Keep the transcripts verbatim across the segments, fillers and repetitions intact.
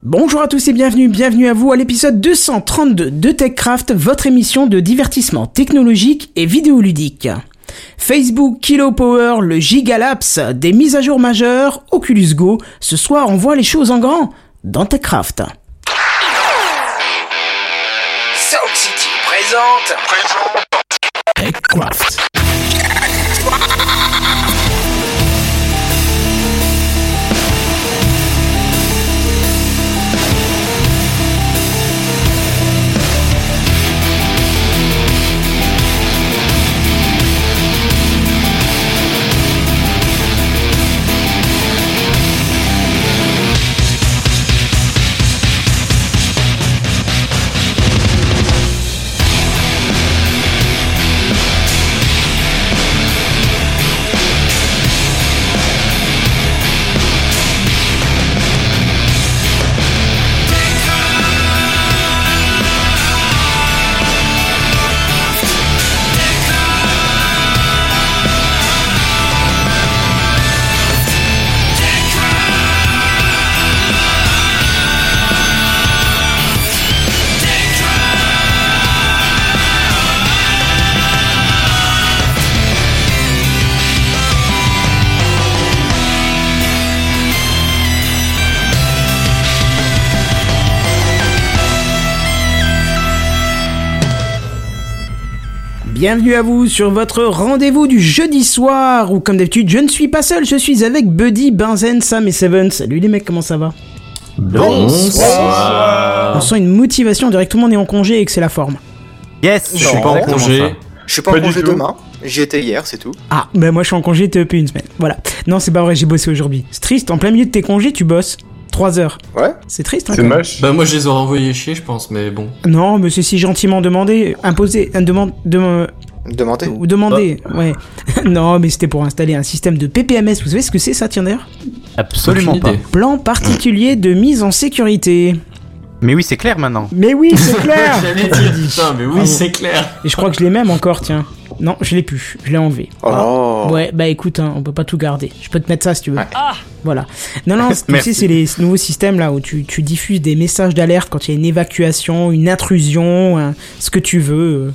Bonjour à tous et bienvenue, bienvenue à vous à l'épisode deux cent trente-deux de TechCraft, votre émission de divertissement technologique et vidéoludique. Facebook, Kilo Power, le Gigalapse, des mises à jour majeures, Oculus Go, ce soir on voit les choses en grand dans TechCraft. Sound City présente, présente TechCraft. Bienvenue à vous sur votre rendez-vous du jeudi soir, où comme d'habitude je ne suis pas seul, je suis avec Buddy, Benzen, Sam et Seven. Salut les mecs, comment ça va? Bonsoir. On sent une motivation, on dirait que tout le monde est en congé et que c'est la forme. Yes, je Non, suis pas en congé. Je suis pas, Pas en du congé tout. demain, j'y étais hier, c'est tout. Ah, ben moi je suis en congé T E P une semaine, voilà. Non c'est pas vrai, j'ai bossé aujourd'hui. C'est triste, en plein milieu de tes congés tu bosses. trois heures. Ouais. C'est triste hein, C'est quand même. moche. Bah moi je les aurais envoyés chier je pense, mais bon. Non mais c'est si gentiment demandé, imposé, un demande... De... Demandez. Ou demander, ouais. Non, mais c'était pour installer un système de P P M S. Vous savez ce que c'est, ça, tiens d'ailleurs? Absolument Aucune pas. idée. Plan particulier de mise en sécurité. Mais oui, c'est clair maintenant. Mais oui, c'est clair. J'allais dire, putain, mais oui Ah bon. c'est clair. Et je crois que je l'ai même encore, tiens. Non, je l'ai plus. Je l'ai enlevé. Oh. Ouais, bah écoute, hein, on peut pas tout garder. Je peux te mettre ça si tu veux. Ouais. Ah voilà. Non, non, tu Merci. sais, c'est les nouveaux systèmes là où tu, tu diffuses des messages d'alerte quand il y a une évacuation, une intrusion, hein, ce que tu veux.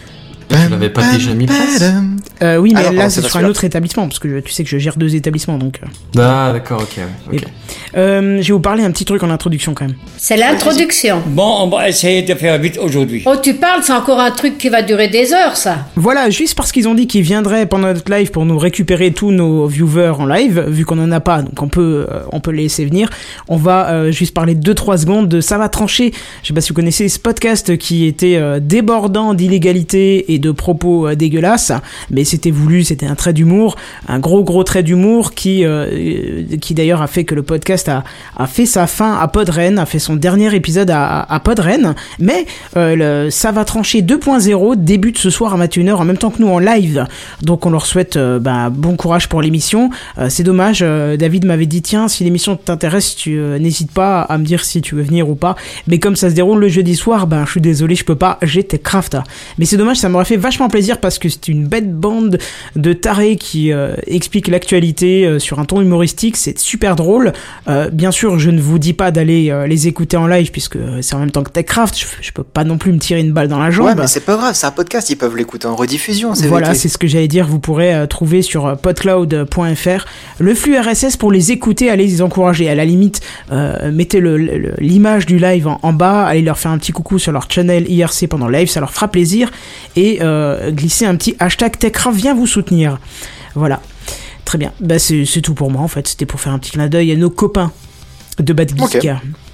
Tu l'avais pas déjà mis place? Euh, oui, mais Ah non, là pardon, c'est c'est pas sur un celui-là. autre établissement parce que tu sais que je gère deux établissements donc. euh. Ah d'accord, ok. Mais ok. bon. Euh, je vais vous parler un petit truc en introduction quand même. C'est l'introduction. Bon, on va essayer de faire vite aujourd'hui. Oh, tu parles, c'est encore un truc qui va durer des heures, ça. Voilà, juste parce qu'ils ont dit qu'ils viendraient pendant notre live pour nous récupérer tous nos viewers en live, vu qu'on en a pas, donc on peut, euh, on peut les laisser venir. On va euh, juste parler deux trois secondes de Ça va trancher. Je sais pas si vous connaissez ce podcast qui était euh, débordant d'illégalité et de propos euh, dégueulasses, mais c'était voulu, c'était un trait d'humour, un gros gros trait d'humour qui, euh, qui d'ailleurs a fait que le podcast a, a fait sa fin à Podren, a fait son dernier épisode à, à Podren, mais euh, le Ça va trancher deux point zéro débute ce soir à vingt et une heures en même temps que nous en live, donc on leur souhaite euh, bah, bon courage pour l'émission. Euh, c'est dommage, euh, David m'avait dit tiens si l'émission t'intéresse tu euh, n'hésites pas à me dire si tu veux venir ou pas, mais comme ça se déroule le jeudi soir, ben je suis désolé je peux pas, j'ai TechCraft. Mais c'est dommage, ça m'aurait fait vachement plaisir parce que c'est une bête bande de tarés qui euh, expliquent l'actualité euh, sur un ton humoristique, c'est super drôle. Euh, bien sûr je ne vous dis pas d'aller euh, les écouter en live puisque c'est en même temps que TechCraft, je, je peux pas non plus me tirer une balle dans la jambe. Ouais, mais c'est pas grave, c'est un podcast, ils peuvent l'écouter en rediffusion, c'est Voilà, V T. c'est ce que j'allais dire. Vous pourrez euh, trouver sur euh, podcloud point f r le flux R S S pour les écouter, allez les encourager. À la limite, euh, mettez le, le- l'image du live en, en bas, allez leur faire un petit coucou sur leur channel I R C pendant le live, ça leur fera plaisir. Et euh, glisser un petit hashtag TechCraft vient vous soutenir. Voilà. Très bien. Bah, c'est, c'est tout pour moi en fait. C'était pour faire un petit clin d'œil à nos copains de Bad Geek. Ok.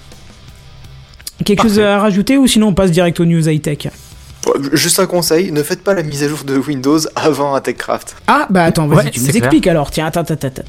Quelque chose à rajouter ou sinon on passe direct aux news high-tech? Juste un conseil, ne faites pas la mise à jour de Windows avant un TechCraft. Ah bah attends, vas-y, Ouais, tu c'est nous clair. expliques alors. Tiens, attends, attends, attends.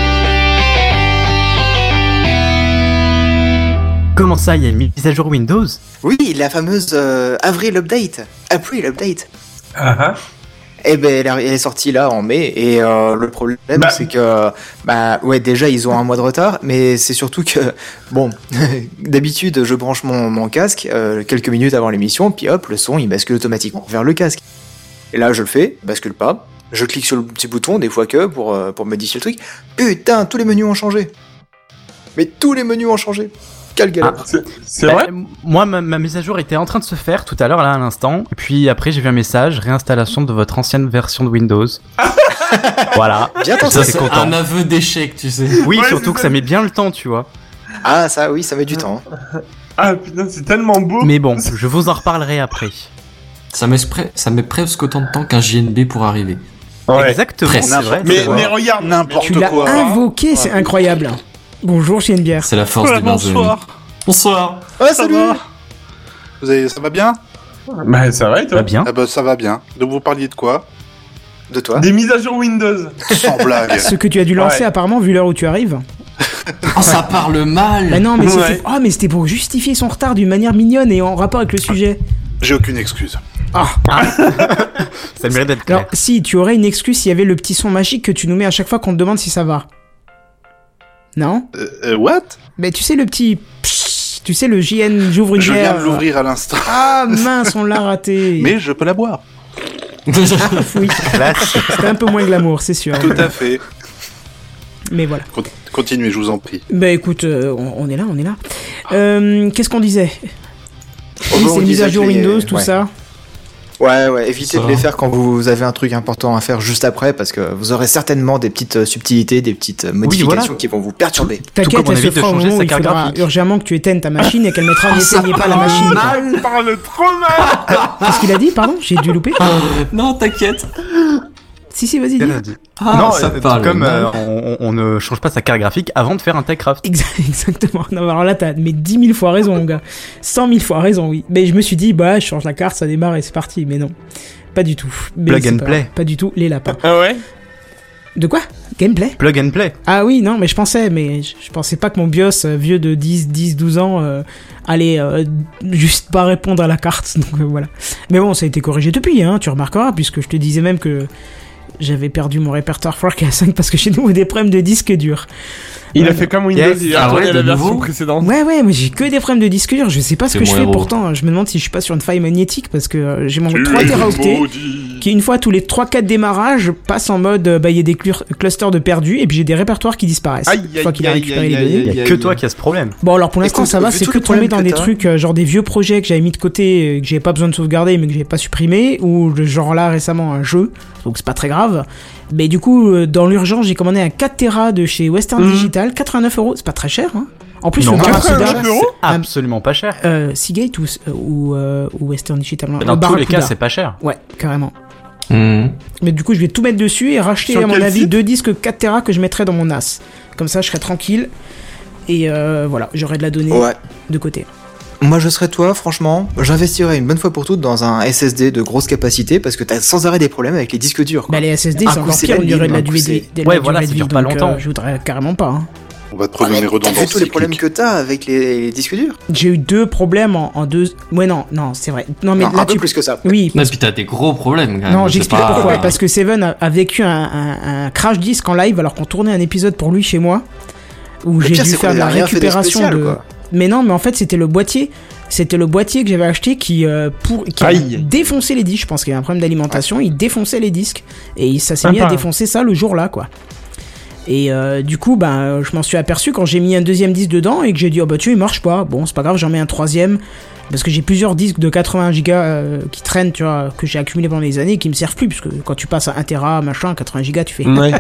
Comment ça, il y a une mise à jour Windows? Oui, la fameuse euh, Avril Update. April Update. Ah ah. Eh ben, elle est elle est sortie là en mai, et euh, le problème Bah. c'est que, bah ouais, déjà ils ont un mois de retard, mais c'est surtout que, bon, d'habitude je branche mon, mon casque euh, quelques minutes avant l'émission, puis hop, le son il bascule automatiquement vers le casque. Et là je le fais, bascule pas, je clique sur le petit bouton des fois que pour, euh, pour modifier le truc, putain, tous les menus ont changé. Mais tous les menus ont changé. Quelle galère. C'est, c'est Bah, vrai moi, ma, ma mise à jour était en train de se faire tout à l'heure, là, à l'instant. Et puis après, j'ai vu un message, réinstallation de votre ancienne version de Windows. Voilà. Bien tenté. Ça, C'est c'est content. un aveu d'échec, tu sais. Oui, Ouais, surtout c'est que ça. ça met bien le temps, tu vois. Ah, ça, oui, ça met du temps. Ah putain, c'est tellement beau. Mais bon, je vous en reparlerai après. Ça met, spre- ça met presque autant de temps qu'un J N B pour arriver. Ouais. Exactement, Presque. c'est vrai. Mais, c'est vrai. mais regarde, N'importe Tu l'as quoi. invoqué, c'est incroyable. Bonjour, chez une bière. C'est la force Ouais, des Benjamin. bonsoir. Bonsoir. Ah, Ça salut. va Vous avez, ça va bien? Bah ça va et toi Pas bien. Ah bah ça va bien. Donc vous parliez de quoi? De toi. Des mises à jour Windows. Sans blague. Ce que tu as dû lancer Ouais. apparemment vu l'heure où tu arrives. Oh, ça parle mal. Bah non, mais Ouais. c'était oh, mais c'était pour justifier son retard d'une manière mignonne et en rapport avec le sujet. J'ai aucune excuse. Ah. Ça mérite d'être clair. Alors, si tu aurais une excuse s'il y avait le petit son magique que tu nous mets à chaque fois qu'on te demande si ça va. Non? Euh, euh, what? Mais tu sais le petit pssst, tu sais le J N j'ouvre une Je viens bière. de l'ouvrir à l'instant. Ah mince, on l'a raté. Mais je peux la boire. oui, Classe. c'était un peu moins glamour, c'est sûr. Tout à fait. Mais voilà. Con- Continuez, je vous en prie. Bah écoute, euh, on, on est là, on est là. Euh, Qu'est-ce qu'on disait? Oh, Oui, bah, c'est on une mise disait à jour que les- Windows, tout ouais. ça. Ouais, ouais, évitez Ça de les va. faire quand vous avez un truc important à faire juste après, parce que vous aurez certainement des petites euh, subtilités, des petites euh, modifications voilà. qui vont vous perturber. T'inquiète, comme on elle se évite de fera au changer moment où sa il carte faudra graphique. urgemment que tu éteignes ta machine et qu'elle mettra n'éteignez pas la machine. quoi. Ah, il parle trop mal. Qu'est-ce qu'il a dit, pardon? J'ai dû louper? Non, t'inquiète. Si, si, vas-y, dis. Elle a dit. Ah, non, ça euh, parle comme mal. euh, on, on ne change pas sa carte graphique avant de faire un TechCraft. Exa- Exactement. Non, alors là, t'as mais dix mille fois raison, mon gars. cent mille fois raison, oui. Mais je me suis dit, bah, je change la carte, ça démarre et c'est parti. Mais non. Pas du tout. Mais Plug c'est and pas, play. Pas du tout, les lapins. Ah ouais. De quoi? Gameplay? Plug and play. Ah oui, non, mais je pensais, mais je, je pensais pas que mon BIOS euh, vieux de dix, dix, douze ans euh, allait euh, juste pas répondre à la carte. Donc euh, voilà. Mais bon, ça a été corrigé depuis, hein, tu remarqueras, puisque je te disais même que j'avais perdu mon répertoire Far Cry cinq parce que chez nous, on a des problèmes de disque dur. Il Ouais. a fait comme Windows, Yes. il a Ah retourné ouais, la de version nouveau précédente. Ouais, ouais, mais j'ai que des problèmes de disque dur. Je sais pas ce C'est que je mon fais héros. pourtant. Je me demande si je suis pas sur une faille magnétique parce que euh, j'ai mon trois téraoctets qui, une fois tous les trois quatre démarrages, passe en mode euh, bah, il y a des clu- clusters de perdus et puis j'ai des répertoires qui disparaissent. Aïe, Une fois aïe, qu'il a aïe, récupéré aïe, les aïe, données. aïe, Il y a que toi qui as ce problème. Bon, alors pour l'instant, Écoute, ça va, vu c'est tous que les tomber problèmes dans que des t'as- trucs, euh, genre des vieux projets que j'avais mis de côté, euh, que j'avais pas besoin de sauvegarder, mais que j'avais pas supprimé, ou le genre là récemment un jeu, donc c'est pas très grave. Mais du coup, euh, dans l'urgence, j'ai commandé un quatre téra de chez Western Mhm. Digital, quatre-vingt-neuf euros, c'est pas très cher, hein. En plus, Non, le Barracuda, quatre-vingt-neuf euros Absolument pas cher. euh, Seagate ou, ou, euh, ou Western Digital, Dans le tous les Barracuda. cas, c'est pas cher. Ouais, carrément. Hmm. Mais du coup, je vais tout mettre dessus et racheter, Sur à mon quel avis, site deux disques quatre téra que je mettrai dans mon N A S. Comme ça, je serai tranquille. Et euh, voilà, j'aurai de la donnée Ouais. de côté. Moi, je serais toi, franchement, j'investirais une bonne fois pour toutes dans un S S D de grosse capacité parce que t'as sans arrêt des problèmes avec les disques durs. quoi. Bah, les S S D, Un c'est coup, encore c'est pire, la on dirait de Lime, la un coup, durée c'est- de, de Ouais, la voilà, durée de ça vie, dure pas donc, longtemps. euh, je voudrais carrément pas. Hein. On va te Ah, mais redonner t'as redondance. vu tous les problèmes technique. que t'as avec les, les disques durs J'ai eu deux problèmes en, en deux. Ouais, non, non, c'est vrai. Non, mais Non, là, un peu tu. plus que ça. Oui, Non, et puis t'as des gros problèmes quand même. non, c'est j'explique pas- pourquoi. Parce que Seven a, a vécu un, un- un crash disque en live alors qu'on tournait un épisode pour lui chez moi. Où Le j'ai pire, dû c'est qu'on faire de la avait rien fait de récupération spécial, de. quoi. Mais non, mais en fait, c'était le boîtier. C'était le boîtier que j'avais acheté qui, euh, pour, qui a Aïe. défoncé les disques. Je pense qu'il y a un problème d'alimentation. Il défonçait les disques. Et ça s'est Sympa. mis à défoncer ça le jour-là, quoi. Et euh, du coup, ben, je m'en suis aperçu quand j'ai mis un deuxième disque dedans et que j'ai dit, oh bah tu, il marche pas. Bon, c'est pas grave, j'en mets un troisième. Parce que j'ai plusieurs disques de quatre-vingts gigas euh, qui traînent, tu vois, que j'ai accumulés pendant des années et qui me servent plus. Parce que quand tu passes à un téra, machin, quatre-vingts gigas, tu fais. Ouais.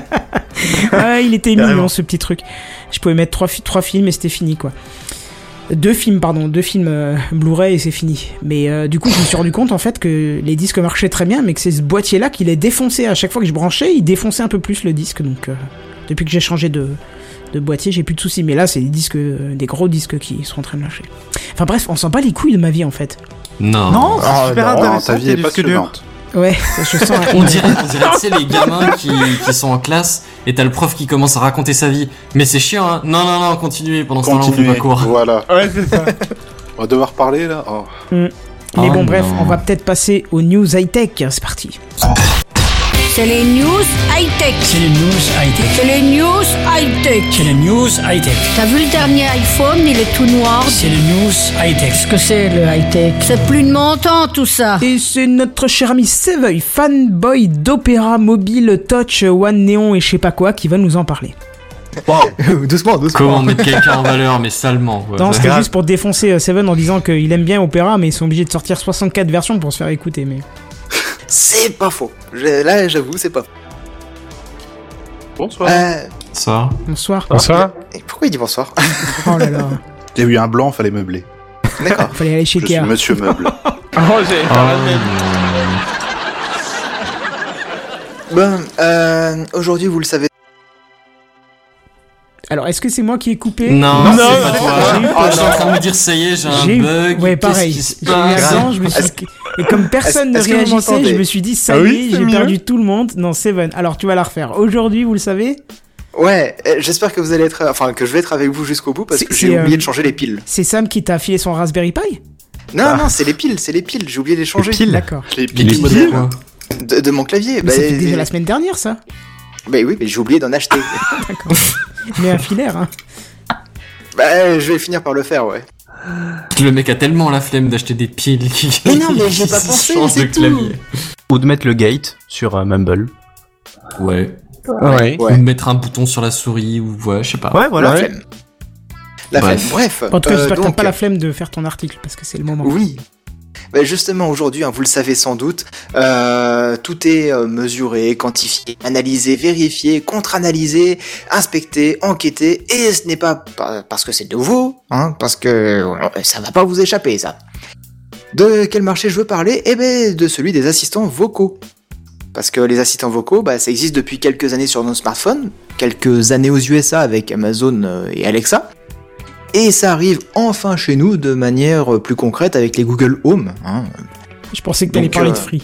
Ah, il était Carrément. mignon ce petit truc. Je pouvais mettre trois, fi- trois films et c'était fini, quoi. Deux films, pardon, deux films euh, Blu-ray et c'est fini. Mais euh, du coup, je me suis rendu compte en fait que les disques marchaient très bien, mais que c'est ce boîtier-là qui les défonçait à chaque fois que je branchais, il défonçait un peu plus le disque. Donc, euh, depuis que j'ai changé de, de boîtier, j'ai plus de soucis. Mais là, c'est des disques, euh, des gros disques qui sont en train de lâcher. Enfin bref, on sent pas les couilles de ma vie en fait. Non. Non, c'est Ah, super non, intéressant. Ta vie tes est disques durs. passionnante. Ouais, ça, je sens. On dirait, on dirait tu sais, les gamins qui, qui sont en classe et t'as le prof qui commence à raconter sa vie. Mais c'est chiant, hein. Non, non, non, continuez. Pendant ce temps-là, on fait Continuez. pas court. Voilà. Ouais, c'est ça. On va devoir parler là. Oh. Mais Oh bon, bref, non. on va peut-être passer aux news high-tech. C'est parti. C'est les news high-tech. C'est les news high-tech. C'est les news high-tech. C'est les news high-tech. T'as vu le dernier iPhone, il est tout noir. C'est les news high-tech. Qu'est-ce que c'est le high-tech? C'est plus de mon temps tout ça. Et c'est notre cher ami Seveuil, fanboy d'opéra mobile, touch, one néon et je sais pas quoi, qui va nous en parler. Wow. doucement, doucement. Comment mettre quelqu'un en valeur, mais salement. Ouais. Non, c'était grave. juste pour défoncer euh, Seven en disant qu'il aime bien Opera, mais ils sont obligés de sortir soixante-quatre versions pour se faire écouter. Mais C'est pas faux. Je- Là, j'avoue, c'est pas faux. Bonsoir. Euh, Ça. bonsoir. Bonsoir. et pourquoi il dit bonsoir? Oh là là. Il y a eu un blanc, fallait meubler. D'accord. Fallait aller chez Je suis Ikea. monsieur meuble. Oh, j'avais pas Ah, la même. Bon, euh, aujourd'hui, vous le savez. Alors, est-ce que c'est moi qui ai coupé Non, Non, c'est non, pas non, toi. j'ai eu Ah, peur. je suis en train de me dire, ça y est, j'ai J'ai un eu... bug. Ouais, Qu'est-ce pareil. qui se J'ai eu un passe sang, je me suis dit... Et comme personne Est-ce- ne est-ce que vous réagissait, m'entendez je me suis dit, ça Ah y oui, est, c'est j'ai mieux. perdu tout le monde. Non, Seven. Alors, tu vas la refaire. Aujourd'hui, vous le savez, Ouais, euh, j'espère que vous allez être, enfin, que je vais être avec vous jusqu'au bout parce C'est- que c'est, j'ai oublié euh, de changer les piles. c'est Sam qui t'a filé son Raspberry Pi Non, non, c'est les piles, c'est les piles. J'ai oublié de les changer. piles. D'accord. Les Les piles piles, modernes. quoi. De, de mon clavier. Mais Bah, c'était déjà euh, la semaine dernière, ça. bah oui, mais j'ai oublié d'en acheter. Mais un filaire, hein. Bah, je vais finir par le faire, ouais. Le mec a tellement la flemme d'acheter des piles qui. Mais non, mais j'ai pas qui pensé, change c'est de tout. clavier. Ou de mettre le gate sur euh, Mumble. Ouais. Ouais. Ou Ouais. mettre un bouton sur la souris, ou ouais, je sais pas. Ouais, voilà. La flemme. La Bref. flemme. Bref. En tout cas, euh, j'espère que t'as donc, pas la flemme de faire ton article, parce que c'est le moment. Oui. Bah justement, aujourd'hui, hein, vous le savez sans doute, euh, tout est euh, mesuré, quantifié, analysé, vérifié, contre-analysé, inspecté, enquêté, et ce n'est pas pa- parce que c'est nouveau, hein, parce que euh, ça va pas vous échapper, ça. De quel marché je veux parler? Eh ben, de celui des assistants vocaux. Parce que les assistants vocaux, bah, ça existe depuis quelques années sur nos smartphones, quelques années aux U S A avec Amazon euh, et Alexa. Et ça arrive enfin chez nous de manière plus concrète avec les Google Home, hein, Je pensais que t'allais Donc, parler euh, de Free.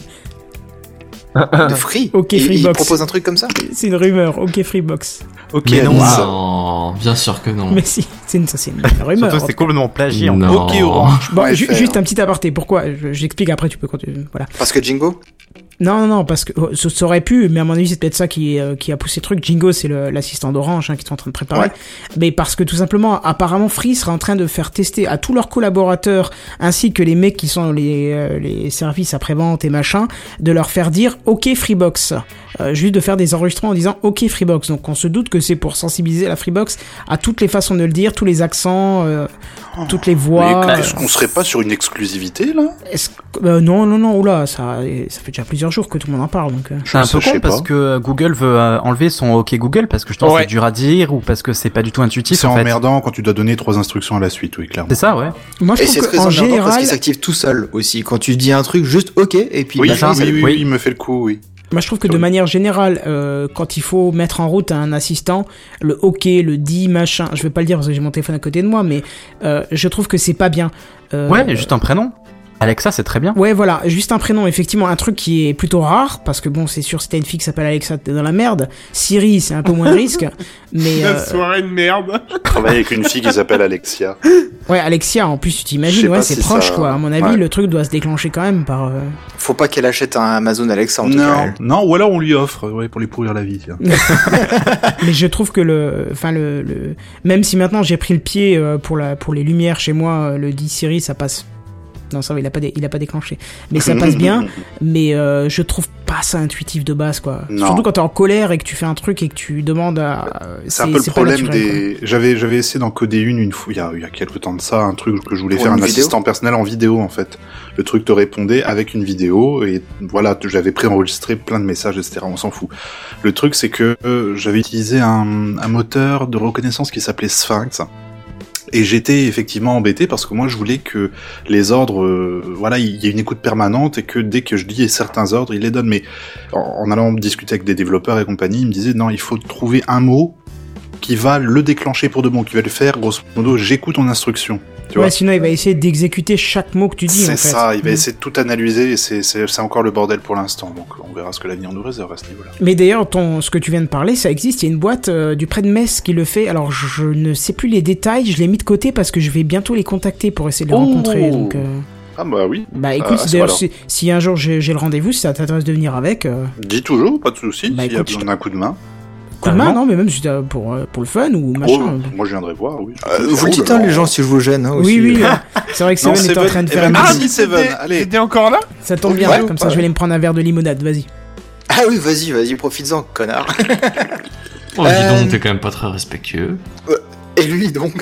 de Free. Ok, il, il Freebox. propose un truc comme ça? C'est une rumeur. Ok, Freebox. Ok, Mais non, non. non, bien sûr que non. Mais si, c'est une, ça, c'est une rumeur. Surtout, c'est complètement plagié. en Non. Ok, Orange. Bon, Ouais, ju- faire. juste un petit aparté. Pourquoi Je- J'explique après, tu peux continuer. Voilà. Parce que Jingo? Non, non, non, parce que oh, ça, ça aurait pu, mais à mon avis, c'est peut-être ça qui, euh, qui a poussé le truc. Jingo, c'est le- l'assistant d'Orange hein, qui sont en train de préparer. Ouais. Mais parce que tout simplement, apparemment, Free sera en train de faire tester à tous leurs collaborateurs, ainsi que les mecs qui sont les, euh, les services après-vente et machin, de leur faire dire OK Freebox. Euh, juste de faire des enregistrements en disant OK Freebox. Donc on se doute que c'est pour sensibiliser la Freebox à toutes les façons de le dire, tous les accents, euh, toutes les voix. Mais est-ce qu'on serait pas sur une exclusivité là? Est-ce que- euh, non, non, non, oula, ça, ça fait déjà plusieurs jours que tout le monde en parle, donc. euh. C'est un peu Je sais con parce pas. que euh, Google veut euh, enlever son OK Google parce que je pense Ouais. que c'est dur à dire ou parce que c'est pas du tout intuitif C'est en fait. emmerdant quand tu dois donner trois instructions à la suite, oui, clairement. C'est ça, ouais. Moi, je Et c'est trouve très qu'en emmerdant parce général, qu'il s'active tout seul aussi. Quand tu dis un truc, juste OK, et puis Oui, bah, oui, ça, oui, ça- oui, oui. oui, il me fait le coup, oui. moi, je trouve que de Oui. manière générale, euh, quand il faut mettre en route un assistant, le OK, le dit, machin, je vais pas le dire parce que j'ai mon téléphone à côté de moi, mais euh, je trouve que c'est pas bien. Euh, Ouais, juste un prénom. Alexa, c'est très bien. Ouais, voilà, juste un prénom, effectivement, un truc qui est plutôt rare, parce que bon, c'est sûr, si t'as une fille qui s'appelle Alexa, t'es dans la merde. Siri, c'est un peu moins de risque, mais La euh, soirée de merde. Je travaille avec une fille qui s'appelle Alexia. ouais, Alexia, en plus, tu Je t'imagines, sais ouais, pas c'est si proche, ça- quoi. À mon avis, ouais. le truc doit se déclencher quand même par. euh, faut pas qu'elle achète un Amazon Alexa en tout cas. Non, elle. non, ou alors on lui offre, ouais, pour lui pourrir la vie, tiens. Mais je trouve que le, enfin le, le, même si maintenant j'ai pris le pied euh, pour la, pour les lumières chez moi, euh, le dit Siri, ça passe. Non, ça va, il a pas, dé- il a pas déclenché. Mais ça passe bien. Mais euh, je trouve pas ça intuitif de base, quoi. Non. Surtout quand t'es en colère et que tu fais un truc et que tu demandes à. C'est un peu le pas problème naturel, des. J'avais j'avais essayé d'en coder une une fois il y a il y a quelque temps de ça, un truc que je voulais Pour faire une un vidéo assistant personnel en vidéo en fait. Le truc te répondait avec une vidéo et voilà, j'avais préenregistré plein de messages et cetera. On s'en fout. Le truc c'est que euh, j'avais utilisé un, un moteur de reconnaissance qui s'appelait Sphinx. Et j'étais effectivement embêté parce que moi je voulais que les ordres, euh, voilà, il y ait une écoute permanente et que dès que je dis certains ordres, il les donne. Mais en, en allant discuter avec des développeurs et compagnie, ils me disaient non, il faut trouver un mot qui va le déclencher pour de bon, qui va le faire, grosso modo, j'écoute ton instruction. Tu quoi. vois Ouais, sinon il va essayer d'exécuter chaque mot que tu dis. C'est en fait. ça, il va Mm. essayer de tout analyser et c'est, c'est, c'est encore le bordel pour l'instant. Donc on verra ce que l'avenir nous réserve à ce niveau-là. Mais d'ailleurs, ton, ce que tu viens de parler, ça existe. Il y a une boîte euh, du près de Metz qui le fait. Alors, je ne sais plus les détails. Je l'ai mis de côté parce que je vais bientôt les contacter pour essayer de les Oh. rencontrer. Donc, euh, Ah bah oui, bah écoute, Ah, c'est d'ailleurs, voilà. si, si un jour j'ai, j'ai le rendez-vous, si ça t'intéresse de venir avec, euh, dis toujours, pas de soucis, Bah, s'il y a écoute, besoin je- d'un coup de main. coup de main, Carrément. non, mais même si t'as pour euh, pour le fun ou Oh, machin. moi je viendrai voir, oui. Euh, vous le dites, hein, les gens, si je vous gêne. Hein, Oui, aussi. oui. euh, c'est vrai que Non, Seven était en Seven- train de eh faire ben, un ah, bisou. si, Seven, T'étais- allez. T'étais encore là? Ça tombe bien, Ouais, comme ça ouais. je vais aller me prendre un verre de limonade, vas-y. Ah oui, vas-y, vas-y, profites-en, connard. Oh, dis Euh, donc, t'es quand même pas très respectueux. Et lui donc.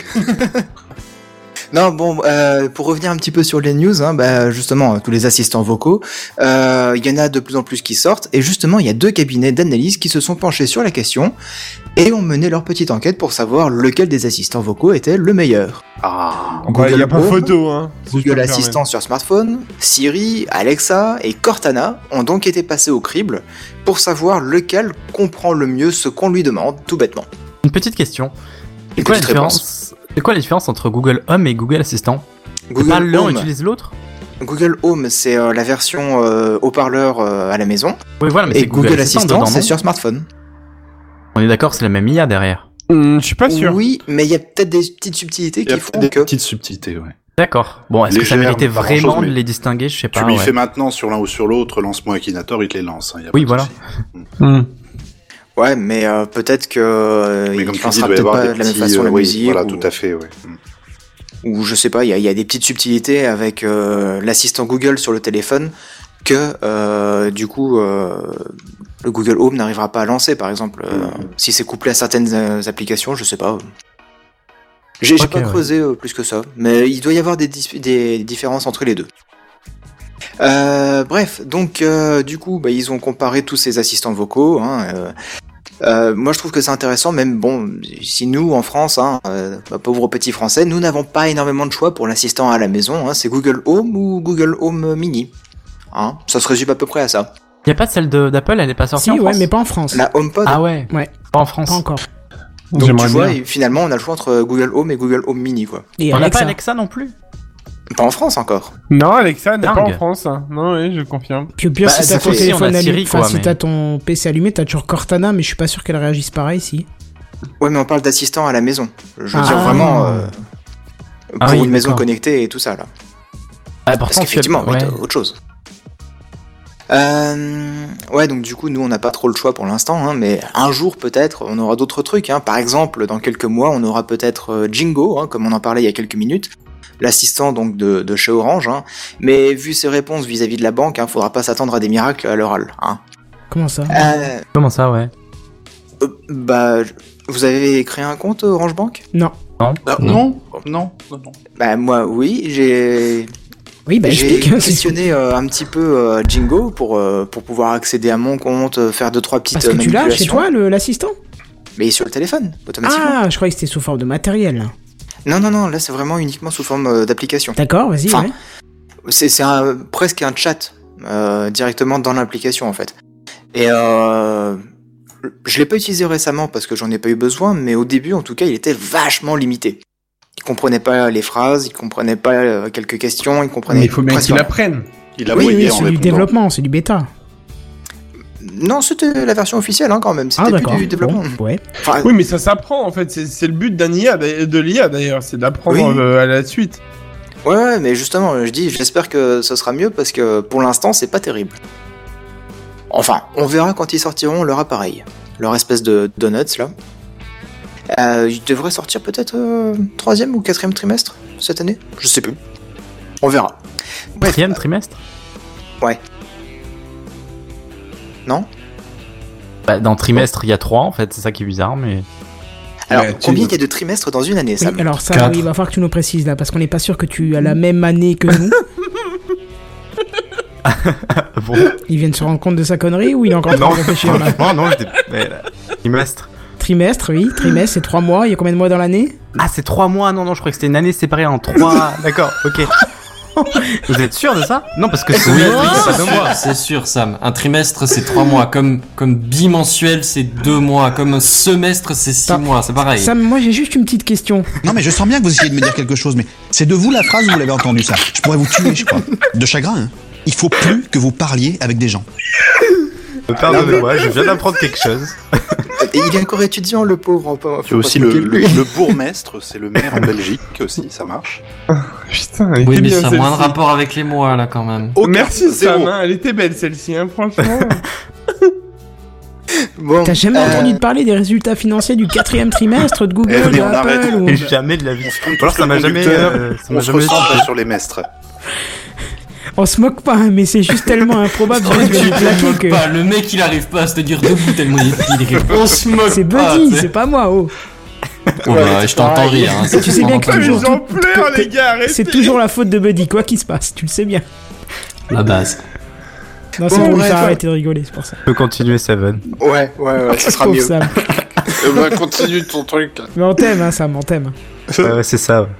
Non, bon, euh, pour revenir un petit peu sur les news, hein, bah, justement, tous les assistants vocaux, euh, il y en a de plus en plus qui sortent, et justement, il y a deux cabinets d'analyse qui se sont penchés sur la question, et ont mené leur petite enquête pour savoir lequel des assistants vocaux était le meilleur. Ah. Bah, il y a pas Home, photo, hein. si je peux Google me Assistant sur smartphone, Siri, Alexa et Cortana ont donc été passés au crible pour savoir lequel comprend le mieux ce qu'on lui demande, tout bêtement. Une petite question. C'est Une quoi, la petite différence... C'est quoi la différence entre Google Home et Google Assistant? Google Pas l'un Home, utilise l'autre? Google Home, c'est euh, la version euh, haut-parleur euh, à la maison, Oui, voilà, mais et c'est Google, Assistant, dedans, c'est non sur smartphone. On est d'accord, c'est la même I A derrière. Hum, je suis pas sûr. Oui, mais il y a peut-être des petites subtilités Il y a qui font des que... petites subtilités, ouais. D'accord. Bon, est-ce que ça Légère, méritait pas vraiment grand-chose, mais de les distinguer? Je sais pas. Tu lui ouais. fais maintenant sur l'un ou sur l'autre, lance-moi Akinator, il te les lance. Hein, y a Oui, pas de voilà. souci. Hum. Ouais, mais euh, peut-être que euh, Mais il comme tu dis, lancera il doit y peut-être avoir pas des de la même petits, façon la euh, oui, musique, voilà, ou, tout à fait, ouais. Mm. ou je sais pas, il y a, il y a des petites subtilités avec euh, l'assistant Google sur le téléphone que euh, du coup euh, le Google Home n'arrivera pas à lancer, par exemple, euh, Mm. si c'est couplé à certaines euh, applications, je sais pas. J'ai j'ai Ok, pas ouais. creusé euh, plus que ça, mais il doit y avoir des, dis- des différences entre les deux. Euh, bref, donc euh, du coup, bah, ils ont comparé tous ces assistants vocaux. Hein, euh, euh, moi, je trouve que c'est intéressant, même bon, si nous, en France, hein, euh, bah, pauvres petits Français, nous n'avons pas énormément de choix pour l'assistant à la maison. Hein, c'est Google Home ou Google Home Mini. Hein, ça se résume à peu près à ça. Y a pas celle de- d'Apple, elle est pas sortie Si, en ouais, France? mais pas en France. La HomePod. Ah ouais. Ouais. Pas en France. Pas encore. Donc tu J'aimerais vois, bien. et finalement, on a le choix entre Google Home et Google Home Mini, quoi. Et On n'a pas Alexa. Alexa non plus. Pas en France encore. Non, Alexa n'est pas en Dingue. France. hein. Non, oui, je confirme. Puis au pire, Bah, si ça t'as ton fait- si, on a téléphone Siri, allumé, enfin, quoi, si mais- t'as ton P C allumé, t'as toujours Cortana, mais je suis pas sûr qu'elle réagisse pareil, si. Ouais, mais on parle d'assistant à la maison. Je veux Ah. dire vraiment euh, pour Ah oui, une maison d'accord. connectée et tout ça là. Ah, Parce pourtant, tu as- qu'effectivement, oui, ouais. t'as autre chose. Euh, ouais, donc du coup, nous, on n'a pas trop le choix pour l'instant, hein, mais un jour peut-être, on aura d'autres trucs. Hein. Par exemple, dans quelques mois, on aura peut-être euh, Jingo, hein, comme on en parlait il y a quelques minutes, l'assistant donc de, de chez Orange. Hein. Mais vu ses réponses vis-à-vis de la banque, hein, faudra pas s'attendre à des miracles à l'oral. Hein. Comment ça Euh, Comment ça, ouais? euh, bah, vous avez créé un compte Orange Bank? Non. Ah, Non. non, non, non, non. Bah moi, oui, j'ai Oui, bah J'ai explique. hein, c'est- questionné euh, un petit peu euh, Jingo pour, euh, pour pouvoir accéder à mon compte, euh, faire deux trois petites Parce que euh, tu l'as chez manipulations. toi, le- l'assistant Mais sur le téléphone, automatiquement. Ah, je croyais que c'était sous forme de matériel. Non, non, non, là c'est vraiment uniquement sous forme euh, d'application. D'accord, vas-y, Enfin, ouais. C'est c'est un- presque un chat euh, directement dans l'application en fait. Et euh, je l'ai pas utilisé récemment parce que j'en ai pas eu besoin, mais au début en tout cas il était vachement limité. Il comprenait pas les phrases, il comprenait pas euh, quelques questions, il comprenait Mais il faut bien presque qu'il rien. apprenne. Il a Oui, voyé oui, en c'est du répondant. développement, c'est du bêta. Non, c'était la version officielle hein, quand même, Ah, c'était d'accord. plus du développement. Bon, ouais. Enfin, Oui, mais ça s'apprend en fait. C'est c'est le but d'un I A, d'ailleurs- de l'I A d'ailleurs, c'est d'apprendre Oui. euh, à la suite. Ouais, ouais, mais justement, je dis, j'espère que ce sera mieux parce que pour l'instant, c'est pas terrible. Enfin, on verra quand ils sortiront leur appareil, leur espèce de donuts là. Euh, ils devraient sortir peut-être euh, troisième ou quatrième trimestre cette année, je sais plus. On verra. Bref, Quatrième trimestre? non. Bah, dans trimestre, il y a trois, en fait, c'est ça qui est bizarre, mais... Alors, Ouais, tu- combien il y a de trimestres dans une année, Oui, Sam? alors ça, Quatre. oui, il va falloir que tu nous précises là, parce qu'on n'est pas sûr que tu as la même année que nous. Bon. Il vient de se rendre compte de sa connerie ou il est encore en train de réfléchir là franchement, non, j'étais... mais, là, Trimestre. Trimestre, oui, trimestre, c'est trois mois. Il y a combien de mois dans l'année? Ah, c'est trois mois? Non, non, je croyais que c'était une année séparée en trois... D'accord, ok. Vous êtes sûr de ça? Non, parce que c'est Oui, oui, oui, c'est c'est pas deux sûr, mois. c'est sûr, Sam. Un trimestre, c'est trois mois. Comme, comme bimensuel, c'est deux mois. Comme un semestre, c'est six Attends, mois. C'est pareil. Sam, moi j'ai juste une petite question. Non mais je sens bien que vous essayez de me dire quelque chose, mais c'est de vous la phrase ou vous l'avez entendu ça? Je pourrais vous tuer, je crois. De chagrin, hein. Il faut plus que vous parliez avec des gens. Pardonnez-moi, je viens d'apprendre quelque chose. Et il est encore étudiant, le pauvre. Faut pas- Tu faut as pas aussi se le, moquer de le, lui. le bourgmestre, c'est le maire en Belgique aussi, ça marche. Putain, elle Oui, était mais bien ça a moins de celle-ci. rapport avec les mois, là, quand même. Aucun, Merci zéro. Sam, hein, elle était belle celle-ci, hein, franchement. Bon, T'as jamais euh, entendu parler des résultats financiers du quartrième trimestre de Google, Eh, mais de on arrête. Apple ou... Et jamais de la vie. On se trompe Alors, tous ça le m'a jamais... conducteur, euh, ça on m'a se jamais... recentre sur les mestres. On se moque pas, hein, mais c'est juste tellement improbable. Je vais Tu lui te claquer moques que... pas, le mec il arrive pas à se tenir debout tellement il est il est- On se moque C'est pas, Buddy, tu sais. c'est pas moi, oh. Oh bah, je t'entends rire. Hein, Tu sais bien que Je toujours, vous en pleure, les gars, arrêtez. c'est toujours la faute de Buddy, quoi qu'il se passe, tu le sais bien. La base. Non, c'est Bon, pour lui bref, faire ouais. arrêter de rigoler, c'est pour ça. Tu peux continuer, Seven. Ouais, ouais, ouais, ça sera Pauvre mieux. Sam. Eh ben, continue ton truc. Mais on t'aime, hein, Sam, on t'aime. Ouais, c'est ça. Ouais.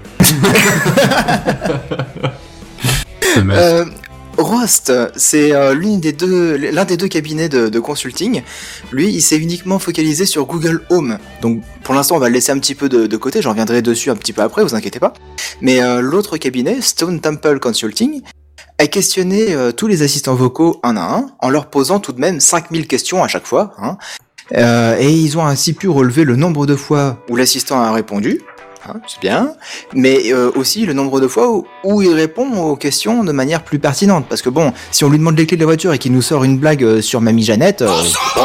C'est mince. Euh, Rost, c'est euh, l'une des deux, l'un des deux cabinets de, de consulting. Lui, il s'est uniquement focalisé sur Google Home. Donc, pour l'instant, on va le laisser un petit peu de, de côté. Je reviendrai dessus un petit peu après, vous inquiétez pas. Mais euh, l'autre cabinet, Stone Temple Consulting, a questionné euh, tous les assistants vocaux un à un, en leur posant tout de même cinq mille questions à chaque fois. Hein. Euh, et ils ont ainsi pu relever le nombre de fois où l'assistant a répondu. Hein, c'est bien, mais euh, aussi le nombre de fois où, où il répond aux questions de manière plus pertinente. Parce que bon, si on lui demande les clés de la voiture et qu'il nous sort une blague euh, sur Mamie Jeannette, euh, bon,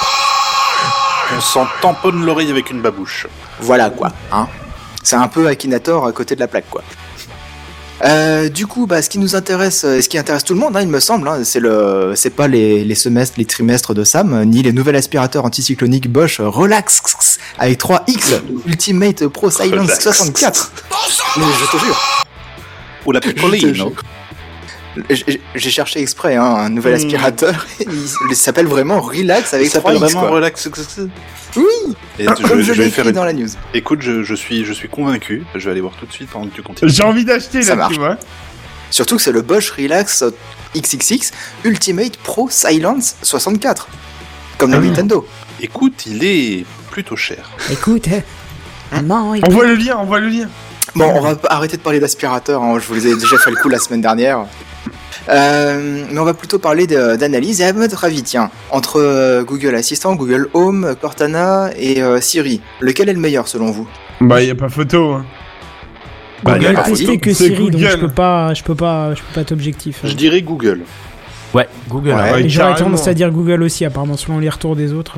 On s'en tamponne l'oreille avec une babouche. voilà quoi. Hein. C'est un peu Akinator à côté de la plaque quoi. Euh, du coup, bah, ce qui nous intéresse, euh, ce qui intéresse tout le monde, hein, il me semble, hein, c'est le, c'est pas les, les semestres, les trimestres de Sam, euh, ni les nouveaux aspirateurs anticycloniques Bosch euh, Relax avec trois X Ultimate Pro Silence Relax. soixante-quatre. Mais je te jure. Ou la Je te picoline. jure. J'ai j'ai cherché exprès hein, un nouvel aspirateur. Il s'appelle vraiment Relax avec Ça trois s'appelle X. vraiment quoi. Relax. Oui. Et Comme je, je, je l'ai vais faire écrit une... dans la news. Écoute, je, je suis, je suis convaincu. Je vais aller voir tout de suite pendant que tu continues. J'ai envie d'acheter Ça là, marche. tu vois. Surtout que c'est le Bosch Relax X X X Ultimate Pro Silence soixante-quatre. Comme Ah le oui. Nintendo. Écoute, il est plutôt cher. Écoute, hein. Maman, écoute. Envoie le lien, envoie le lien. Bon, on va arrêter de parler d'aspirateur, hein, je vous ai déjà fait le coup la semaine dernière. Euh, mais on va plutôt parler de- d'analyse. Et à votre avis, tiens, entre euh, Google Assistant, Google Home, Cortana et euh, Siri, lequel est le meilleur selon vous? Bah, y a pas photo. Hein. Bah, y a j'ai pas testé photo. que C'est Siri, donc Google. je peux pas, je peux pas, je peux pas être objectif. Je dirais Google. Ouais, Google. Ouais. ouais. Ouais, Et j'aurais carrément. tendance à dire Google aussi, apparemment, selon les retours des autres.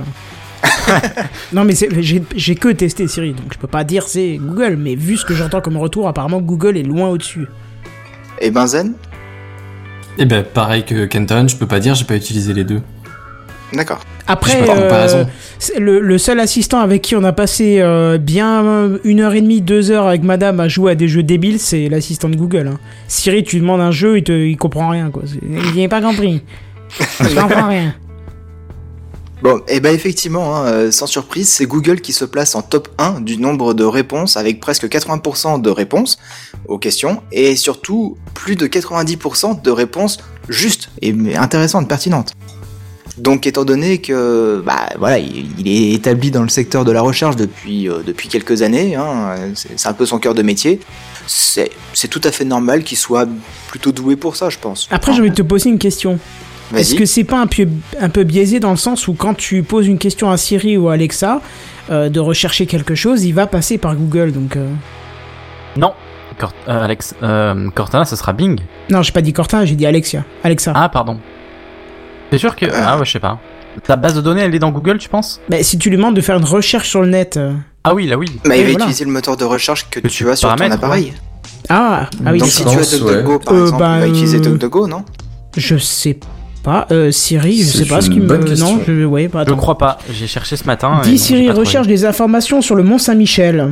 Non, mais c'est- j'ai j'ai que testé Siri, donc je peux pas dire c'est Google, mais vu ce que j'entends comme retour, apparemment Google est loin au-dessus. Et Benzen? Et ben pareil que Kenton, je peux pas dire, j'ai pas utilisé les deux. D'accord. Après, J'ai pas de euh, comparaison. c'est le, le seul assistant avec qui on a passé euh, bien une heure et demie, deux heures avec madame à jouer à des jeux débiles, c'est l'assistant de Google. Hein. Siri, tu lui demandes un jeu, il, te, il comprend rien, quoi. C'est- Il n'a pas compris. Il comprend rien. Bon, et ben effectivement, hein, euh, sans surprise, c'est Google qui se place en top un du nombre de réponses, avec presque quatre-vingts pour cent de réponses aux questions, et surtout plus de quatre-vingt-dix pour cent de réponses justes et intéressantes, pertinentes. Donc, étant donné que, bah voilà, il, il est établi dans le secteur de la recherche depuis euh, depuis quelques années, hein, c'est c'est un peu son cœur de métier. C'est c'est tout à fait normal qu'il soit plutôt doué pour ça, je pense. Après, j'ai envie de te poser une question. Est-ce Vas-y. que c'est pas un peu, un peu biaisé dans le sens où quand tu poses une question à Siri ou à Alexa euh, de rechercher quelque chose, il va passer par Google, donc... euh, Non. Cort- euh, Alex, euh, Cortana, ça sera Bing. Non, j'ai pas dit Cortana, j'ai dit Alexia. Alexa. Ah, pardon. T'es sûr que... Ah ouais, je sais pas. Ta base de données, elle est dans Google, tu penses? Bah, si tu lui demandes de faire une recherche sur le net... euh, Ah oui, là oui. Bah, il va Et voilà. utiliser le moteur de recherche que, Que tu tu as sur ton paramètres, appareil. Ah, ah oui, Donc d'accord. si tu as pense, DuckDuckGo par Euh, exemple, bah, il va utiliser euh, DuckDuckGo, non? Je sais pas. Euh, Siri, je C'est sais pas ce une qui me... bonne question. Non, je... Ouais, bah, Je attends. crois pas. J'ai cherché ce matin. et Dis j'ai Siri, pas trouvé. recherche des informations sur le Mont Saint-Michel.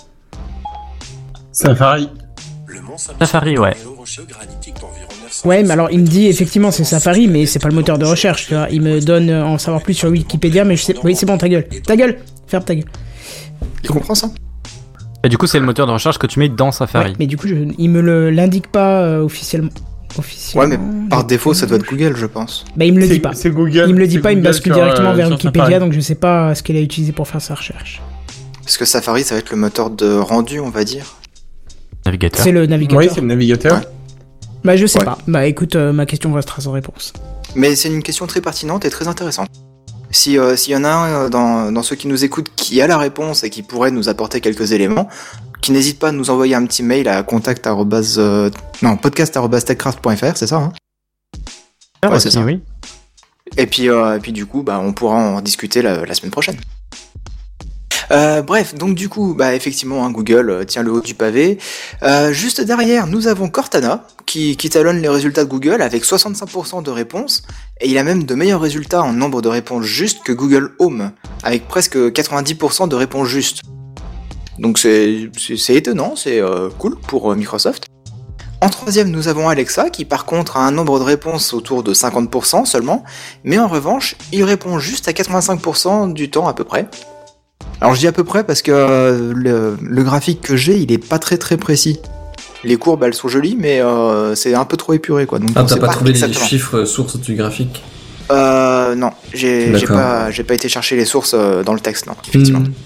Safari. Safari, ouais. Ouais, mais alors il me dit effectivement c'est Safari, mais c'est pas le moteur de recherche, tu vois. Il me donne euh, en savoir plus sur Wikipédia, mais je sais. Oui, c'est bon, ta gueule. Ta gueule Ferme ta gueule. Tu comprends ça? Et du coup, c'est le moteur de recherche que tu mets dans Safari. Ouais, mais du coup, je... il me le- l'indique pas euh, officiellement. Ouais, officiellement. mais par défaut, ça doit être Google, je pense. Bah, il me le dit C'est- pas. C'est Google. Il me le dit c'est pas, il me Google bascule sur, directement euh, vers sur Wikipédia, Safari. donc je sais pas ce qu'il a utilisé pour faire sa recherche. Parce que Safari, ça va être le moteur de rendu, on va dire. Navigateur. C'est le navigateur. Oui, c'est le navigateur. Ouais. Bah, je sais Ouais. pas. Bah, écoute, euh, ma question restera sans réponse. Mais c'est une question très pertinente et très intéressante. Si euh, s'il y en a un euh, dans, dans ceux qui nous écoutent qui a la réponse et qui pourrait nous apporter quelques éléments, qui n'hésite pas à nous envoyer un petit mail à contact arobase, euh, non podcast arobase techcraft point fr, c'est ça, hein? Ah, Ouais, c'est ça. Oui. Et puis, euh, et puis du coup, bah, on pourra en discuter la, la semaine prochaine. Euh, bref, donc du coup, bah effectivement, hein, Google euh, tient le haut du pavé. Euh, juste derrière, nous avons Cortana, qui, qui talonne les résultats de Google avec soixante-cinq pour cent de réponses, et il a même de meilleurs résultats en nombre de réponses justes que Google Home, avec presque quatre-vingt-dix pour cent de réponses justes. Donc c'est, c'est, c'est étonnant, c'est euh, cool pour euh, Microsoft. En troisième, nous avons Alexa, qui par contre a un nombre de réponses autour de cinquante pour cent seulement, mais en revanche, il répond juste à quatre-vingt-cinq pour cent du temps à peu près. Alors je dis à peu près parce que euh, le, le graphique que j'ai, il est pas très très précis. Les courbes, elles sont jolies, mais euh, c'est un peu trop épuré, quoi. Donc, ah, t'as pas, pas trouvé exactement. les chiffres sources du graphique ? Euh, non, j'ai, j'ai pas, j'ai pas été chercher les sources dans le texte, non, effectivement. Mmh.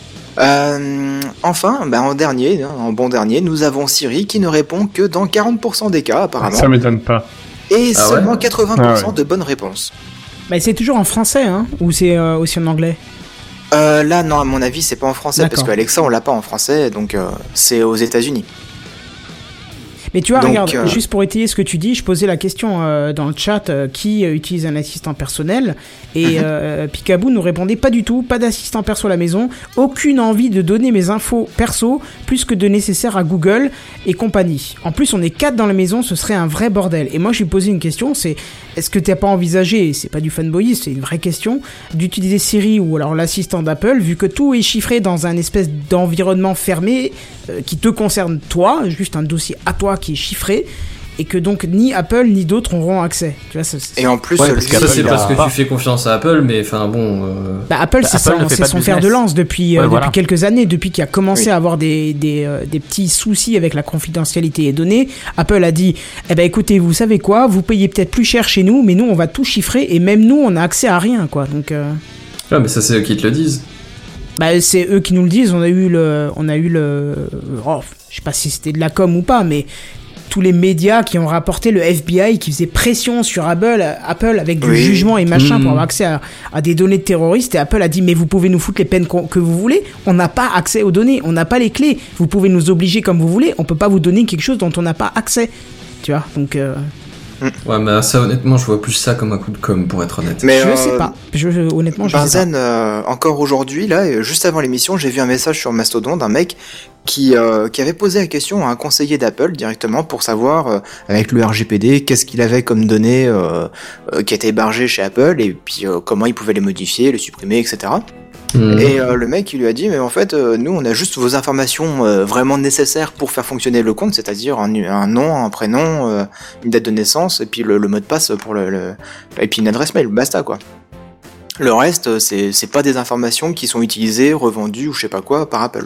Euh, enfin, bah en dernier, en bon dernier, nous avons Siri qui ne répond que dans quarante pour cent des cas, apparemment. Ça m'étonne pas. Et ah seulement ouais quatre-vingts pour cent ah ouais. de bonnes réponses. Bah c'est toujours en français, hein, ou c'est euh, aussi en anglais ? Euh, là, non, à mon avis, c'est pas en français, D'accord. parce qu'Alexa, on l'a pas en français, donc euh, c'est aux États-Unis. Mais tu vois, donc, regarde, euh... juste pour étayer ce que tu dis, je posais la question euh, dans le chat euh, qui euh, utilise un assistant personnel et euh, Picaboo nous répondait pas du tout, pas d'assistant perso à la maison, aucune envie de donner mes infos perso plus que de nécessaire à Google et compagnie. En plus, on est quatre dans la maison, ce serait un vrai bordel. Et moi, je lui ai posé une question, c'est est-ce que t'as pas envisagé, c'est pas du fanboyisme, c'est une vraie question, d'utiliser Siri ou alors l'assistant d'Apple, vu que tout est chiffré dans un espèce d'environnement fermé euh, qui te concerne toi, juste un dossier à toi qui est chiffré, et que donc ni Apple ni d'autres auront accès. Tu vois, ça, et en plus, ouais, parce que ça c'est parce que pas. tu fais confiance à Apple, mais enfin bon. Euh... Bah, Apple, c'est, bah, Apple son, c'est son fer de lance depuis, ouais, euh, voilà. depuis quelques années, depuis qu'il a commencé oui. à avoir des, des, euh, des petits soucis avec la confidentialité des données. Apple a dit, eh ben écoutez, vous savez quoi, vous payez peut-être plus cher chez nous, mais nous on va tout chiffrer et même nous on a accès à rien, quoi. Donc. Euh... Ah, mais ça c'est eux qui te le disent. Bah, c'est eux qui nous le disent. On a eu le, on a eu le, oh, je sais pas si c'était de la com ou pas, mais tous les médias qui ont rapporté le F B I qui faisait pression sur Apple, Apple avec du oui. jugement et machin mmh. pour avoir accès à, à des données de terroristes. Et Apple a dit mais vous pouvez nous foutre les peines que vous voulez. On n'a pas accès aux données, on n'a pas les clés. Vous pouvez nous obliger comme vous voulez. On peut pas vous donner quelque chose dont on n'a pas accès. Tu vois, donc. Euh... Ouais, mais ça, honnêtement, je vois plus ça comme un coup de com', pour être honnête. Mais je euh, sais pas. Je, je, honnêtement, je Benzen, sais pas. Euh, encore aujourd'hui, là, juste avant l'émission, j'ai vu un message sur Mastodon d'un mec qui, euh, qui avait posé la question à un conseiller d'Apple directement pour savoir, euh, avec le R G P D, qu'est-ce qu'il avait comme données euh, euh, qui étaient hébergées chez Apple et puis euh, comment il pouvait les modifier, les supprimer, et cetera. Mmh. Et euh, le mec il lui a dit mais en fait euh, nous on a juste vos informations euh, vraiment nécessaires pour faire fonctionner le compte, c'est-à-dire un, un nom, un prénom, euh, une date de naissance et puis le, le mot de passe pour le, le et puis une adresse mail, basta quoi. Le reste c'est c'est pas des informations qui sont utilisées, revendues ou je sais pas quoi par Apple.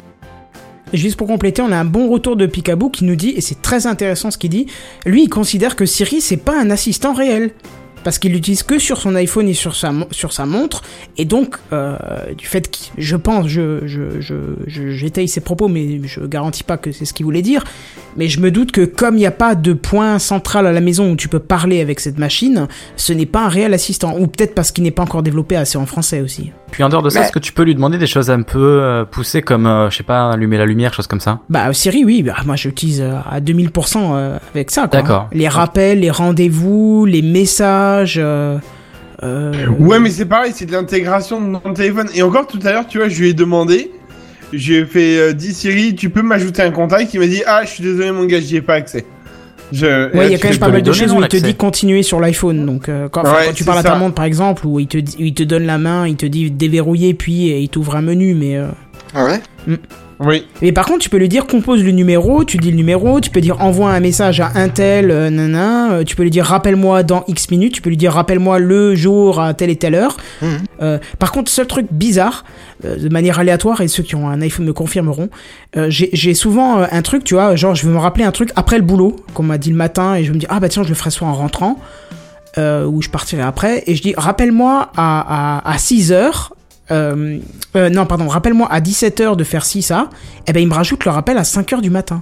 Et juste pour compléter, on a un bon retour de Picaboo qui nous dit, et c'est très intéressant ce qu'il dit, lui il considère que Siri c'est pas un assistant réel. Parce qu'il l'utilise que sur son iPhone et sur sa, sur sa montre, et donc, euh, du fait que, je pense, je, je, je, je, j'étaye ses propos, mais je garantis pas que c'est ce qu'il voulait dire, mais je me doute que comme il n'y a pas de point central à la maison où tu peux parler avec cette machine, ce n'est pas un réel assistant, ou peut-être parce qu'il n'est pas encore développé assez en français aussi. Puis en dehors de ça, mais... est-ce que tu peux lui demander des choses un peu euh, poussées comme, euh, je sais pas, allumer la lumière, choses comme ça ? Bah Siri, oui, bah, moi j'utilise euh, à deux mille pour cent euh, avec ça, quoi. D'accord. Les rappels, les rendez-vous, les messages... Euh... Euh... Ouais, mais c'est pareil, c'est de l'intégration dans le téléphone. Et encore tout à l'heure, tu vois, je lui ai demandé, je lui ai fait euh, dis Siri, tu peux m'ajouter un contact ? Il m'a dit ah, je suis désolé mon gars, j'y ai pas accès. Je... Ouais, il y a quand même pas mal de choses où il te dit continuer sur l'iPhone. Donc euh, quand, ouais, quand tu parles ça. à ta montre par exemple, où il te où il te donne la main, il te dit déverrouiller, puis il t'ouvre un menu, mais. Euh... Ah ouais. Mm. Oui. Mais par contre, tu peux lui dire compose le numéro, tu dis le numéro, tu peux dire envoie un message à un tel, euh, nana, euh, tu peux lui dire rappelle-moi dans X minutes, tu peux lui dire rappelle-moi le jour à telle et telle heure. Mmh. Euh, par contre, seul truc bizarre, euh, de manière aléatoire, et ceux qui ont un iPhone me confirmeront, euh, j'ai, j'ai souvent euh, un truc, tu vois, genre je veux me rappeler un truc après le boulot, qu'on m'a dit le matin, et je me dis ah bah tiens, je le ferai soit en rentrant, euh, ou je partirai après, et je dis rappelle-moi à, à, à six heures, Euh, euh, non, pardon, rappelle-moi à dix-sept heures de faire ci, ça. Et ben, il me rajoute le rappel à cinq heures du matin.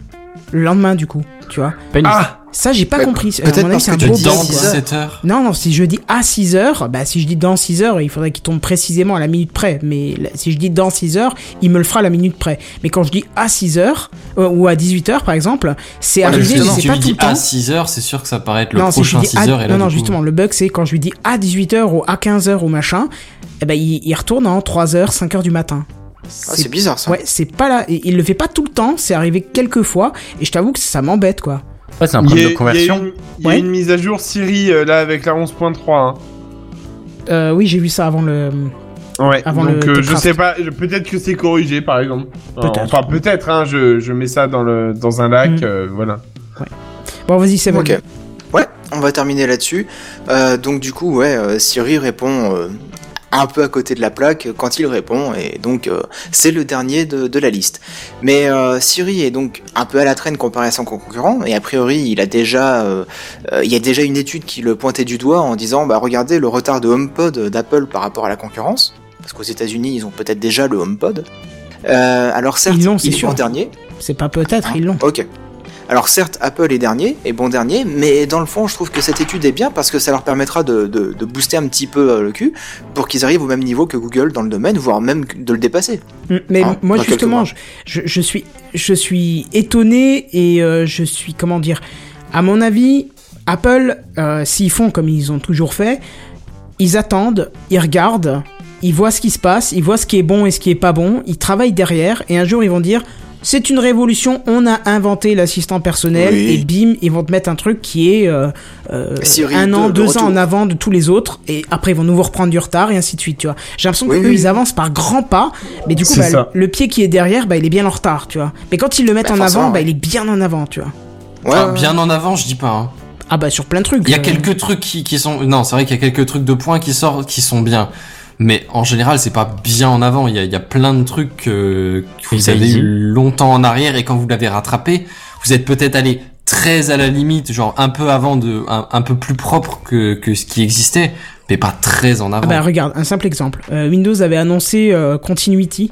Le lendemain, du coup, tu vois. Ah Ça, j'ai pas bah, compris. Peut-être parce c'est que un tu gros dis bug, dans dix-sept heures. Non, non, si je dis à six heures, bah, si je dis dans six heures, il faudrait qu'il tombe précisément à la minute près. Mais si je dis dans six heures, il me le fera à la minute près. Mais quand je dis à six heures, euh, ou à dix-huit heures, par exemple, c'est ouais, arrivé, mais c'est si pas tu tout lui le temps. dis à six heures, c'est sûr que ça paraît être le non, prochain si six heures. Et là, non, non, coup... justement, le bug, c'est quand je lui dis à dix-huit heures ou à quinze heures ou machin, eh ben, il, il retourne en trois heures, cinq heures du matin. Ah, c'est bizarre ça. Ouais, c'est pas là. Et il le fait pas tout le temps, c'est arrivé quelques fois, et je t'avoue que ça m'embête quoi. Ouais, c'est un Il y problème a, de conversion. il y a une, il y a Ouais. une mise à jour Siri euh, là avec la onze point trois. Hein. Euh, oui, j'ai vu ça avant le. Ouais, Avant donc le euh, je Techcraft. sais pas, je- peut-être que c'est corrigé par exemple. Peut-être. Enfin peut-être, hein, je, je mets ça dans, le, dans un lac, Mm. euh, voilà. Bon, vas-y, c'est bon. Ok. Ouais, on va terminer là-dessus. Euh, donc du coup, ouais, euh, Siri répond euh, un peu à côté de la plaque quand il répond, et donc euh, c'est le dernier de, de la liste. Mais euh, Siri est donc un peu à la traîne comparé à son concurrent, et a priori, il a déjà, euh, euh, il y a déjà une étude qui le pointait du doigt en disant, bah regardez le retard de HomePod d'Apple par rapport à la concurrence, parce qu'aux États-Unis, ils ont peut-être déjà le HomePod. Euh, alors certes, Ils l'ont, c'est il est sûr. bon dernier. C'est pas peut-être, ils l'ont. Ok. Alors certes, Apple est dernier, est bon dernier, mais dans le fond, je trouve que cette étude est bien parce que ça leur permettra de, de, de booster un petit peu euh, le cul pour qu'ils arrivent au même niveau que Google dans le domaine, voire même de le dépasser. Mm, Mais Hein, moi dans quelques justement, mois. je, je, je suis, je suis étonné et euh, je suis, comment dire, à mon avis, Apple, euh, s'ils font comme ils ont toujours fait, ils attendent, ils regardent, ils voient ce qui se passe, ils voient ce qui est bon et ce qui est pas bon, ils travaillent derrière et un jour ils vont dire c'est une révolution, on a inventé l'assistant personnel Oui. et bim, ils vont te mettre un truc qui est euh, euh, Siri un an, de- de deux retour. ans en avant de tous les autres et après ils vont nous reprendre du retard et ainsi de suite, tu vois. J'ai l'impression Oui, qu'eux oui, ils oui. avancent par grands pas, mais du coup C'est bah, ça. le, le pied qui est derrière, bah il est bien en retard, tu vois. Mais quand ils le mettent Bah, en forcément, avant, bah ouais. il est bien en avant, tu vois. Ouais, Enfin, ouais. bien en avant, je dis pas. Hein. Ah bah sur plein de trucs. Il y a euh, quelques trucs qui, qui sont... Non, c'est vrai qu'il y a quelques trucs de points qui sortent, qui sont bien. Mais en général, c'est pas bien en avant. Il y a, il y a plein de trucs euh, que vous C'est avez easy. eu longtemps en arrière et quand vous l'avez rattrapé, vous êtes peut-être allé très à la limite, genre un peu avant de, un, un peu plus propre que, que ce qui existait, mais pas très en Ah avant. bah regarde, un simple exemple. Euh, Windows avait annoncé euh, Continuity,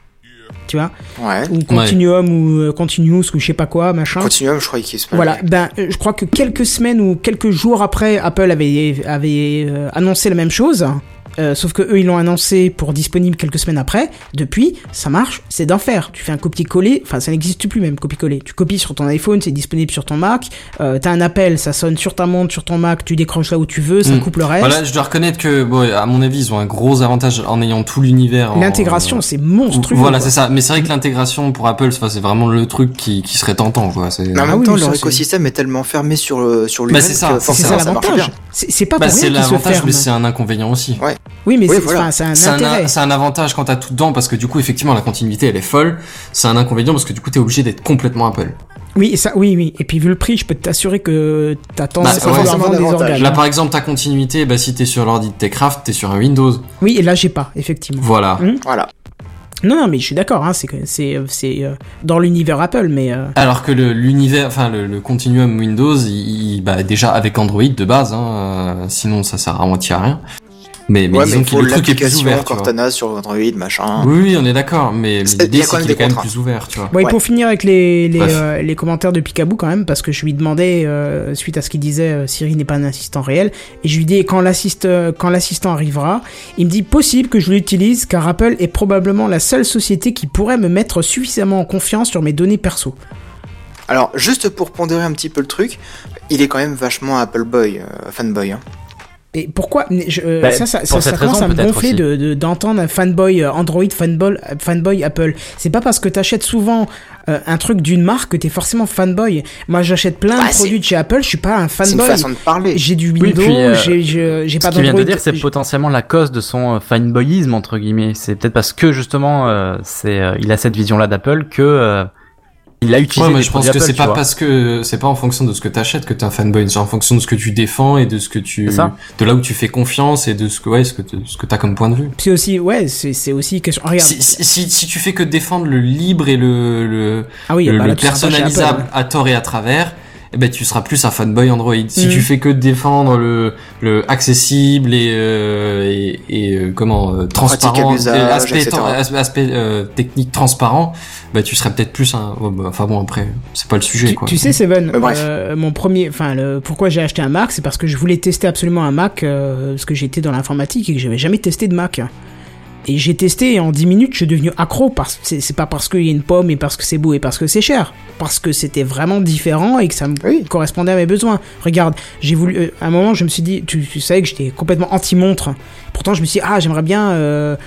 tu vois, Ouais. ou Continuum ou euh, Continuous ou je sais pas quoi, machin. Continuum, je crois qu'il se passe. Voilà, ben euh, je crois que quelques semaines ou quelques jours après, Apple avait avait euh, annoncé la même chose. Euh, sauf que eux ils l'ont annoncé pour disponible quelques semaines après. Depuis, ça marche, c'est d'enfer. Tu fais un copier-coller, enfin ça n'existe plus même copier-coller. Tu copies sur ton iPhone, c'est disponible sur ton Mac. Euh, t'as un appel, ça sonne sur ta montre, sur ton Mac, tu décroches là où tu veux, ça Mm. coupe le reste. Voilà, je dois reconnaître que, bon, à mon avis, ils ont un gros avantage en ayant tout l'univers. en- L'intégration, c'est monstrueux. Voilà, quoi. c'est ça. Mais c'est vrai que l'intégration pour Apple, c'est c'est vraiment le truc qui, qui serait tentant, quoi. C'est... Mais en Ah même oui, temps, ça, leur c'est- écosystème est tellement fermé sur, le, sur lui-même Bah, c'est ça, que c'est C'est forcément ça ça marche l'avantage. bien. C'est c'est pas Bah, pour c'est rien qu'ils se l'avantage, ferment. mais c'est un inconvénient aussi. Ouais. Oui, mais Oui, c'est voilà. enfin, c'est un C'est un, intérêt. c'est un avantage quand t'as tout dedans parce que du coup effectivement la continuité elle est folle. C'est un inconvénient parce que du coup t'es obligé d'être complètement Apple. Oui, et ça, oui, oui. Et puis vu le prix, je peux t'assurer que t'as tendance Bah, à vouloir forcément vendre des d'avantage. organes. Là par exemple ta continuité, bah si t'es sur l'ordi de Techcraft, t'es sur un Windows. Oui, et là j'ai pas, effectivement. Voilà. Mm. Voilà. Non, non, mais je suis d'accord. Hein, c'est que c'est c'est euh, dans l'univers Apple, mais euh, Alors que le, l'univers, enfin le, le continuum Windows, il, il- bah déjà avec Android de base, hein, euh, sinon ça sert à moitié à rien. Mais, mais Ouais, disons mais que il faut le truc est plus l'application ouvert. Tu vois. Cortana sur Android, machin. Oui, oui, on est d'accord, mais C'est- il y l'idée a quand c'est même qu'il est des quand même contraintes. plus ouvert, tu vois. bon, et Ouais. pour finir avec les les, Bref. euh, les commentaires de Picaboo quand même, parce que je lui demandais euh, suite à ce qu'il disait, euh, Siri n'est pas un assistant réel, et je lui dis quand l'assiste euh, quand l'assistant arrivera, il me dit possible que je l'utilise car Apple est probablement la seule société qui pourrait me mettre suffisamment en confiance sur mes données perso. Alors, juste pour pondérer un petit peu le truc, il est quand même vachement Apple Boy, euh, fanboy. Hein. Et pourquoi je, euh, Bah, ça, ça, pour ça, ça cette commence raison, à me peut-être gonfler aussi. de, de, d'entendre un fanboy euh, Android, fanboy, euh, fanboy Apple. C'est pas parce que t'achètes souvent euh, un truc d'une marque que t'es forcément fanboy. Moi, j'achète plein Bah, de c'est- produits de chez Apple, je suis pas un C'est une fanboy. façon de parler. J'ai du Oui, Windows, puis, euh, j'ai, j'ai, j'ai pas Ce qu'il vient d'Android. de dire, c'est j'ai- potentiellement la cause de son euh, fanboyisme entre guillemets. C'est peut-être parce que justement, euh, c'est, euh, il a cette vision-là d'Apple que euh, il a utilisé. Ouais, mais des je pense produits que Apple, c'est tu pas vois. parce que c'est pas en fonction de ce que t'achètes que t'es un fanboy, c'est en fonction de ce que tu défends et de ce que tu, C'est ça. de là où tu fais confiance et de ce que ouais, ce que te- ce que t'as comme point de vue. C'est aussi, ouais, c'est, c'est aussi question. Regarde. Si, si, si, si tu fais que défendre le libre et le le, Ah oui, le, bah le là, tu seras pas chez personnalisable Apple. à tort et à travers, eh ben tu seras plus un fanboy Android. Si Mhm. tu fais que défendre le le accessible et euh, et, et euh, comment euh, transparent, à l'usage, euh, aspect et cetera. aspect, aspect, euh, technique transparent, bah tu serais peut-être plus un. ouais, bah, enfin bon après c'est pas le sujet Tu, quoi. tu sais, Seven, Mais bref. euh, mon premier, enfin, le, pourquoi j'ai acheté un Mac, c'est parce que je voulais tester absolument un Mac, euh, parce que j'étais dans l'informatique et que j'avais jamais testé de Mac. Et j'ai testé et en dix minutes, je suis devenu accro. Parce, c'est, c'est pas parce qu'il y a une pomme et parce que c'est beau et parce que c'est cher. Parce que c'était vraiment différent et que ça me Oui. correspondait à mes besoins. Regarde, j'ai voulu, euh, à un moment, je me suis dit, tu, tu savais que j'étais complètement anti-montre. Pourtant, je me suis dit, ah, j'aimerais bien, euh,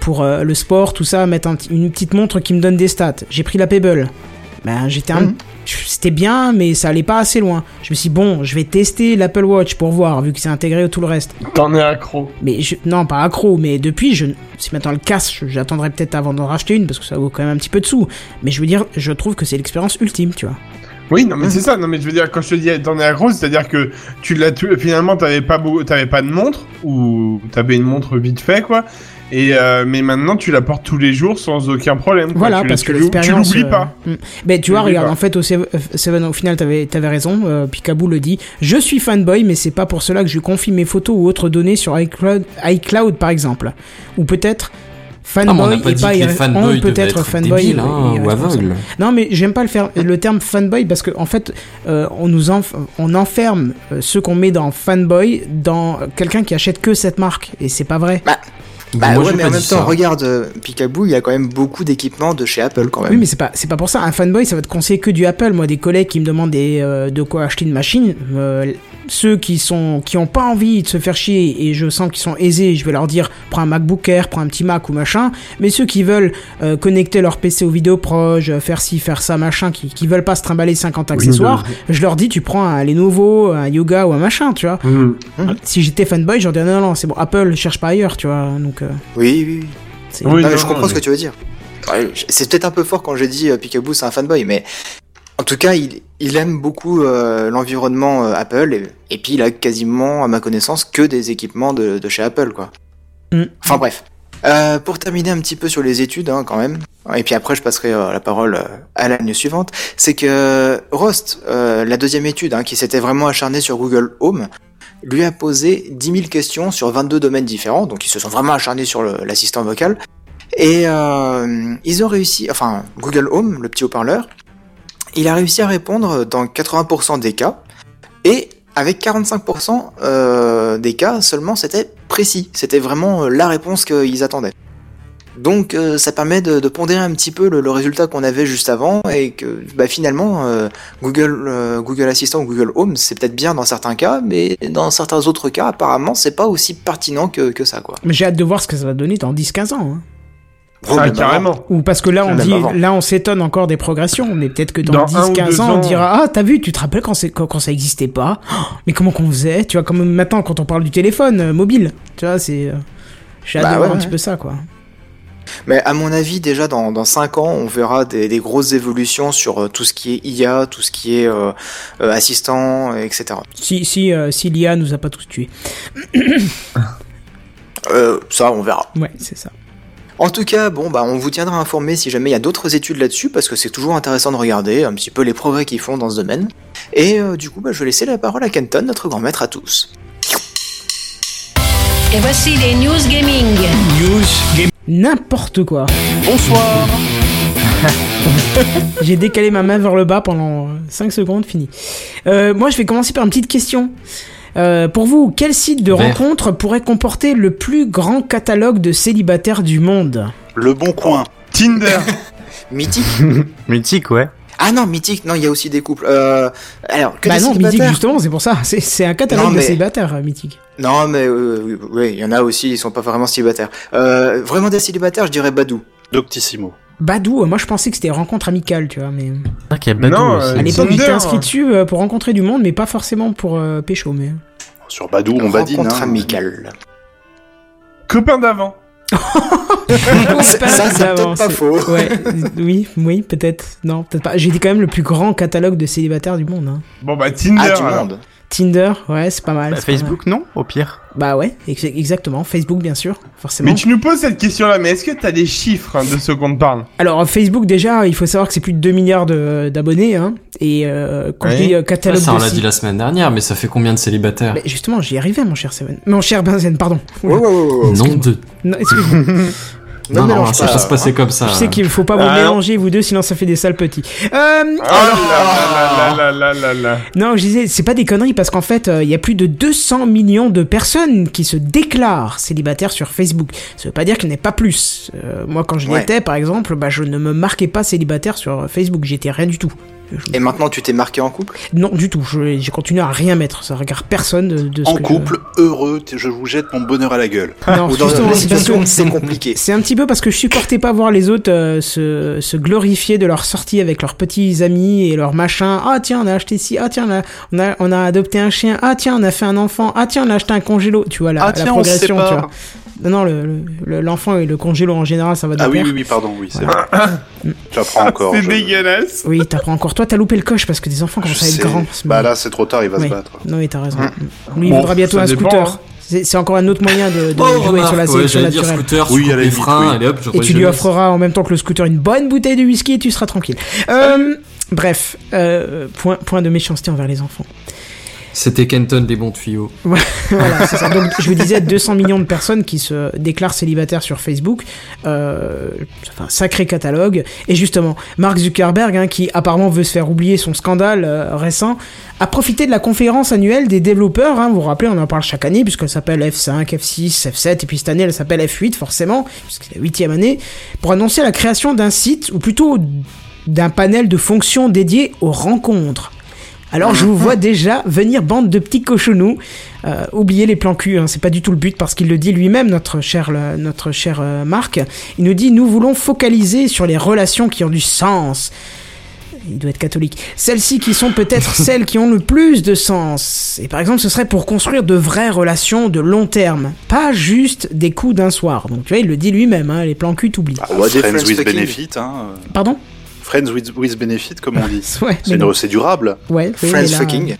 pour euh, le sport, tout ça, mettre un t- une petite montre qui me donne des stats. J'ai pris la Pebble. Ben, j'étais un... Mmh. C'était bien, mais ça allait pas assez loin. Je me suis dit, bon, je vais tester l'Apple Watch pour voir, vu que c'est intégré à tout le reste. T'en es accro. Mais je... non, pas accro, mais depuis, je... si maintenant le casse, j'attendrai peut-être avant d'en racheter une, parce que ça vaut quand même un petit peu de sous. Mais je veux dire, je trouve que c'est l'expérience ultime, tu vois. Oui, non, mais c'est ça. Non, mais je veux dire, quand je te dis t'en es accro, c'est-à-dire que tu l'as tu... finalement, t'avais pas beau... t'avais pas de montre, ou t'avais une montre vite fait, quoi. Et euh, mais maintenant tu la portes tous les jours sans aucun problème. Quoi. Voilà, tu, parce tu, que l'expérience. Tu l'oublies pas. Euh, ben tu vois, regarde, pas. en fait au Seven, au final, t'avais, t'avais raison. Euh, Picaboo le dit. Je suis fanboy, mais c'est pas pour cela que je confie mes photos ou autres données sur iCloud, iCloud par exemple, ou peut-être. Fanboy ah, pas et pas irré... fanboy peut-être fanboy débile, hein, ou aveugle. Non mais j'aime pas le faire le terme fanboy parce que en fait euh, on nous enf... on enferme euh, ceux qu'on met dans fanboy dans quelqu'un qui achète que cette marque et c'est pas vrai. Bah. Bah Moi, ouais, mais en même temps, ça. regarde, euh, Picaboo, il y a quand même beaucoup d'équipements de chez Apple quand même. Oui, mais c'est pas, c'est pas pour ça. Un fanboy, ça va te conseiller que du Apple. Moi, des collègues qui me demandent des, euh, de quoi acheter une machine, euh, ceux qui sont, qui ont pas envie de se faire chier et je sens qu'ils sont aisés, je vais leur dire, prends un MacBook Air, prends un petit Mac ou machin. Mais ceux qui veulent euh, connecter leur P C au vidéo proche, faire ci, faire ça, machin, qui, qui veulent pas se trimballer cinquante accessoires, oui, je leur dis, tu prends un Lenovo, un Yoga ou un machin, tu vois. Mmh. Mmh. Si j'étais fanboy, j'aurais dit non, non, c'est bon, Apple, cherche pas ailleurs, tu vois. Donc. Euh... Oui, oui. C'est... Oui, non, non, je comprends mais... ce que tu veux dire. C'est peut-être un peu fort quand j'ai dit euh, Picaboo c'est un fanboy, mais en tout cas il, il aime beaucoup euh, l'environnement euh, Apple et, et puis il a quasiment à ma connaissance que des équipements de, de chez Apple quoi. Mm. Enfin bref. Euh, pour terminer un petit peu sur les études hein, quand même, et puis après je passerai euh, la parole euh, à la news suivante, c'est que Rost, euh, la deuxième étude hein, qui s'était vraiment acharnée sur Google Home, lui a posé dix mille questions sur vingt-deux domaines différents, donc ils se sont vraiment acharnés sur le, l'assistant vocal, et euh, ils ont réussi, enfin Google Home, le petit haut-parleur, il a réussi à répondre dans quatre-vingts pour cent des cas, et avec quarante-cinq pour cent euh, des cas seulement c'était précis, c'était vraiment la réponse qu'ils attendaient. Donc euh, ça permet de, de pondérer un petit peu le, le résultat qu'on avait juste avant et que bah, finalement euh, Google euh, Google Assistant ou Google Home c'est peut-être bien dans certains cas, mais dans certains autres cas apparemment c'est pas aussi pertinent que, que ça quoi. Mais j'ai hâte de voir ce que ça va donner dans dix quinze ans. Hein. Oh, ah, carrément. Ou parce que là on dit, là on s'étonne encore des progressions, mais peut-être que dans, dans dix quinze ans, ans on dira ah t'as vu, tu te rappelles quand, c'est, quand, quand ça existait pas, oh, mais comment qu'on faisait, tu vois, comme maintenant quand on parle du téléphone euh, mobile, tu vois, c'est euh, j'ai hâte bah, de voir ouais, un ouais. petit peu ça quoi. Mais à mon avis, déjà dans, dans cinq ans, on verra des, des grosses évolutions sur euh, tout ce qui est I A, tout ce qui est euh, euh, assistant, et cetera. Si, si, euh, si l'I A nous a pas tous tués. euh, ça, on verra. Ouais, c'est ça. En tout cas, bon, bah, on vous tiendra informé si jamais il y a d'autres études là-dessus, parce que c'est toujours intéressant de regarder un petit peu les progrès qu'ils font dans ce domaine. Et euh, du coup, bah, je vais laisser la parole à Kenton, notre grand maître à tous. Et voici les news gaming. News gaming. N'importe quoi. Bonsoir. J'ai décalé ma main vers le bas pendant cinq secondes, fini. Euh, moi, je vais commencer par une petite question. Euh, pour vous, quel site de Vert. rencontre pourrait comporter le plus grand catalogue de célibataires du monde ? Le Bon Coin. Tinder. Mythique. Mythique, ouais. Ah non, Mythique, non, il y a aussi des couples. Euh, alors, que bah des non, célibataires. Mythique, justement, c'est pour ça. C'est, c'est un catalogue non, mais... de célibataires, euh, Mythique. Non, mais euh, oui, il y en a aussi, ils sont pas vraiment célibataires. Euh, vraiment des célibataires, je dirais Badou. Doctissimo. Badou, moi je pensais que c'était rencontre amicale, tu vois, mais... Ah, qu'il y a Badou non, aussi. Euh, à l'époque, Tinder, j'étais inscrit dessus euh, pour rencontrer du monde, mais pas forcément pour euh, pécho, mais... Sur Badou, on badine, hein. Rencontre amicale. Copain d'avant. ça, ça c'est peut-être pas faux. Ouais, oui, oui, peut-être. Non, peut-être pas. J'ai dit quand même le plus grand catalogue de célibataires du monde. Hein. Bon bah Tinder. Ah, du monde. Tinder, ouais, c'est pas mal. Bah, c'est Facebook, pas mal. Non, au pire. Bah ouais, ex- exactement. Facebook, bien sûr, forcément. Mais tu nous poses cette question-là, mais est-ce que t'as des chiffres hein, de ce qu'on te parle ? Alors, Facebook, déjà, il faut savoir que c'est plus de deux milliards de, d'abonnés. Hein, et euh, quand oui. je dis euh, catalogue ouais, ça, de... on l'a dit la semaine dernière, mais ça fait combien de célibataires ? Mais justement, j'y arrivais, mon cher Seven. Mon cher Benzen, pardon. Ouais, ouais, ouais, ouais. Non de... Non, excuse-moi. Non, non, non ça va pas se passer comme ça. Je sais qu'il faut pas vous ah, mélanger, vous deux, sinon ça fait des sales petits. Euh, oh là là là là là là. Non, je disais, c'est pas des conneries parce qu'en fait, il euh, y a plus de deux cents millions de personnes qui se déclarent célibataires sur Facebook. Ça veut pas dire qu'il n'y en ait pas plus. Euh, moi, quand je ouais. l'étais, par exemple, bah, je ne me marquais pas célibataire sur Facebook. J'étais rien du tout. Je... Et maintenant, tu t'es marqué en couple ? Non, du tout. Je, j'ai continué à rien mettre. Ça regarde personne de, de ce en que couple, je... heureux, je vous jette mon bonheur à la gueule. Non, Ou dans justement, la c'est, parce situation, que c'est compliqué. C'est un petit peu parce que je supportais pas voir les autres euh, se, se glorifier de leur sortie avec leurs petits amis et leurs machins. Ah tiens, on a acheté ci. Ah tiens, on a, on a, on a adopté un chien. Ah tiens, on a fait un enfant. Ah tiens, on a acheté un congélo. Tu vois la, Ah, la tiens, on progression, se tu sépare. vois. Non, non, le, le, l'enfant et le congélo en général, ça va de Ah oui, pair. oui, oui, pardon, oui, c'est vrai. J'apprends encore. C'est je- dégueulasse. Oui, t'apprends encore. Toi, t'as loupé le coche parce que des enfants commencent à je être sais. grands. Bah là, c'est trop tard, il va Oui. se battre. Non, oui, t'as raison. Mm. Lui, il Bon, voudra bientôt ça un dépend, scooter. hein. C'est, c'est encore un autre moyen de, de Oh, jouer remarque, sur la ouais, sélection j'allais dire naturelle. scooter, Oui, oui, à la les limite, freins, oui. allez hop, je Et tu lui offreras en même temps que le scooter une bonne bouteille de whisky et tu seras tranquille. Euh, bref, euh, point, point de méchanceté envers les enfants. C'était Kenton des bons tuyaux. Voilà, c'est ça. Donc, je vous disais, deux cents millions de personnes qui se déclarent célibataires sur Facebook. Euh, enfin, sacré catalogue. Et justement, Mark Zuckerberg, hein, qui apparemment veut se faire oublier son scandale euh, récent, a profité de la conférence annuelle des développeurs. Hein, vous vous rappelez, on en parle chaque année, puisqu'elle s'appelle F cinq, F six, F sept, et puis cette année, elle s'appelle F huit, forcément, puisque c'est la huitième année, pour annoncer la création d'un site, ou plutôt d'un panel de fonctions dédiées aux rencontres. Alors je vous vois déjà venir, bande de petits cochonnous. Euh, oubliez les plans cul, hein, c'est pas du tout le but, parce qu'il le dit lui-même, notre cher, le- notre cher euh, Marc. Il nous dit, nous voulons focaliser sur les relations qui ont du sens. Il doit être catholique. Celles-ci qui sont peut-être celles qui ont le plus de sens. Et par exemple, ce serait pour construire de vraies relations de long terme, pas juste des coups d'un soir. Donc tu vois, il le dit lui-même, hein, les plans cul t'oublient. Bah, Ouais, des Friends friends with fucking. benefit, hein. euh, Pardon? Friends with, with benefit, comme on dit. Ouais, C'est mais une- non. c'est durable. Ouais, oui, Friends mais là, fucking.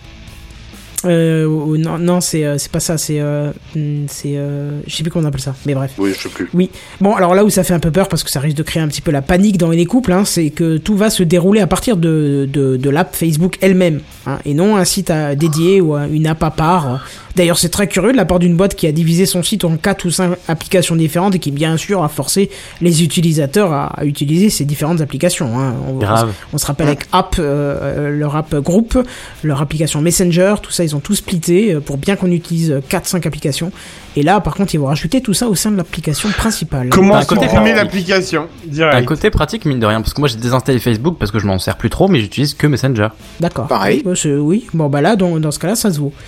Euh, ou- ou non, non, c'est euh, c'est pas ça, c'est euh, hmm, c'est euh, je sais plus comment on appelle ça, mais bref. Oui, je sais plus. Oui. Bon, alors là où ça fait un peu peur parce que ça risque de créer un petit peu la panique dans les couples, hein, c'est que tout va se dérouler à partir de de, de l'app Facebook elle-même, hein, et non un site à, dédié ou à une app à part. D'ailleurs, c'est très curieux de la part d'une boîte qui a divisé son site en quatre ou cinq applications différentes et qui, bien sûr, a forcé les utilisateurs à, à utiliser ces différentes applications. Hein. On, Grave. on, on se rappelle avec App, euh, leur app groupe, leur application Messenger, tout ça, ils ont tout splitté euh, pour bien qu'on utilise quatre cinq applications. Et là, par contre, ils vont rajouter tout ça au sein de l'application principale. Comment D'un côté supprimer pratique. l'application Un direct? côté pratique, mine de rien, parce que moi j'ai désinstallé Facebook parce que je m'en sers plus trop, mais j'utilise que Messenger. D'accord. Pareil. Oui, c'est- oui. Bon, bah là, dans, dans ce cas-là, ça se vaut.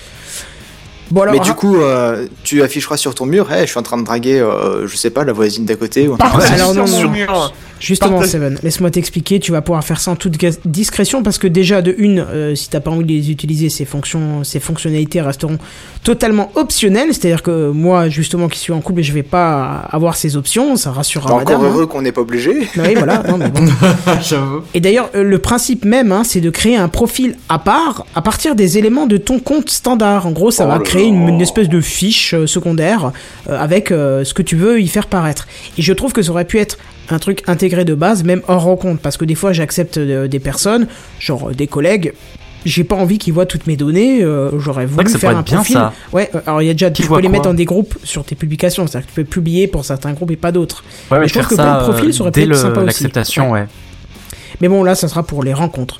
Bon, alors, Mais du coup, euh, tu afficheras sur ton mur, hey, je suis en train de draguer, euh, je sais pas, la voisine d'à côté ou un truc Par- comme ça. alors, non, Sur non. mon mur. Justement, Partage- Seven, laisse-moi t'expliquer. Tu vas pouvoir faire ça en toute ga- discrétion parce que déjà, de une, euh, si t'as pas envie de les utiliser, ces fonctions, ces fonctionnalités resteront totalement optionnelles. C'est-à-dire que moi, justement, qui suis en couple, je vais pas avoir ces options. Ça rassurera T'es madame. encore hein. heureux qu'on n'est pas obligé. Oui, voilà. Non, mais bon. J'avoue. Et d'ailleurs, euh, le principe même, hein, c'est de créer un profil à part à partir des éléments de ton compte standard. En gros, ça Oh va là créer là. une, une espèce de fiche euh, secondaire euh, avec euh, ce que tu veux y faire paraître. Et je trouve que ça aurait pu être un truc intégré de base, même hors rencontre, parce que des fois, j'accepte euh, des personnes, genre euh, des collègues. J'ai pas envie qu'ils voient toutes mes données. euh, J'aurais vrai voulu que ça faire pourrait un être bien, profil. ça. Ouais. euh, Alors il y a déjà, tu Qui peux voit les quoi mettre dans des groupes sur tes publications. C'est-à-dire que tu peux publier pour certains groupes et pas d'autres. Ouais, Mais mais je trouve faire que ça pour le profil, ça aurait pu dès être le- sympa aussi. l'acceptation, ouais. Mais bon, là, ça sera pour les rencontres.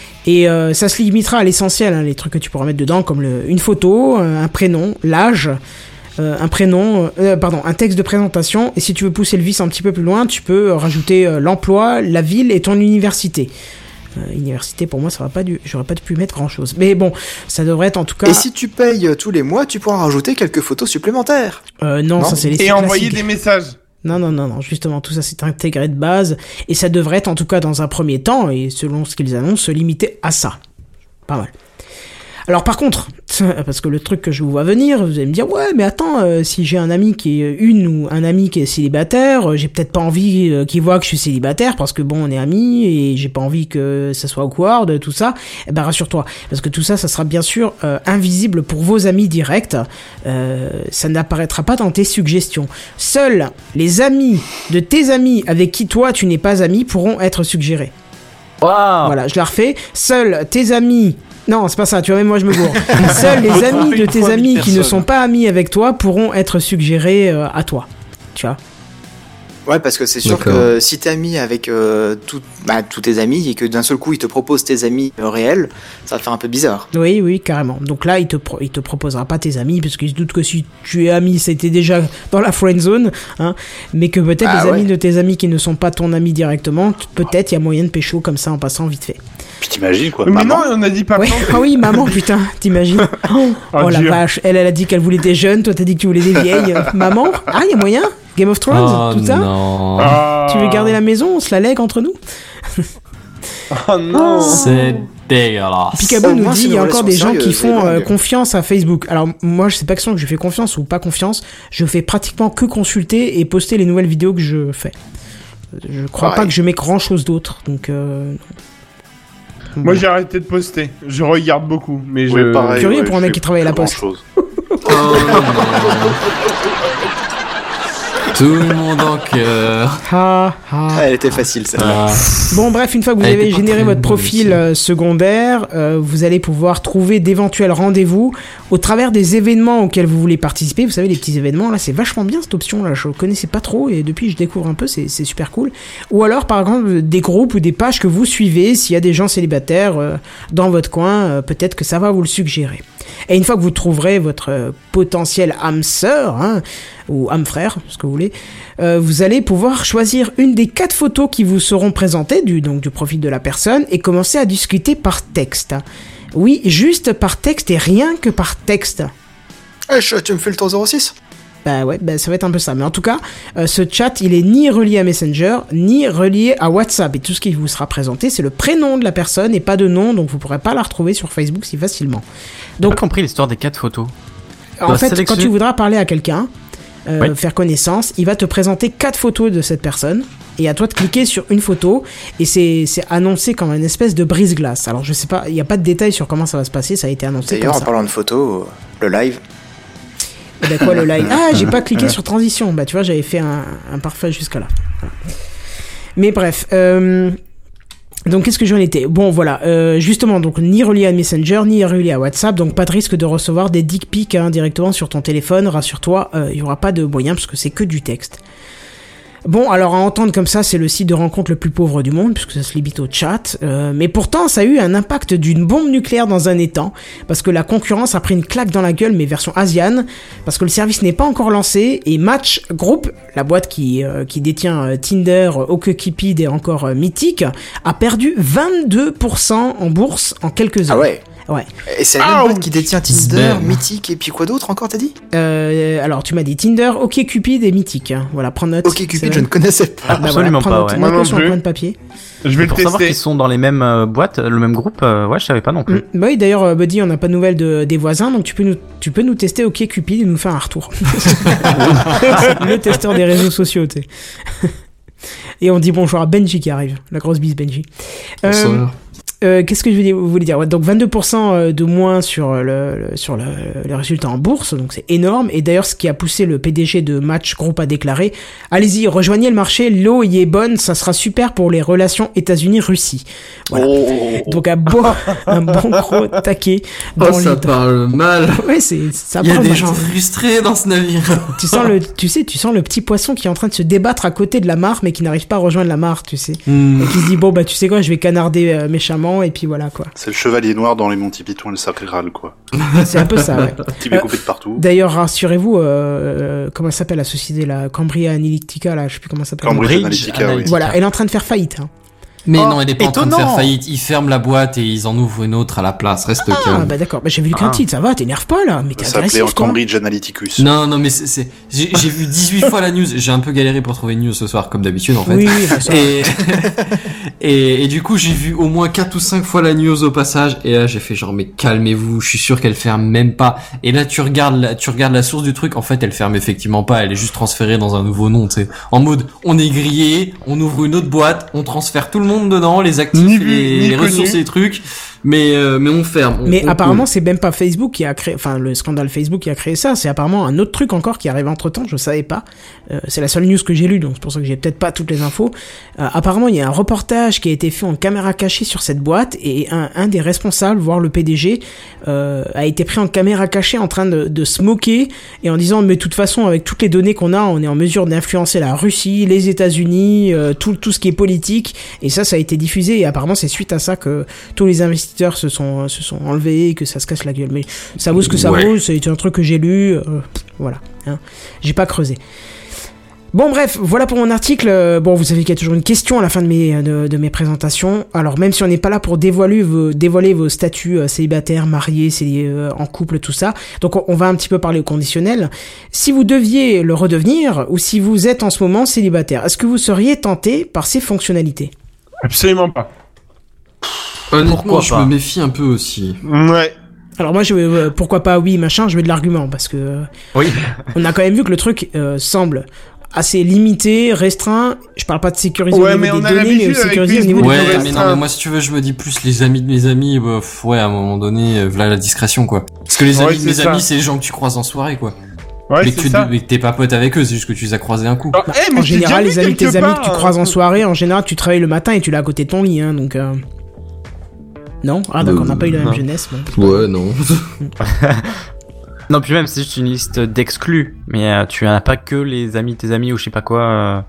Et euh, ça se limitera à l'essentiel, hein, les trucs que tu pourras mettre dedans, comme le, une photo, euh, un prénom, l'âge, euh, un prénom, euh, pardon, un texte de présentation. Et si tu veux pousser le vice un petit peu plus loin, tu peux euh, rajouter euh, l'emploi, la ville et ton université. Euh, université, pour moi, ça va pas du, j'aurais pas pu mettre grand chose. Mais bon, ça devrait être en tout cas. Et si tu payes euh, tous les mois, tu pourras rajouter quelques photos supplémentaires. Euh, non, Non. ça c'est les Et sites envoyer classiques. des messages. Non, non, non, non, justement, tout ça c'est intégré de base, et ça devrait être en tout cas dans un premier temps, et selon ce qu'ils annoncent, se limiter à ça. Pas mal. Alors par contre, parce que le truc que je vous vois venir, vous allez me dire, ouais, mais attends, euh, si j'ai un ami qui est une ou un ami qui est célibataire, euh, j'ai peut-être pas envie euh, qu'il voit que je suis célibataire, parce que bon, on est amis, et j'ai pas envie que ça soit awkward, tout ça. Eh ben rassure-toi, parce que tout ça, ça sera bien sûr euh, invisible pour vos amis directs, euh, ça n'apparaîtra pas dans tes suggestions. Seuls les amis de tes amis avec qui toi tu n'es pas ami pourront être suggérés. Waouh. Voilà, je la refais. Seuls tes amis... Non, c'est pas ça, tu vois, même moi je me gourre. Seuls les amis de Une tes fois, amis mille qui ne personnes. sont pas amis avec toi pourront être suggérés euh, à toi. Tu vois. Ouais, parce que c'est sûr D'accord. que si t'es ami avec euh, tout, bah, tous tes amis et que d'un seul coup ils te proposent tes amis euh, réels, ça va faire un peu bizarre. Oui, oui, carrément. Donc là, il te, pro- il te proposera pas tes amis, parce qu'il se doute que si tu es ami, c'était déjà dans la friend zone, hein, mais que peut-être Ah les ouais. amis de tes amis qui ne sont pas ton ami directement, t- peut-être il y a moyen de pécho comme ça en passant vite fait. Puis t'imagines quoi, Mais maman. non, on a dit pas Ouais. planter. Ah oui, maman, putain, t'imagines? Oh, Oh, oh la Dieu. vache, elle, elle a dit qu'elle voulait des jeunes, toi t'as dit que tu voulais des vieilles. Euh, Maman? Ah, il y a moyen? Game of Thrones, Oh tout ça. non. Ah. Tu veux garder la maison, on se la lègue entre nous. Oh non. C'est dégueulasse. Picaboo Au nous moins, dit c'est il une y a encore des relation gens qui sérieuse et font euh, longue. confiance à Facebook. Alors moi je sais pas question que je fais confiance ou pas confiance, je fais pratiquement que consulter et poster les nouvelles vidéos que je fais. Je crois Pareil. pas que je mets grand chose d'autre, donc euh... Moi j'ai arrêté de poster. Je regarde beaucoup, mais je. Oui, pareil, Curieux ouais, pour un je mec fais qui travaille à la plus poste. grand-chose. Oh, non. Tout le monde en cœur. Ah, ah. Ah, elle était facile, celle-là. Ah. Bon bref, une fois que vous Elle avez était pas généré très votre bonne profil aussi. euh, secondaire, euh, vous allez pouvoir trouver d'éventuels rendez-vous au travers des événements auxquels vous voulez participer. Vous savez, les petits événements, là, c'est vachement bien cette option, là. Je connaissais pas trop et depuis je découvre un peu, c'est, c'est super cool. Ou alors, par exemple, des groupes ou des pages que vous suivez, s'il y a des gens célibataires euh, dans votre coin, euh, peut-être que ça va vous le suggérer. Et une fois que vous trouverez votre euh, potentiel âme sœur, hein, ou âme frère, ce que vous voulez, euh, vous allez pouvoir choisir une des quatre photos qui vous seront présentées du, donc, du profil de la personne et commencer à discuter par texte. Oui, juste par texte et rien que par texte. Eh, ch- tu me fais le tour zéro six? Bah ouais, bah ça va être un peu ça. Mais en tout cas, euh, ce chat, il est ni relié à Messenger, ni relié à WhatsApp. Et tout ce qui vous sera présenté, c'est le prénom de la personne et pas de nom, donc vous pourrez pas la retrouver sur Facebook si facilement. J'ai pas compris l'histoire des quatre photos. En dois fait, sélectionner- quand tu voudras parler à quelqu'un, euh, Oui. faire connaissance, il va te présenter quatre photos de cette personne et à toi de cliquer sur une photo et c'est, c'est annoncé comme une espèce de brise-glace. Alors je sais pas, il n'y a pas de détails sur comment ça va se passer, ça a été annoncé D'ailleurs, comme en ça. parlant de photos, le live. Et ben quoi le live? Ah, j'ai pas cliqué sur transition. Bah tu vois, j'avais fait un, un parfait jusqu'à là. Mais bref, euh, donc qu'est-ce que j'en étais? Bon voilà, euh, justement, donc ni relié à Messenger, ni relié à WhatsApp, donc pas de risque de recevoir des dick pics hein, directement sur ton téléphone, rassure-toi, il euh, y aura pas de moyen parce que c'est que du texte. Bon, alors à entendre comme ça, c'est le site de rencontre le plus pauvre du monde, puisque ça se limite au chat, euh, mais pourtant ça a eu un impact d'une bombe nucléaire dans un étang, parce que la concurrence a pris une claque dans la gueule, mais version asiane, parce que le service n'est pas encore lancé, et Match Group, la boîte qui, euh, qui détient euh, Tinder, OkCupid et encore euh, Mythic, a perdu vingt-deux pour cent en bourse en quelques heures. Ah ouais. Ouais. Et c'est la même Ouch. boîte qui détient Tinder, Damn. Mythic et puis quoi d'autre encore, t'as dit? Euh, alors tu m'as dit Tinder, OkCupid et Mythic, hein. Voilà, prends note. Ok, C'est Cupid, vrai. je ne connaissais pas. Ah, bah Absolument prends pas, note. ouais. Note-le Moi non sur un plus. coin de papier. Je vais le Pour savoir tester. qu'ils sont dans les mêmes euh, boîtes, le même groupe, euh, ouais, je savais pas non plus. Mm. Bah oui, d'ailleurs, euh, Buddy, on n'a pas de nouvelles de, des voisins, donc tu peux nous, tu peux nous tester OkCupid et nous faire un retour. Le testeur des réseaux sociaux, tu sais. Et on dit bonjour à Benji qui arrive. La grosse bise, Benji. Euh, Bonsoir. euh, qu'est-ce que je voulais, voulais dire? Ouais, donc vingt-deux pour cent de moins sur le, le- sur le, les résultats en bourse, donc c'est énorme. Et d'ailleurs, ce qui a poussé le P D G de Match Group à déclarer: allez-y, rejoignez le marché, l'eau y est bonne, ça sera super pour les relations États-Unis-Russie. Voilà. Oh. Donc un bon, un bon gros taquet Oh, dans ça les parle mal. Ouais, c'est ça. Il y a parle des vachement. gens frustrés dans ce navire. Tu sens le, tu sais, tu sens le petit poisson qui est en train de se débattre à côté de la mare, mais qui n'arrive pas à rejoindre la mare, tu sais, Hmm. et qui se dit bon bah tu sais quoi, je vais canarder euh, méchamment et puis voilà quoi. C'est le chevalier noir dans les Monty Python et le sacré Graal, quoi. C'est un peu ça. Ouais. Qui m'est coupé de partout. D'ailleurs, rassurez-vous, euh, euh, comment ça s'appelle la société là, Cambria Analytica là, je sais plus comment ça s'appelle. Cambridge Cambridge Analytica, oui. Analytica. Voilà, elle est en train de faire faillite. Hein. Mais Oh, non, elle est pas en train de étonnant. faire faillite. Ils ferment la boîte et ils en ouvrent une autre à la place. Reste Ah calme. bah d'accord, bah, j'ai vu qu'un Ah. titre, ça va, t'énerve pas là, mais t'es Ça s'appelait agressif en toi. Cambridge Analyticus. Non, non, mais c'est, c'est... J'ai, j'ai vu dix-huit fois la news. J'ai un peu galéré pour trouver une news ce soir, comme d'habitude, en fait. Oui, oui, bah, ça. Et... et, et du coup, j'ai vu au moins quatre ou cinq fois la news au passage. Et là, j'ai fait genre, mais calmez-vous. Je suis sûr qu'elle ferme même pas. Et là, tu regardes la, tu regardes la source du truc. En fait, elle ferme effectivement pas. Elle est juste transférée dans un nouveau nom, tu sais. En mode, on est grillé, on ouvre une autre boîte, on transfère tout le monde dedans, les actifs, Ni vu, les, ni les connu. ressources et les trucs. Mais, euh, mais on ferme. On- Mais on apparemment, coule. c'est même pas Facebook qui a créé, enfin, le scandale Facebook qui a créé ça. C'est apparemment un autre truc encore qui arrive entre temps. Je savais pas. Euh, c'est la seule news que j'ai lue, donc c'est pour ça que j'ai peut-être pas toutes les infos. Euh, apparemment, il y a un reportage qui a été fait en caméra cachée sur cette boîte et un, un des responsables, voire le P D G, euh, a été pris en caméra cachée en train de, de se moquer et en disant, mais de toute façon, avec toutes les données qu'on a, on est en mesure d'influencer la Russie, les États-Unis, euh, tout, tout ce qui est politique. Et ça, ça a été diffusé et apparemment, c'est suite à ça que tous les investisseurs se sont se sont enlevés et que ça se casse la gueule. Mais ça vaut ce que ça Ouais. vaut, c'est un truc que j'ai lu, euh, voilà. Hein. J'ai pas creusé. Bon bref, voilà pour mon article. Euh, Bon, vous savez qu'il y a toujours une question à la fin de mes de, de mes présentations. Alors même si on n'est pas là pour dévoiler vos dévoiler vos statuts euh, célibataires, mariés, célib- euh, en couple, tout ça. Donc on, on va un petit peu parler au conditionnel. Si vous deviez le redevenir ou si vous êtes en ce moment célibataire, est-ce que vous seriez tenté par ces fonctionnalités ? Absolument pas. Honnêtement, Pourquoi je pas me méfie un peu aussi. Ouais. Alors moi, je euh, pourquoi pas oui machin. Je veux de l'argument parce que euh, Oui. on a quand même vu que le truc euh, semble assez limité, restreint. Je parle pas de sécuriser Ouais, au mais niveau on des a données, mais l'habitude avec sécuriser au niveau Facebook. des Ouais, restreint. mais non, mais moi, si tu veux, je me dis plus les amis de mes amis, bah, pff, ouais, à un moment donné, euh, voilà la discrétion, quoi. Parce que les Ouais, amis de c'est mes ça. amis, c'est les gens que tu croises en soirée, quoi. Ouais, mais, que c'est tu, ça. mais que t'es pas pote avec eux, c'est juste que tu les as croisés un coup. Oh, eh, mais En je t'ai général, déjà les vu amis de tes quelque amis part, que tu euh, croises en soirée, en général, tu travailles le matin et tu l'as à côté de ton lit, hein, donc. Euh... Non, ah d'accord, on n'a pas eu la même non. jeunesse. Bon. Ouais, non. Non, puis même, c'est juste une liste d'exclus. Mais euh, tu n'as pas que les amis de tes amis ou je sais pas quoi euh,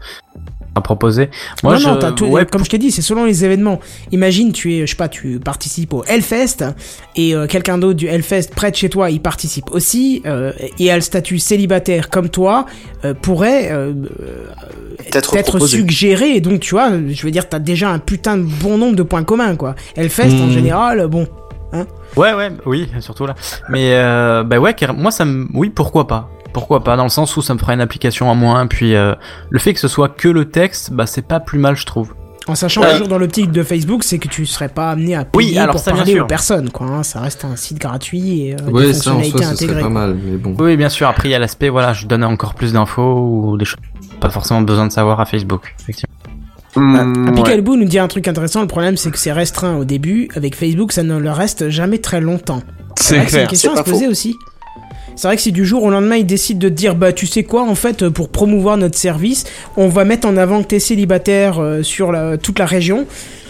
à proposer. Moi, non, je... non, t'as tout, ouais, comme je t'ai dit, c'est selon les événements. Imagine, tu es, je sais pas, tu participes au Hellfest et euh, quelqu'un d'autre du Hellfest près de chez toi, il participe aussi euh, et a le statut célibataire comme toi, euh, pourrait euh, Peut-être être proposé. suggéré. Et donc, tu vois, je veux dire, t'as déjà un putain de bon nombre de points communs, quoi. Hellfest, en Mmh. général, bon. Hein. Ouais, ouais, oui, surtout là. Mais euh, bah ouais, carré- moi ça me, oui, pourquoi pas, pourquoi pas, dans le sens où ça me fera une application en moins. Puis euh, le fait que ce soit que le texte, bah c'est pas plus mal, je trouve. En sachant Euh, toujours dans l'optique de Facebook, c'est que tu serais pas amené à payer Oui, alors pour ça, bien parler sûr. aux personnes, quoi. Hein. Ça reste un site gratuit et euh, des Ouais, ça en fonctionnalités soi, ce serait intégrées. pas quoi. mal, mais bon. Oui, bien sûr. Après, il y a l'aspect, voilà, je donne encore plus d'infos ou des choses pas forcément besoin de savoir à Facebook, effectivement. Hmm, ouais. Picalboo nous dit un truc intéressant, le problème c'est que c'est restreint au début, avec Facebook ça ne le reste jamais très longtemps. C'est vrai que c'est une clair. question c'est à se pas poser faux. aussi. C'est vrai que si du jour au lendemain ils décident de te dire bah tu sais quoi en fait pour promouvoir notre service, on va mettre en avant que t'es célibataire euh, sur la, toute la région.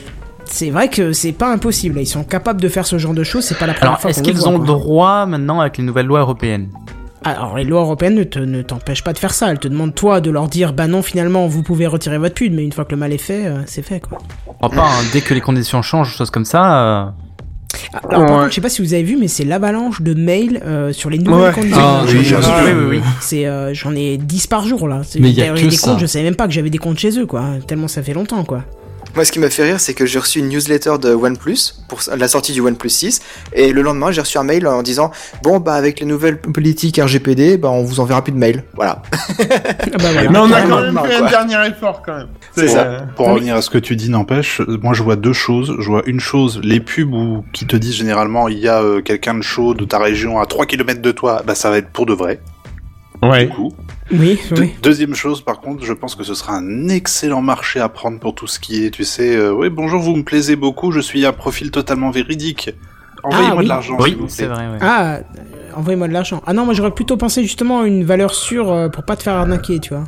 C'est vrai que c'est pas impossible, ils sont capables de faire ce genre de choses, c'est pas la première Alors, fois est-ce qu'on le qu'ils voit, ont quoi. droit maintenant avec les nouvelles lois européennes? Alors les lois européennes ne, te, ne t'empêchent pas de faire ça, elles te demandent toi de leur dire bah non finalement vous pouvez retirer votre pub, mais une fois que le mal est fait, euh, c'est fait quoi. Je crois pas, hein, dès que les conditions changent, choses comme ça. Euh... Alors par Ouais. contre, je sais pas si vous avez vu, mais c'est l'avalanche de mails euh, sur les nouvelles Ouais. conditions. Ah, J'en- oui, j'en- bien sûr. oui, oui, oui. C'est, euh, j'en ai dix par jour là. C'est- Mais il y a d'ailleurs, que des ça. comptes, je savais même pas que j'avais des comptes chez eux quoi. Tellement ça fait longtemps quoi. Moi, ce qui m'a fait rire, c'est que j'ai reçu une newsletter de OnePlus pour la sortie du OnePlus six, et le lendemain, j'ai reçu un mail en disant bon bah avec les nouvelles politiques R G P D, bah on vous enverra plus de mail. Voilà. Ah bah voilà. Mais on a Carrément, quand même non, fait quoi. un dernier effort quand même. C'est ça. euh, Pour Oui. revenir à ce que tu dis, n'empêche, euh, moi je vois deux choses. Je vois une chose, les pubs où, qui te disent généralement il y a euh, quelqu'un de chaud de ta région à trois kilomètres de toi, bah ça va être pour de vrai. Ouais. Du coup. Oui, De- oui. Deuxième chose, par contre, je pense que ce sera un excellent marché à prendre pour tout ce qui est, tu sais, euh, oui, bonjour, vous me plaisez beaucoup, je suis un profil totalement véridique. Envoyez-moi Ah, oui. de l'argent, Oui, s'il vous c'est plaît. vrai, ouais. Ah, euh, envoyez-moi de l'argent. Ah non, moi j'aurais plutôt pensé justement à une valeur sûre euh, pour pas te faire arnaquer, tu vois.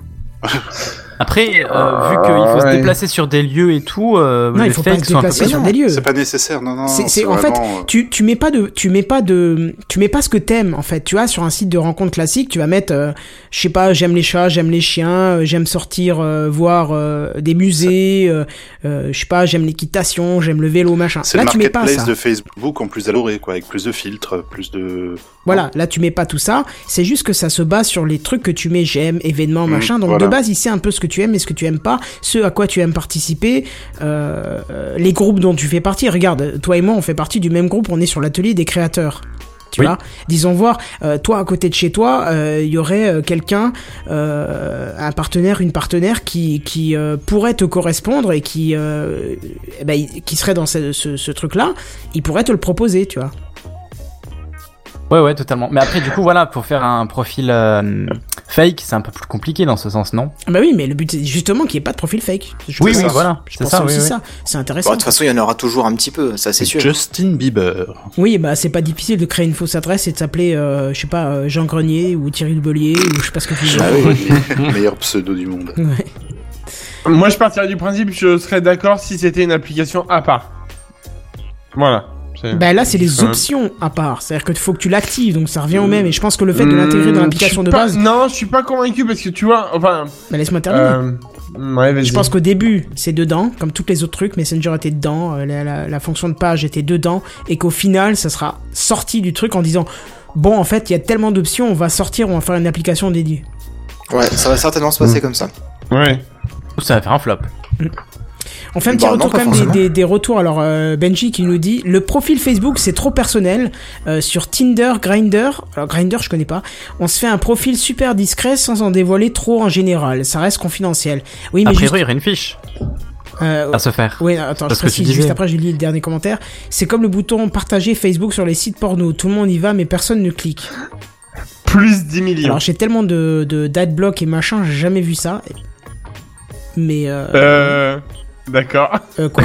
Après, euh, vu qu'il faut ouais. se déplacer sur des lieux et tout, euh, Non, les il faut pas fakes se sont un peu déplacer plus... sur non, des lieux. C'est pas nécessaire, non, non, C'est- non, c'est- c'est en fait, vraiment, euh, Tu, tu mets pas de, tu mets pas de, tu mets pas ce que t'aimes en fait. Tu vois, sur un site de rencontre classique, tu vas mettre, euh, je sais pas, j'aime les chats, j'aime les chiens, euh, j'aime sortir euh, voir euh, des musées, euh, euh, je sais pas, j'aime l'équitation, j'aime le vélo, machin. c'est Là, le tu mets pas marketplace ça. de Facebook en plus aloré, quoi, avec plus de filtres, plus de... Voilà, là tu mets pas tout ça. C'est juste que ça se base sur les trucs que tu mets, j'aime, événements, Mmh, machin. Donc voilà. de base, il sait un peu ce que tu aimes et ce que tu aimes pas, ce à quoi tu aimes participer, euh, euh, les groupes dont tu fais partie. Regarde, toi et moi, on fait partie du même groupe. On est sur l'atelier des créateurs. Tu Oui. vois, disons voir, euh, toi à côté de chez toi, il euh, y aurait euh, quelqu'un, euh, un partenaire, une partenaire qui qui euh, pourrait te correspondre et qui euh, eh ben, il- qui serait dans ce, ce, ce truc-là, il pourrait te le proposer, tu vois. Ouais, ouais, totalement. Mais après, du coup, voilà, pour faire un profil euh, fake, c'est un peu plus compliqué dans ce sens, non? Ah bah oui, mais le but c'est justement qu'il n'y ait pas de profil fake. Je Oui, pense oui, ça. voilà. Je C'est pense ça, aussi oui, oui. ça. C'est Bon, intéressant. de toute façon, il y en aura toujours un petit peu, ça c'est sûr. Justin Bieber. Oui, bah c'est pas difficile de créer une fausse adresse et de s'appeler, euh, je sais pas, euh, Jean Grenier ou Thierry Lebelier ou je sais pas ce que tu veux. Ah oui, le meilleur pseudo du monde. Ouais. Moi, je partirais du principe, je serais d'accord si c'était une application à part. Voilà. C'est- Bah là, c'est les quand même- options à part. C'est-à-dire qu'il faut que tu l'actives, donc ça revient au même. Et je pense que le fait de l'intégrer dans Hmm, l'application je de suis pas- base, Non, je suis pas convaincu parce que tu vois, enfin. bah laisse-moi terminer. Euh... Ouais, vas-y. Je pense qu'au début, c'est dedans, comme tous les autres trucs. Messenger était dedans, euh, la, la, la fonction de page était dedans, et qu'au final, ça sera sorti du truc en disant bon, en fait, il y a tellement d'options, on va sortir, on va faire une application dédiée. Ouais, ça va certainement se passer Mmh. comme ça. Ouais. Ça va faire un flop. On fait un petit Bah, retour non, pas quand même des, forcément. des, des retours. Alors euh, Benji qui nous dit le profil Facebook c'est trop personnel. Euh, sur Tinder, Grindr, alors Grindr je connais pas. On se fait un profil super discret sans en dévoiler trop en général. Ça reste confidentiel. Oui, mais A priori, juste, il y aurait une fiche euh, à se faire. oui, attends, je Parce que tu précise disais. juste après, je lis le dernier commentaire. C'est comme le bouton partager Facebook sur les sites porno. Tout le monde y va, mais personne ne clique. Plus dix millions. Alors j'ai tellement de, de d'adblock et machin, j'ai jamais vu ça. Mais euh, Euh... D'accord. euh, quoi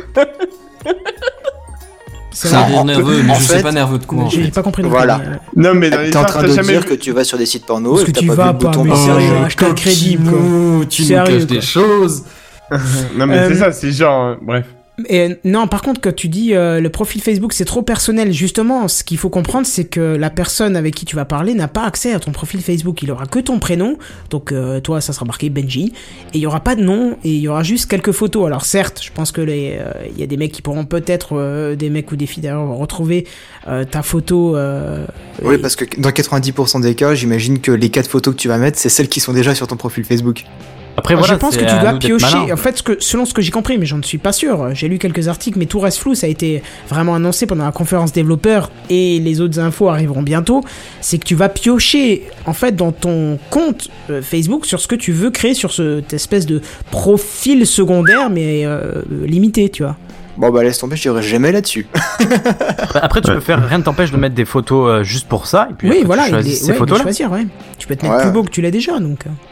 C'est Ça a vrai. l'air nerveux, mais en je fait, sais pas nerveux de quoi. en J'ai fait. pas compris. non plus, Voilà. mais, euh, Non, mais dans T'es en l'histoire, train t'as de jamais dire vu... que tu vas sur des sites porno Parce et que que t'as tu pas vas vu le pas, bouton mais partager. sérieux, Oh, acheter un crédit, quoi. coquimou, tu nous Sérieux, caches quoi. des choses. Non, mais Euh, c'est ça, c'est genre... euh, Bref. Et non, par contre, quand tu dis euh, le profil Facebook c'est trop personnel, justement, ce qu'il faut comprendre, c'est que la personne avec qui tu vas parler n'a pas accès à ton profil Facebook. Il aura que ton prénom, donc euh, toi, ça sera marqué Benji, et il y aura pas de nom, et il y aura juste quelques photos. Alors certes, je pense que les, euh, il y a des mecs qui pourront peut-être, euh, des mecs ou des filles d'ailleurs, retrouver euh, ta photo. Euh, Oui, et- parce que dans quatre-vingt-dix pour cent des cas, j'imagine que les quatre photos que tu vas mettre, c'est celles qui sont déjà sur ton profil Facebook. Après, Alors, voilà, je pense c'est que tu à dois nous d'être piocher. malins. En fait, ce que, selon ce que j'ai compris, mais j'en suis pas sûr. J'ai lu quelques articles, mais tout reste flou. Ça a été vraiment annoncé pendant la conférence développeur et les autres infos arriveront bientôt. C'est que tu vas piocher en fait dans ton compte euh, Facebook sur ce que tu veux créer sur cette espèce de profil secondaire, mais euh, limité, tu vois. Bon bah laisse tomber, je dirais jamais là-dessus. Après, tu peux faire, rien ne t'empêche de mettre des photos euh, juste pour ça. Et puis oui, après, voilà. tu il choisis est- ces ouais, de photos-là. choisir, ouais. Tu peux te mettre Ouais. plus beau que tu l'as déjà, donc. euh.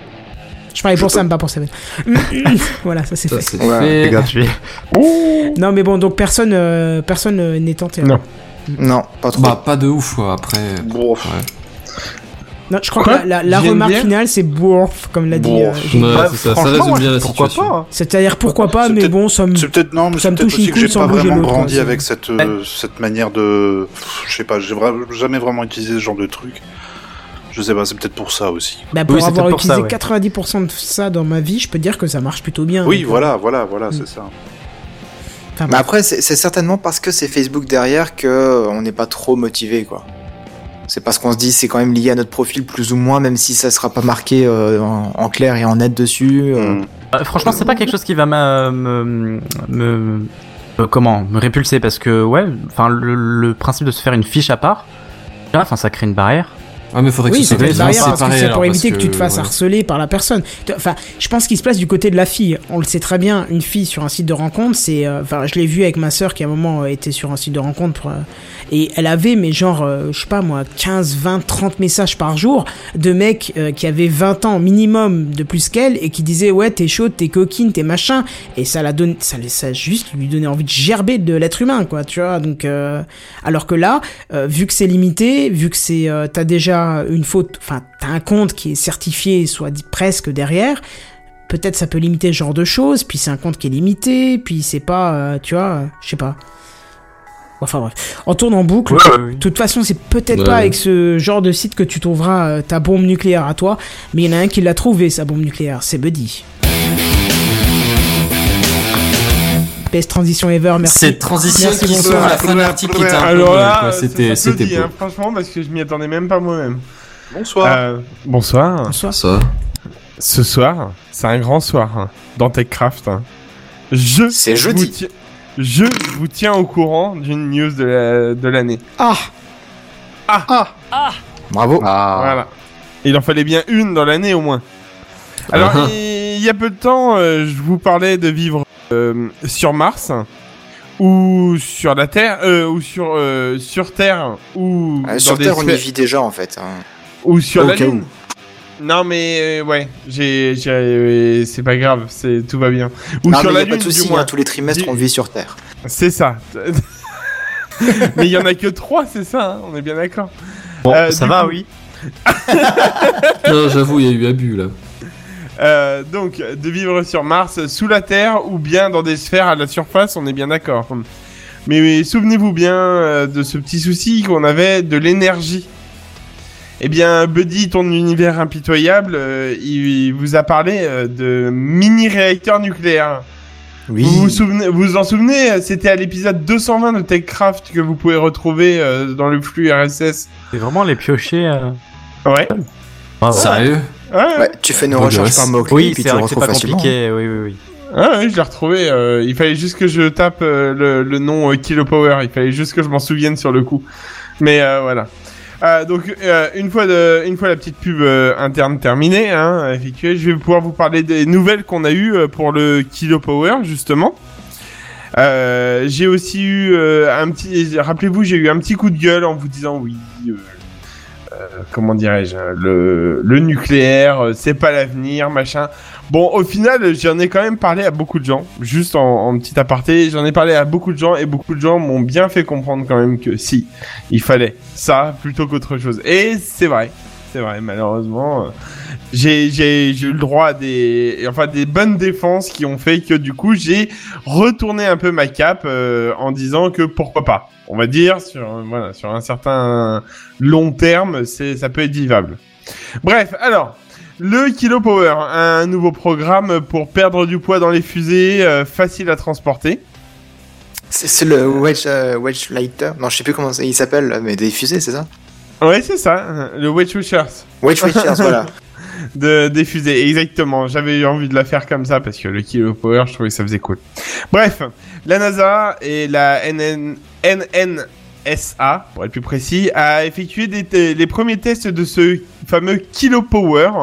Je parlais pour Sam, pas pour Seven. Voilà, ça c'est Ça, fait. c'est Ouais. fait. C'est gratuit. Non, mais bon, donc personne, euh, personne euh, n'est tenté. Non. Non, pas trop. Bah, pas de ouf, quoi, après. Bon, Ouais. Non, je crois Quoi que la, la, la J N B R remarque finale c'est bourf, comme l'a dit. Bourf. euh, Gilles. Ouais, Bah, c'est ça, ça franchement, résume moi, bien la pourquoi situation. pas, hein. C'est-à-dire pourquoi pas, C'est mais peut-être- bon, ça me. c'est peut-être non, mais ça c'est me peut-être touche aussi une que j'ai couille sans pas bouger vraiment l'autre, grandi quoi, avec c'est- cette euh, cette manière de, je sais pas, j'ai vra- jamais vraiment utilisé ce genre de truc. Je sais pas, c'est peut-être pour ça aussi. Bah, pour Oui, c'est avoir peut-être pour utilisé ça, ouais. quatre-vingt-dix pour cent de ça dans ma vie, je peux dire que ça marche plutôt bien. Oui, donc, voilà, voilà, voilà, Mm. c'est ça. Enfin, Mais bref. après, c'est c'est certainement parce que c'est Facebook derrière que euh, on n'est pas trop motivé, quoi. C'est parce qu'on se dit c'est quand même lié à notre profil plus ou moins, même si ça sera pas marqué euh, en, en clair et en net dessus. euh. Mm. Euh, franchement, c'est pas quelque chose qui va m'a- me, me, me- comment, me répulser parce que ouais, enfin le, le principe de se faire une fiche à part, là, enfin ça crée une barrière. Ouais, mais faudrait que Oui, ce soit c'est une bien barrière parce que séparé, c'est alors, pour parce éviter que, tu te fasses ouais. harceler par la personne. Enfin, je pense qu'il se place du côté de la fille. On le sait très bien, une fille sur un site de rencontre, c'est. euh, Enfin, je l'ai vu avec ma sœur qui à un moment euh, était sur un site de rencontre pour, euh, et elle avait, mais genre, euh, je sais pas moi, quinze, vingt, trente messages par jour de mecs euh, qui avaient vingt ans minimum de plus qu'elle et qui disaient ouais, t'es chaude, t'es coquine, t'es machin. Et ça la donne, ça, ça juste lui donnait envie de gerber de l'être humain, quoi, tu vois. Donc, euh, alors que là, euh, vu que c'est limité, vu que c'est, euh, t'as déjà une faute, enfin, t'as un compte qui est certifié, soit dit presque derrière, peut-être ça peut limiter ce genre de choses, puis c'est un compte qui est limité, puis c'est pas, euh, tu vois, euh, je sais pas. Enfin bref, on tourne en boucle. De toute façon, c'est peut-être Ouais, pas ouais. avec ce genre de site que tu trouveras euh, ta bombe nucléaire à toi, mais il y en a un qui l'a trouvé, sa bombe nucléaire, c'est Buddy. Best transition ever, merci. Cette transition Merci, qui bonsoir. sort à la fin de l'article qui était un peu Alors molle, là, quoi. ça C'était, c'était s'applaudit, beau. hein, franchement, parce que je m'y attendais même pas moi-même. Bonsoir. Euh, bonsoir. Bonsoir. Ça. Ce soir, c'est un grand soir hein, dans TechCraft. hein. Je C'est vous jeudi. ti- je vous tiens au courant d'une news de la- de l'année. Ah, Bravo. Ah. Voilà. Il en fallait bien une dans l'année au moins. Alors, Ah. il y a peu de temps, euh, je vous parlais de vivre euh, sur Mars ou sur la Terre, euh, ou sur euh, sur Terre ou Euh, dans sur des Terre, on y sphères- vit déjà en fait. hein. ou sur Au la cas Lune. Non mais euh, ouais, j'ai, j'ai euh, c'est pas grave, c'est tout va bien. Ou Non, sur mais la y a pas Lune de souci, du moins. hein, tous les trimestres, Du- on vit sur Terre. C'est ça. Mais il y en a que trois, c'est ça, hein, on est bien d'accord. Bon, Euh, ça du va, coup- oui. Non, j'avoue, il y a eu abus, là. Euh, donc, de vivre sur Mars, sous la Terre, ou bien dans des sphères à la surface, on est bien d'accord. Mais, mais souvenez-vous bien euh, de ce petit souci qu'on avait de l'énergie. Eh bien, Buddy, ton univers impitoyable, euh, il, il vous a parlé euh, de mini-réacteurs nucléaires. Oui. Vous vous, souvenez, vous vous en souvenez, c'était à l'épisode deux cent vingt de TechCraft que vous pouvez retrouver euh, dans le flux R S S. C'est vraiment les piocher. Euh... Ouais. bravo. Sérieux? Ouais, ouais, tu fais une Oh, recherche gosse. par mot-clé Oui, et puis c'est tu le vrai que c'est retrouves pas facilement. compliqué. Oui, oui, oui. Ah ouais, je l'ai retrouvé. Euh, il fallait juste que je tape euh, le, le nom euh, Kilo Power. Il fallait juste que je m'en souvienne sur le coup. Mais euh, voilà. Euh, donc euh, une fois de, une fois la petite pub euh, interne terminée, hein, effectuée, je vais pouvoir vous parler des nouvelles qu'on a eues euh, pour le Kilo Power justement. Euh, j'ai aussi eu euh, un petit, rappelez-vous, j'ai eu un petit coup de gueule en vous disant oui. Euh, euh, comment dirais-je, le, le nucléaire, euh, c'est pas l'avenir, machin. Bon, au final, j'en ai quand même parlé à beaucoup de gens, juste en, en petit aparté, j'en ai parlé à beaucoup de gens et beaucoup de gens m'ont bien fait comprendre quand même que si, il fallait ça plutôt qu'autre chose. Et c'est vrai, c'est vrai, malheureusement, euh, j'ai, j'ai, j'ai eu le droit à des, enfin, des bonnes défenses qui ont fait que du coup, j'ai retourné un peu ma cape euh, en disant que pourquoi pas. On va dire, sur, euh, voilà, sur un certain long terme, c'est, ça peut être vivable. Bref, alors... Le Kilo Power, un nouveau programme pour perdre du poids dans les fusées, euh, facile à transporter. C'est, c'est le Wedge, euh, Wedge Lighter. Non, je sais plus comment ça, il s'appelle, mais des fusées, c'est ça? Ouais, c'est ça, le Wedge Wishers. Wedge Wishers, voilà. De, des fusées, exactement. J'avais eu envie de la faire comme ça parce que le Kilo Power, je trouvais que ça faisait cool. Bref, la NASA et la N N, N N S A, pour être plus précis, a effectué des t- les premiers tests de ce fameux Kilo Power.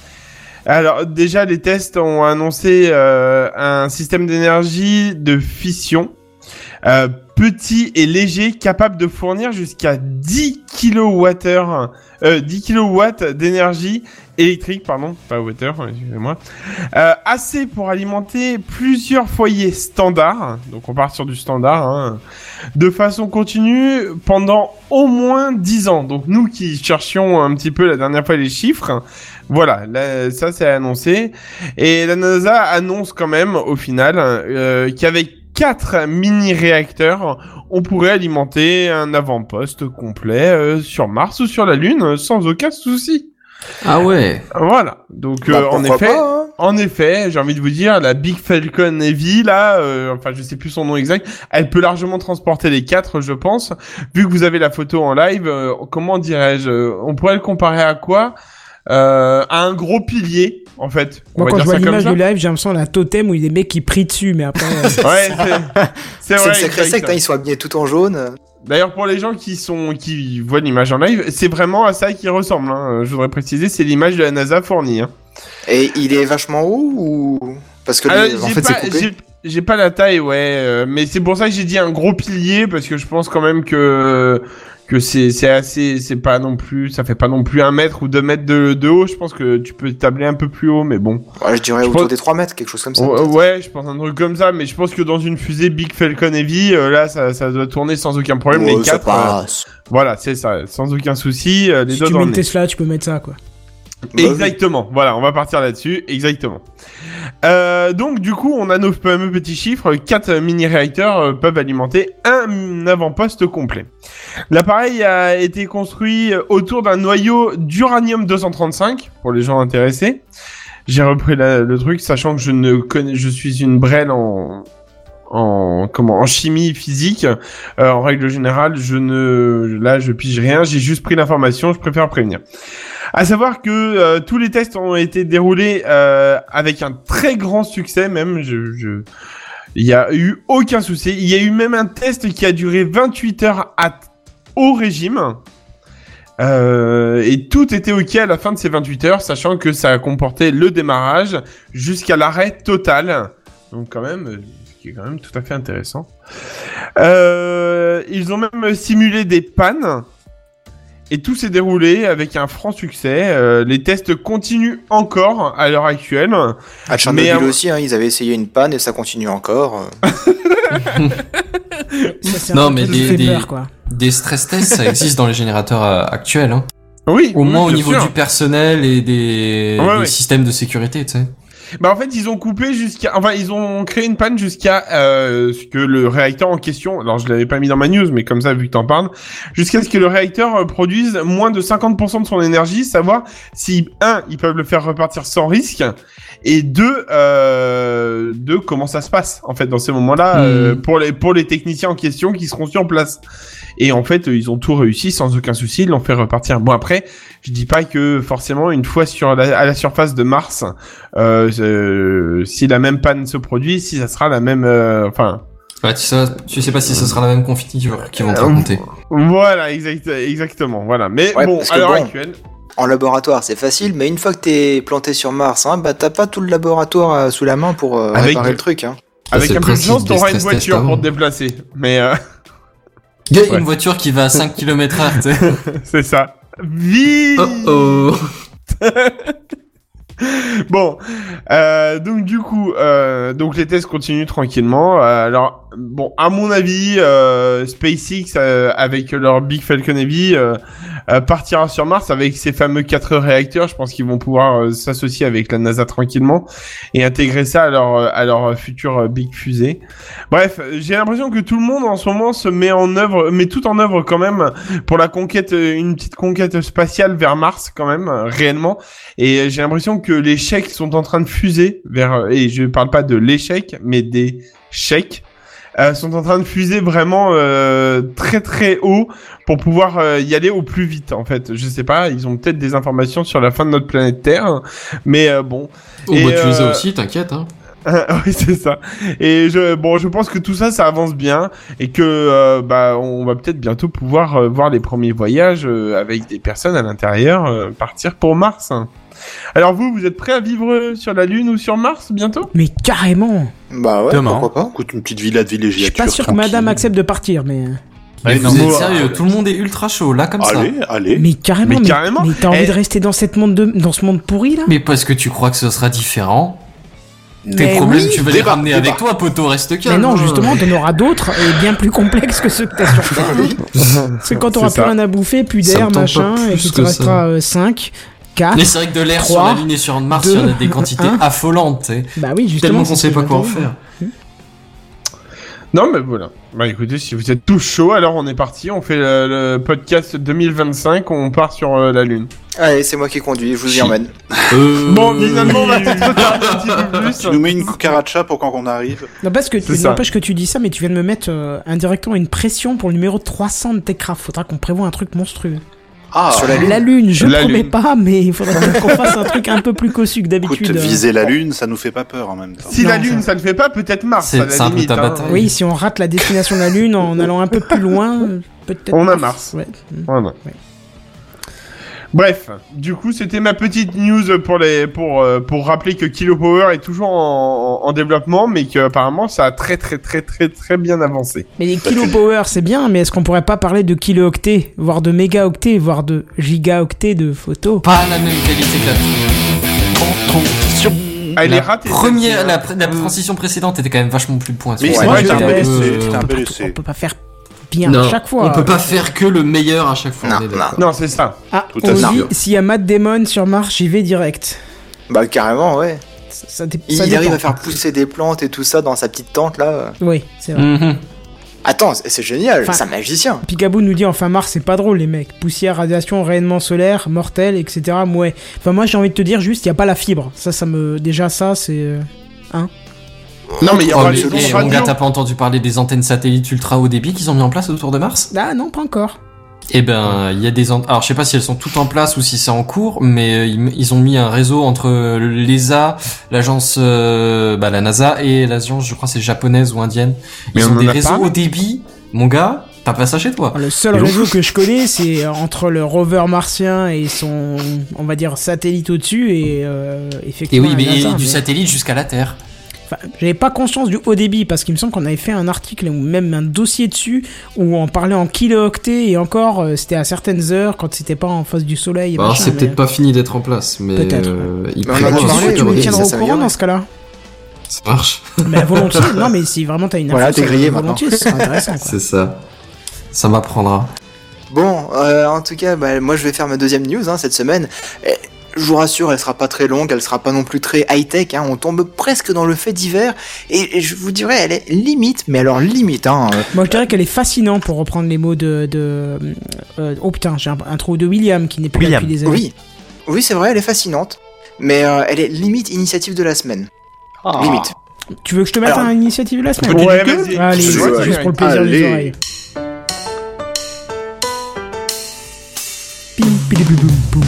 Alors déjà, les tests ont annoncé euh, un système d'énergie de fission euh, petit et léger, capable de fournir jusqu'à dix kilowattheures, euh, dix kilowatts d'énergie électrique, pardon, pas water, excusez-moi, euh, assez pour alimenter plusieurs foyers standards, donc on part sur du standard, hein, de façon continue pendant au moins dix ans. Donc nous qui cherchions un petit peu la dernière fois les chiffres, voilà, là, ça c'est annoncé. Et la NASA annonce quand même au final euh, qu'avec quatre mini-réacteurs, on pourrait alimenter un avant-poste complet euh, sur Mars ou sur la Lune sans aucun souci. Ah ouais. Voilà. Donc Bah, euh, en pourquoi effet, pas, hein. en effet, j'ai envie de vous dire, la Big Falcon Heavy là, euh, enfin je sais plus son nom exact, elle peut largement transporter les quatre, je pense. Vu que vous avez la photo en live, euh, comment dirais-je, euh, on pourrait le comparer à quoi? Euh, à un gros pilier, en fait. On Moi, va quand je dire vois ça comme l'image ça. du live, j'ai l'impression d'un totem où il y a des mecs qui prient dessus, mais après. euh, Ouais, c'est, c'est C'est vrai. une sacrée exact. secte, hein, ils sont habillés tout en jaune. D'ailleurs, pour les gens qui sont, qui voient l'image en live, c'est vraiment à ça qu'il ressemble, hein. Je voudrais préciser, c'est l'image de la NASA fournie, hein. Et il est vachement haut ou... Parce que Alors, les- en j'ai fait, pas, c'est coupé. j'ai, j'ai pas la taille, ouais, euh, mais c'est pour ça que j'ai dit un gros pilier, parce que je pense quand même que, que c'est, c'est assez, c'est pas non plus, ça fait pas non plus un mètre ou deux mètres de, de haut, je pense que tu peux tabler un peu plus haut, mais bon. Ouais, je dirais je autour pense- des trois mètres, quelque chose comme ça. Ouais, peut-être. ouais, je pense un truc comme ça, mais je pense que dans une fusée Big Falcon Heavy, euh, là, ça, ça doit tourner sans aucun problème, Ouais, les ça quatre. euh, passe. voilà, c'est ça, sans aucun souci, euh, les Si doigts tu dans mets le une nez. Tesla, tu peux mettre ça, quoi. Bah oui. Exactement. Voilà, on va partir là-dessus. Exactement. Euh, donc, du coup, on a nos fameux petits chiffres. Quatre mini-réacteurs euh, peuvent alimenter un avant-poste complet. L'appareil a été construit autour d'un noyau d'uranium deux cent trente-cinq, pour les gens intéressés. J'ai repris la- le truc, sachant que je ne connais, je suis une brêle en, en comment, en chimie physique. Euh, en règle générale, je ne, là, je pige rien. J'ai juste pris l'information. Je préfère prévenir. À savoir que euh, tous les tests ont été déroulés euh, avec un très grand succès, même. Je, je... Il y a eu aucun souci. Il y a eu même un test qui a duré vingt-huit heures à haut régime. Euh, et tout était ok à la fin de ces vingt-huit heures, sachant que ça a comporté le démarrage jusqu'à l'arrêt total. Donc quand même, euh, ce qui est quand même tout à fait intéressant. Euh, ils ont même simulé des pannes. Et tout s'est déroulé avec un franc succès. Euh, les tests continuent encore à l'heure actuelle. À Tchernobyl Mais, euh, aussi, hein, ils avaient essayé une panne et ça continue encore. Ça, c'est Non, un mais truc qui des- fait des- peur, quoi. Des stress tests, ça existe dans les générateurs euh, actuels. Hein. Oui, Au oui, moins au bien niveau sûr. du personnel et des, Ouais, des ouais. systèmes de sécurité, tu sais. Bah en fait ils ont coupé jusqu'à, enfin ils ont créé une panne jusqu'à euh, ce que le réacteur en question, alors je l'avais pas mis dans ma news, mais comme ça vu que t'en parles, jusqu'à ce que le réacteur euh, produise moins de cinquante pour cent de son énergie, savoir si un ils peuvent le faire repartir sans risque, et deux, euh, deux comment ça se passe en fait dans ces moments-là mmh. euh, pour les pour les techniciens en question qui seront sur place. Et en fait, ils ont tout réussi sans aucun souci, ils l'ont fait repartir. Bon après, je dis pas que forcément une fois sur la, à la surface de Mars, euh, euh, si la même panne se produit, si ça sera la même, euh, enfin. Ouais, tu sais, tu sais pas si ce sera la même confiture qu'ils vont te raconter. Euh, voilà, exact, exactement, voilà. Mais ouais, bon, à l'heure bon, actuelle. En laboratoire, c'est facile, mais une fois que t'es planté sur Mars, hein, bah t'as pas tout le laboratoire euh, sous la main pour euh, Avec... réparer le truc. Hein. Avec un peu de chance, t'auras une voiture pour te déplacer. Mais euh... il y a ouais. une voiture qui va à cinq kilomètres heure, tu sais. C'est ça. Vite. Oh oh. Bon, euh, donc du coup, euh, donc les tests continuent tranquillement. Euh, alors, bon, à mon avis, euh, SpaceX euh, avec leur Big Falcon Heavy euh, euh, partira sur Mars avec ces fameux quatre réacteurs. Je pense qu'ils vont pouvoir euh, s'associer avec la NASA tranquillement et intégrer ça à leur à leur future Big Fusée. Bref, j'ai l'impression que tout le monde en ce moment se met en œuvre, met tout en œuvre quand même pour la conquête, une petite conquête spatiale vers Mars quand même réellement. Et j'ai l'impression que les chèques sont en train de fuser vers, et je parle pas de l'échec, mais des chèques, euh, sont en train de fuser vraiment euh, très très haut pour pouvoir euh, y aller au plus vite en fait. Je sais pas, ils ont peut-être des informations sur la fin de notre planète Terre, mais euh, bon. Oh et, bah tu euh... les as aussi, t'inquiète hein. Oui, c'est ça. Et je, bon, je pense que tout ça, ça avance bien et que, euh, bah, on va peut-être bientôt pouvoir euh, voir les premiers voyages euh, avec des personnes à l'intérieur euh, partir pour Mars. Alors vous, vous êtes prêts à vivre sur la Lune ou sur Mars bientôt ? Mais carrément. Bah ouais, Demain. pourquoi pas. Écoute, une petite villa de villégiature. Je suis pas sûr que madame accepte de partir, mais... Mais vous êtes sérieux, tout le monde est ultra chaud, là, comme allez, ça. Allez, allez. Mais carrément, mais, mais, carrément. mais t'as envie eh... de rester dans, cette monde de, dans ce monde pourri, là ? Mais parce que tu crois que ce sera différent. Mais tes problèmes, oui, tu vas les ramener avec toi, poteau, reste calme. Mais non, justement, t'en auras d'autres et bien plus complexes que ceux que t'as sur Terre. C'est quand t'auras plus rien à bouffer, plus d'air, machin, et qu'il te restera cinq, quatre, mais c'est vrai que de l'air sur la Lune et sur Mars, il y en a des quantités un. affolantes, tu sais. Bah oui, justement. Tellement qu'on sait pas quoi en faire. Non, mais voilà. Bah écoutez, si vous êtes tous chauds, alors on est parti. On fait le, le podcast deux mille vingt-cinq, on part sur euh, la Lune. Allez, c'est moi qui conduis, je vous y emmène. Euh... Bon, finalement, on va peut-être retarder un petit peu plus. Tu nous mets une cucaracha pour quand on arrive. Non, parce que tu n'empêche que tu dis ça, mais tu viens de me mettre euh, indirectement une pression pour le numéro trois cents de Techcraft. Faudra qu'on prévoie un truc monstrueux. Ah, sur la Lune. La Lune, je la promets lune. pas, mais il faudra qu'on fasse un truc un peu plus cossu que d'habitude. Écoute, viser la Lune, ça nous fait pas peur en même temps. Si non, la Lune, ça... ça ne fait pas, peut-être Mars, c'est, à la c'est un peu limite. ta Hein. bataille. Oui, si on rate la destination de la Lune en allant un peu plus loin, peut-être. On a Mars. Ouais. Voilà. Ouais. Bref, du coup, c'était ma petite news pour les pour euh, pour rappeler que Kilo Power est toujours en, en, en développement, mais qu'apparemment ça a très très très très très bien avancé. Mais les kilopower, c'est bien, mais est-ce qu'on pourrait pas parler de kilooctets, voire de mégaoctets, voire de gigaoctets de photos ? Pas la même qualité que la transition. Ah, elle la est ratée. Première, la, la transition précédente était quand même vachement plus pointue. Mais ouais, c'est vrai, t'es un peu euh, laissé, on t'es un peut peu pas- laissé. On peut pas faire bien Non, à chaque fois. on peut pas faire que le meilleur à chaque fois. Non, on est d'accord. Non, c'est ça. Ah, Tout on à dit, fait. s'il y a Matt Damon sur Mars, j'y vais direct. Bah carrément, ouais. Ça, ça dé- Il ça arrive dépend. à faire pousser des plantes et tout ça dans sa petite tente là. Oui, c'est vrai. Mhm. Attends, c'est c'est génial, Enfin- c'est un magicien. Picaboo nous dit enfin Mars c'est pas drôle les mecs, poussière, radiation, rayonnement solaire, mortel, et cetera. Ouais. Enfin moi j'ai envie de te dire juste il y a pas la fibre. Ça ça me déjà ça c'est euh, hein. Non, mais il y Oh, aura mais, les ondes eh, mon radio. gars, t'as pas entendu parler des antennes satellites ultra haut débit qu'ils ont mis en place autour de Mars? Ah non pas encore. Eh ben, il y a des ant- alors je sais pas si elles sont toutes en place ou si c'est en cours, mais euh, ils, ils ont mis un réseau entre l'E S A, l'agence, euh, bah la NASA et l'agence, je crois c'est japonaise ou indienne. Mais Ils on ont en des a réseaux parlé. haut débit, mon gars. T'as pas ça chez toi? Le seul Et réseau ouf. que je connais c'est entre le rover martien et son on va dire satellite au-dessus et euh, Et effectivement. oui, mais, la NASA, du mais- satellite jusqu'à la Terre. Enfin, j'avais pas conscience du haut débit parce qu'il me semble qu'on avait fait un article ou même un dossier dessus où on parlait en kilooctets et encore euh, c'était à certaines heures quand c'était pas en face du soleil. Et Bah, alors machin, c'est mais- peut-être pas fini d'être en place, mais Peut-être. euh, il Mais on en a prévoit parlé, un Tu truc tu nous à tiendras au ça courant vient, dans ouais. ce cas-là. Ça marche. Mais volontiers, non mais si vraiment t'as une Voilà, info, t'es ça, grillé volontiers, c'est intéressant quoi. C'est ça. Ça m'apprendra. Bon, euh, en tout cas, bah, moi je vais faire ma deuxième news hein, cette semaine. Et je vous rassure, elle sera pas très longue, elle sera pas non plus très high-tech, hein, on tombe presque dans le fait divers, et, et je vous dirais, elle est limite, mais alors limite, hein. Moi, je dirais qu'elle est fascinante, pour reprendre les mots de... de euh, oh putain, j'ai un, un trou de William, qui n'est plus William. là depuis des années. Oui, oui, c'est vrai, elle est fascinante, mais euh, elle est limite initiative de la semaine. Ah. Limite. Tu veux que je te mette Alors, un initiative de la semaine? Ouais, vas-y. Allez, Je vois, juste ouais. pour le plaisir Allez. des oreilles. Pim, pili, boum, boum, boum.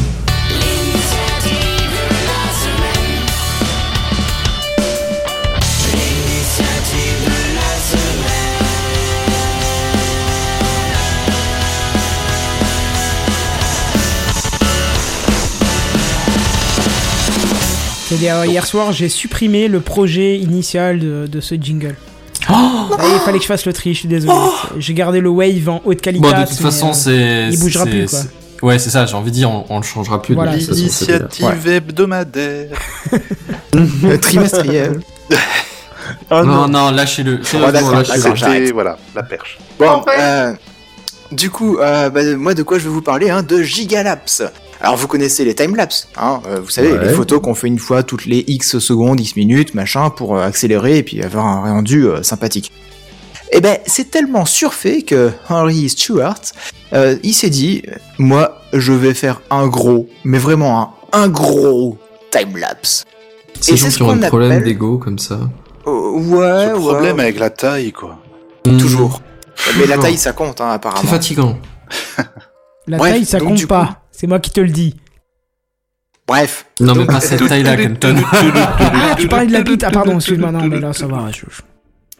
C'est-à-dire, hier soir, j'ai supprimé le projet initial de, de ce jingle. Oh Ah, il fallait que je fasse le tri, je suis désolé. J'ai gardé le wave en haute qualité. Bon, de toute façon, euh, c'est. il bougera c'est- plus, quoi. c'est- Ouais, c'est ça, j'ai envie de dire, on, on le changera plus. Voilà, de toute façon, L'initiative c'est- hebdomadaire. Trimestriel. Oh, Non, non, lâchez-le. Oh, Sérieusement, d'accord, lâchez-le. d'accord. C'était, j'arrête. voilà, la perche. Bon, euh, du coup, euh, bah, moi de quoi je vais vous parler, hein, de Gigalapse. Alors vous connaissez les timelapses, hein, euh, vous savez, Ouais. les photos qu'on fait une fois toutes les X secondes, X minutes, machin, pour euh, accélérer et puis avoir un rendu euh, sympathique. Eh ben, c'est tellement surfait que Henry Stewart, euh, il s'est dit, moi, je vais faire un gros, mais vraiment un, un gros timelapse. Ces Et gens c'est ce qui ont qu'on un problème appelle- d'ego comme ça. Oh, ouais, Ce ouais, problème avec la taille, quoi. toujours. Mais la Toujours. taille, ça compte, hein, C'est apparemment. fatigant. La Bref, taille, ça donc, compte du pas. coup- C'est moi qui te le dis. Bref. Non, mais pas cette taille-là, Kenton. Ah, tu parlais de la bite. Ah, pardon, excuse-moi. Non, mais là, ça va. je- je-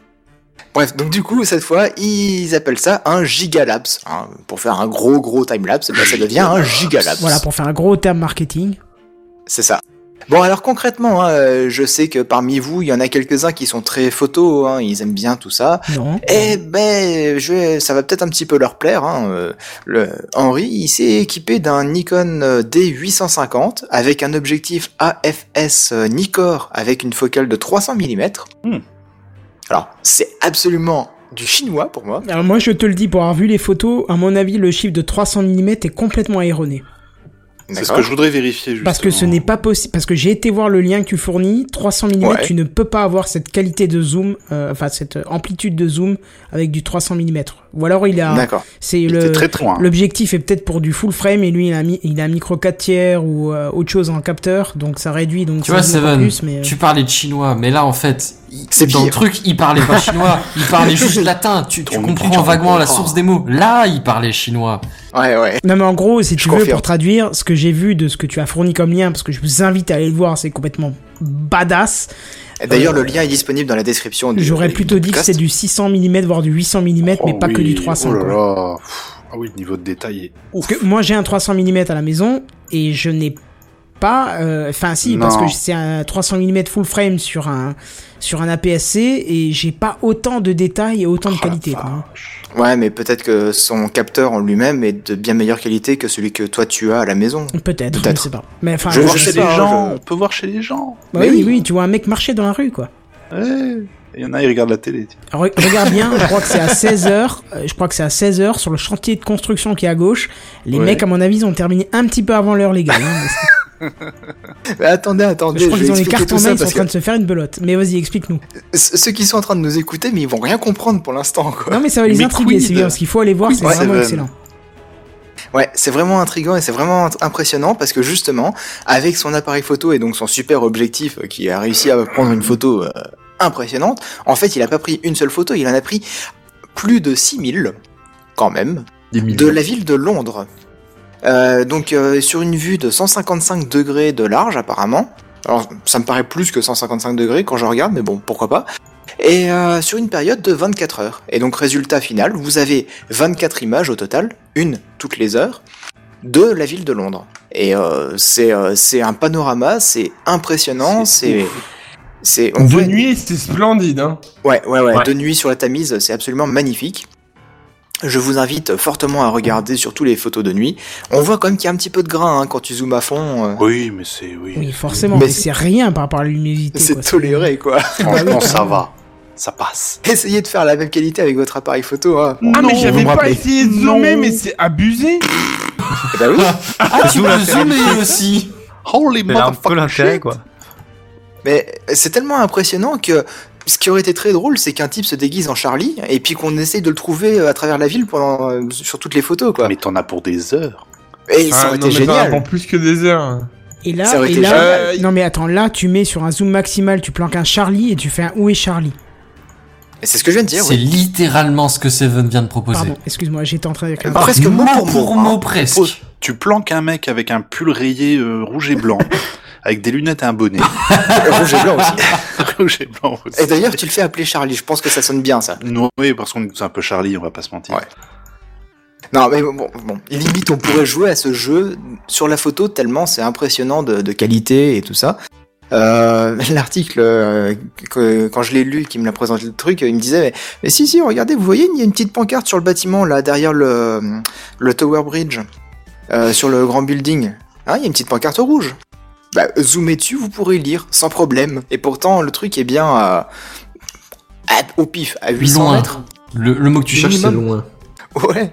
Bref, donc du coup, cette fois, ils appellent ça un gigalapse. Hein. Pour faire un gros, gros timelapse, ben, ça devient un gigalapse. Voilà, pour faire un gros terme marketing. C'est ça. Bon, alors concrètement, hein, euh, je sais que parmi vous, il y en a quelques-uns qui sont très photos, hein, ils aiment bien tout ça. Non. Eh ben, je vais, ça va peut-être un petit peu leur plaire. Hein. euh, Le, Henry, il s'est équipé d'un Nikon euh, D huit cent cinquante avec un objectif A F S euh, Nikkor avec une focale de trois cents millimètres. Hmm. Alors, c'est absolument du chinois pour moi. Alors, moi, je te le dis, pour avoir vu les photos, à mon avis, le chiffre de trois cents millimètres est complètement erroné. C'est ce D'accord. que je voudrais vérifier, justement. Parce que ce n'est pas possible. Parce que j'ai été voir le lien que tu fournis. trois cents millimètres, Ouais. tu ne peux pas avoir cette qualité de zoom, euh, enfin, cette amplitude de zoom avec du trois cents millimètres. Ou alors, il a. D'accord. C'est Il le. était très très loin. L'objectif est peut-être pour du full frame et lui il a, mis, il a un micro quatre tiers ou euh, autre chose en capteur, donc ça réduit, donc Tu ça vois, zoome encore Seven, plus, mais... tu parlais de chinois, mais là, en fait, il- C'est dans le pire. truc, il parlait pas chinois, il parlait juste latin. Tu, tu Ton comprends pitch, on vaguement la comprend. source des mots. Là, il parlait chinois. Ouais, ouais. Non mais en gros, si tu Je veux, confirme. pour traduire, ce que j'ai vu de ce que tu as fourni comme lien, parce que je vous invite à aller le voir, c'est complètement badass. Et D'ailleurs, Euh, le lien est disponible dans la description du J'aurais du plutôt dit que podcast. c'est du six cents millimètres, voire du huit cents millimètres, mais Oh pas que oui, du trois cents. Oh là quoi. là. Pff, Ah oui, le niveau de détail est ouf. Parce que moi j'ai un trois cents millimètres à la maison, et je n'ai pas... euh, Enfin si, parce Non. que c'est un trois cents millimètres full frame sur un, sur un A P S C, et j'ai pas autant de détails et autant de Oh la qualité. Quoi. vache. Ouais, mais peut-être que son capteur en lui-même est de bien meilleure qualité que celui que toi tu as à la maison. Peut-être, je Peut-être. ne sais pas. Mais enfin, Je- On peut je voir je chez sais les pas, gens. je- On peut voir chez les gens. Bah Mais oui, oui. oui, tu vois un mec marcher dans la rue, quoi. Ouais. Il y en a, ils regardent la télé. tiens. Re- regarde bien, je crois que c'est à seize heures, euh, je crois que c'est à seize heures sur le chantier de construction qui est à gauche. Les Ouais. mecs, à mon avis, ils ont terminé un petit peu avant l'heure légale. Hein, Mais attendez, attendez, je crois je qu'ils vais ont les expliquer cartes tout en main, ça ils sont en parce train que de se faire une belote. Mais vas-y, explique-nous. c- ceux qui sont en train de nous écouter, mais ils vont rien comprendre pour l'instant, quoi. Non, mais ça va les Mais intriguer, quid c'est bien, parce qu'il faut aller voir, c'est Ouais, vraiment Seven. excellent. Ouais, c'est vraiment intriguant et c'est vraiment int- impressionnant parce que justement, avec son appareil photo et donc son super objectif euh, qui a réussi à prendre une photo euh, impressionnante, en fait, il a pas pris une seule photo, il en a pris plus de six mille, quand même, de la ville de Londres. Euh, donc euh, sur une vue de cent cinquante-cinq degrés de large apparemment. Alors ça me paraît plus que cent cinquante-cinq degrés quand je regarde, mais bon, pourquoi pas. Et euh, sur une période de vingt-quatre heures. Et donc résultat final, vous avez vingt-quatre images au total, une toutes les heures, de la ville de Londres. Et euh, c'est euh, c'est un panorama, c'est impressionnant, c'est c'est on De voit- nuit, c'était splendide, hein. Ouais, ouais, ouais, Ouais. de nuit sur la Tamise, c'est absolument magnifique. Je vous invite fortement à regarder surtout les photos de nuit. On voit quand même qu'il y a un petit peu de grain hein, quand tu zoomes à fond. euh, Oui, mais c'est oui. Oui, forcément, Mais mais c'est rien par rapport à la luminosité. c'est quoi. toléré quoi. Franchement, ça va. Ça passe. Essayez de faire la même qualité avec votre appareil photo. Hein. Ah, mais vous j'avais me pas rappelez. essayé de zoomer, mais c'est abusé. Eh ben oui. Ah, tu peux zoomer aussi. Holy C'est un peu motherfucker l'intérêt, shit. quoi. Mais c'est tellement impressionnant que ce qui aurait été très drôle, c'est qu'un type se déguise en Charlie et puis qu'on essaye de le trouver à travers la ville pendant, euh, sur toutes les photos, quoi. Mais t'en as pour des heures. Et ça Ah, aurait non, été mais t'en as génial. pour plus que des heures. Et là, Ça aurait et été là génial. non mais attends, là tu mets sur un zoom maximal, tu planques un Charlie et tu fais un où est Charlie. Et c'est ce que je viens de dire, C'est oui. littéralement ce que Seven vient de proposer. Pardon, excuse-moi, j'étais en train d'écrire. Ah, presque mot pour mot, mot hein. presque. Pose- Tu planques un mec avec un pull rayé euh, rouge et blanc, avec des lunettes et un bonnet. Rouge et blanc aussi. Rouge et blanc aussi. Et d'ailleurs, tu le fais appeler Charlie. Je pense que ça sonne bien, ça. Non, oui, parce qu'on est tous un peu Charlie, on va pas se mentir. Ouais. Non, mais bon, bon, limite, on pourrait jouer à ce jeu sur la photo tellement c'est impressionnant de, de qualité et tout ça. Euh, l'article, euh, que, quand je l'ai lu, qui me l'a présenté le truc, il me disait, mais, mais si, si, regardez, vous voyez, il y a une petite pancarte sur le bâtiment, là, derrière le, le Tower Bridge, euh, sur le grand building. Hein, il y a une petite pancarte rouge. Bah, zoomez dessus, vous pourrez lire, sans problème. Et pourtant, le truc est bien à, à- au pif, à huit cents Loin. mètres. Le, le mot que tu cherches, c'est Minimum. loin. Ouais.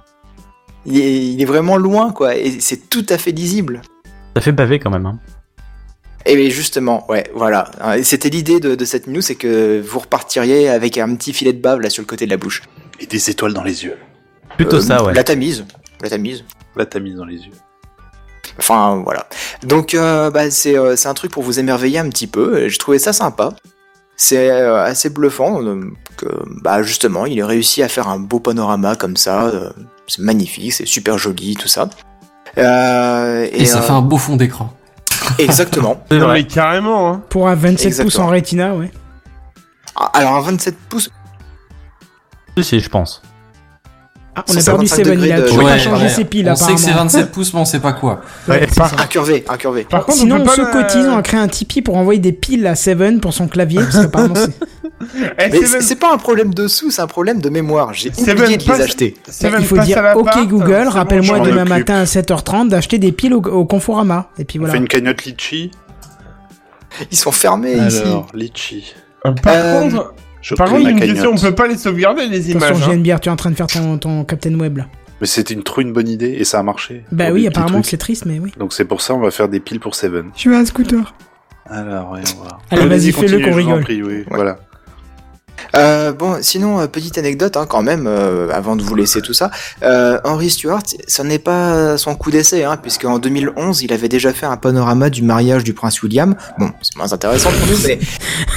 Il est, il est vraiment loin, quoi, et c'est tout à fait lisible. Ça fait baver quand même. Hein. Et bien justement, ouais, voilà. Et c'était l'idée de, de cette news, c'est que vous repartiriez avec un petit filet de bave là sur le côté de la bouche. Et des étoiles dans les yeux. Plutôt Euh, ça, ouais. La tamise. La tamise. Là, t'as mis dans les yeux. Enfin, voilà. Donc, euh, bah, c'est euh, c'est un truc pour vous émerveiller un petit peu. Et j'ai trouvé ça sympa. C'est euh, assez bluffant euh, que, bah, justement, il a réussi à faire un beau panorama comme ça. euh, c'est magnifique, c'est super joli, tout ça. Euh, Et, ça euh, fait un beau fond d'écran. Exactement. C'est Non, vrai. mais carrément, hein. Pour un vingt-sept pouces Exactement. en Retina, ouais. Alors, un vingt-sept pouces. Si, si, je pense. Ah, on a cent perdu cinquante-cinq Seven, il a degrés de- toujours Ouais, pas changé ouais. ses piles On sait que c'est apparemment. vingt-sept pouces, mais on sait pas quoi. Ouais, par, Incurvé, incurvé. par contre, Sinon, on on, peut se pas cotise, la- on a créé un Tipeee pour envoyer des piles à Seven pour son clavier, parce qu'apparemment c'est... Eh, Mais Seven- c'est c'est pas un problème de sous, c'est un problème de mémoire. J'ai Seven oublié de les passe- acheter. Seven Il faut passe dire, à la ok part, Google, c'est bon, rappelle-moi je m'en demain occupe. matin à sept heures trente d'acheter des piles au, au Conforama. Et puis On voilà. fait une cagnotte litchi. Ils sont fermés ici. Alors, litchi. Euh, Par Euh, contre, Je par prends contre, ma une cagnotte. question, on peut pas les sauvegarder les Attention, images. J N Hein. B R, tu es en train de faire ton, ton Captain Web là. Mais c'était une trop une bonne idée et ça a marché. Bah Pour oui, des petits apparemment trucs. c'est triste, mais oui. Donc c'est pour ça on va faire des piles pour Seven. Je veux un scooter. Alors, ouais, on va. Allez, vas-y, fais-le continue, qu'on je vous en rigole. prie, oui, Voilà. Euh, bon, sinon, euh, petite anecdote hein, quand même, euh, avant de vous laisser tout ça. Euh, Henry Stewart, ce n'est pas son coup d'essai, hein, puisqu'en deux mille onze, il avait déjà fait un panorama du mariage du prince William. Bon, c'est moins intéressant pour nous, mais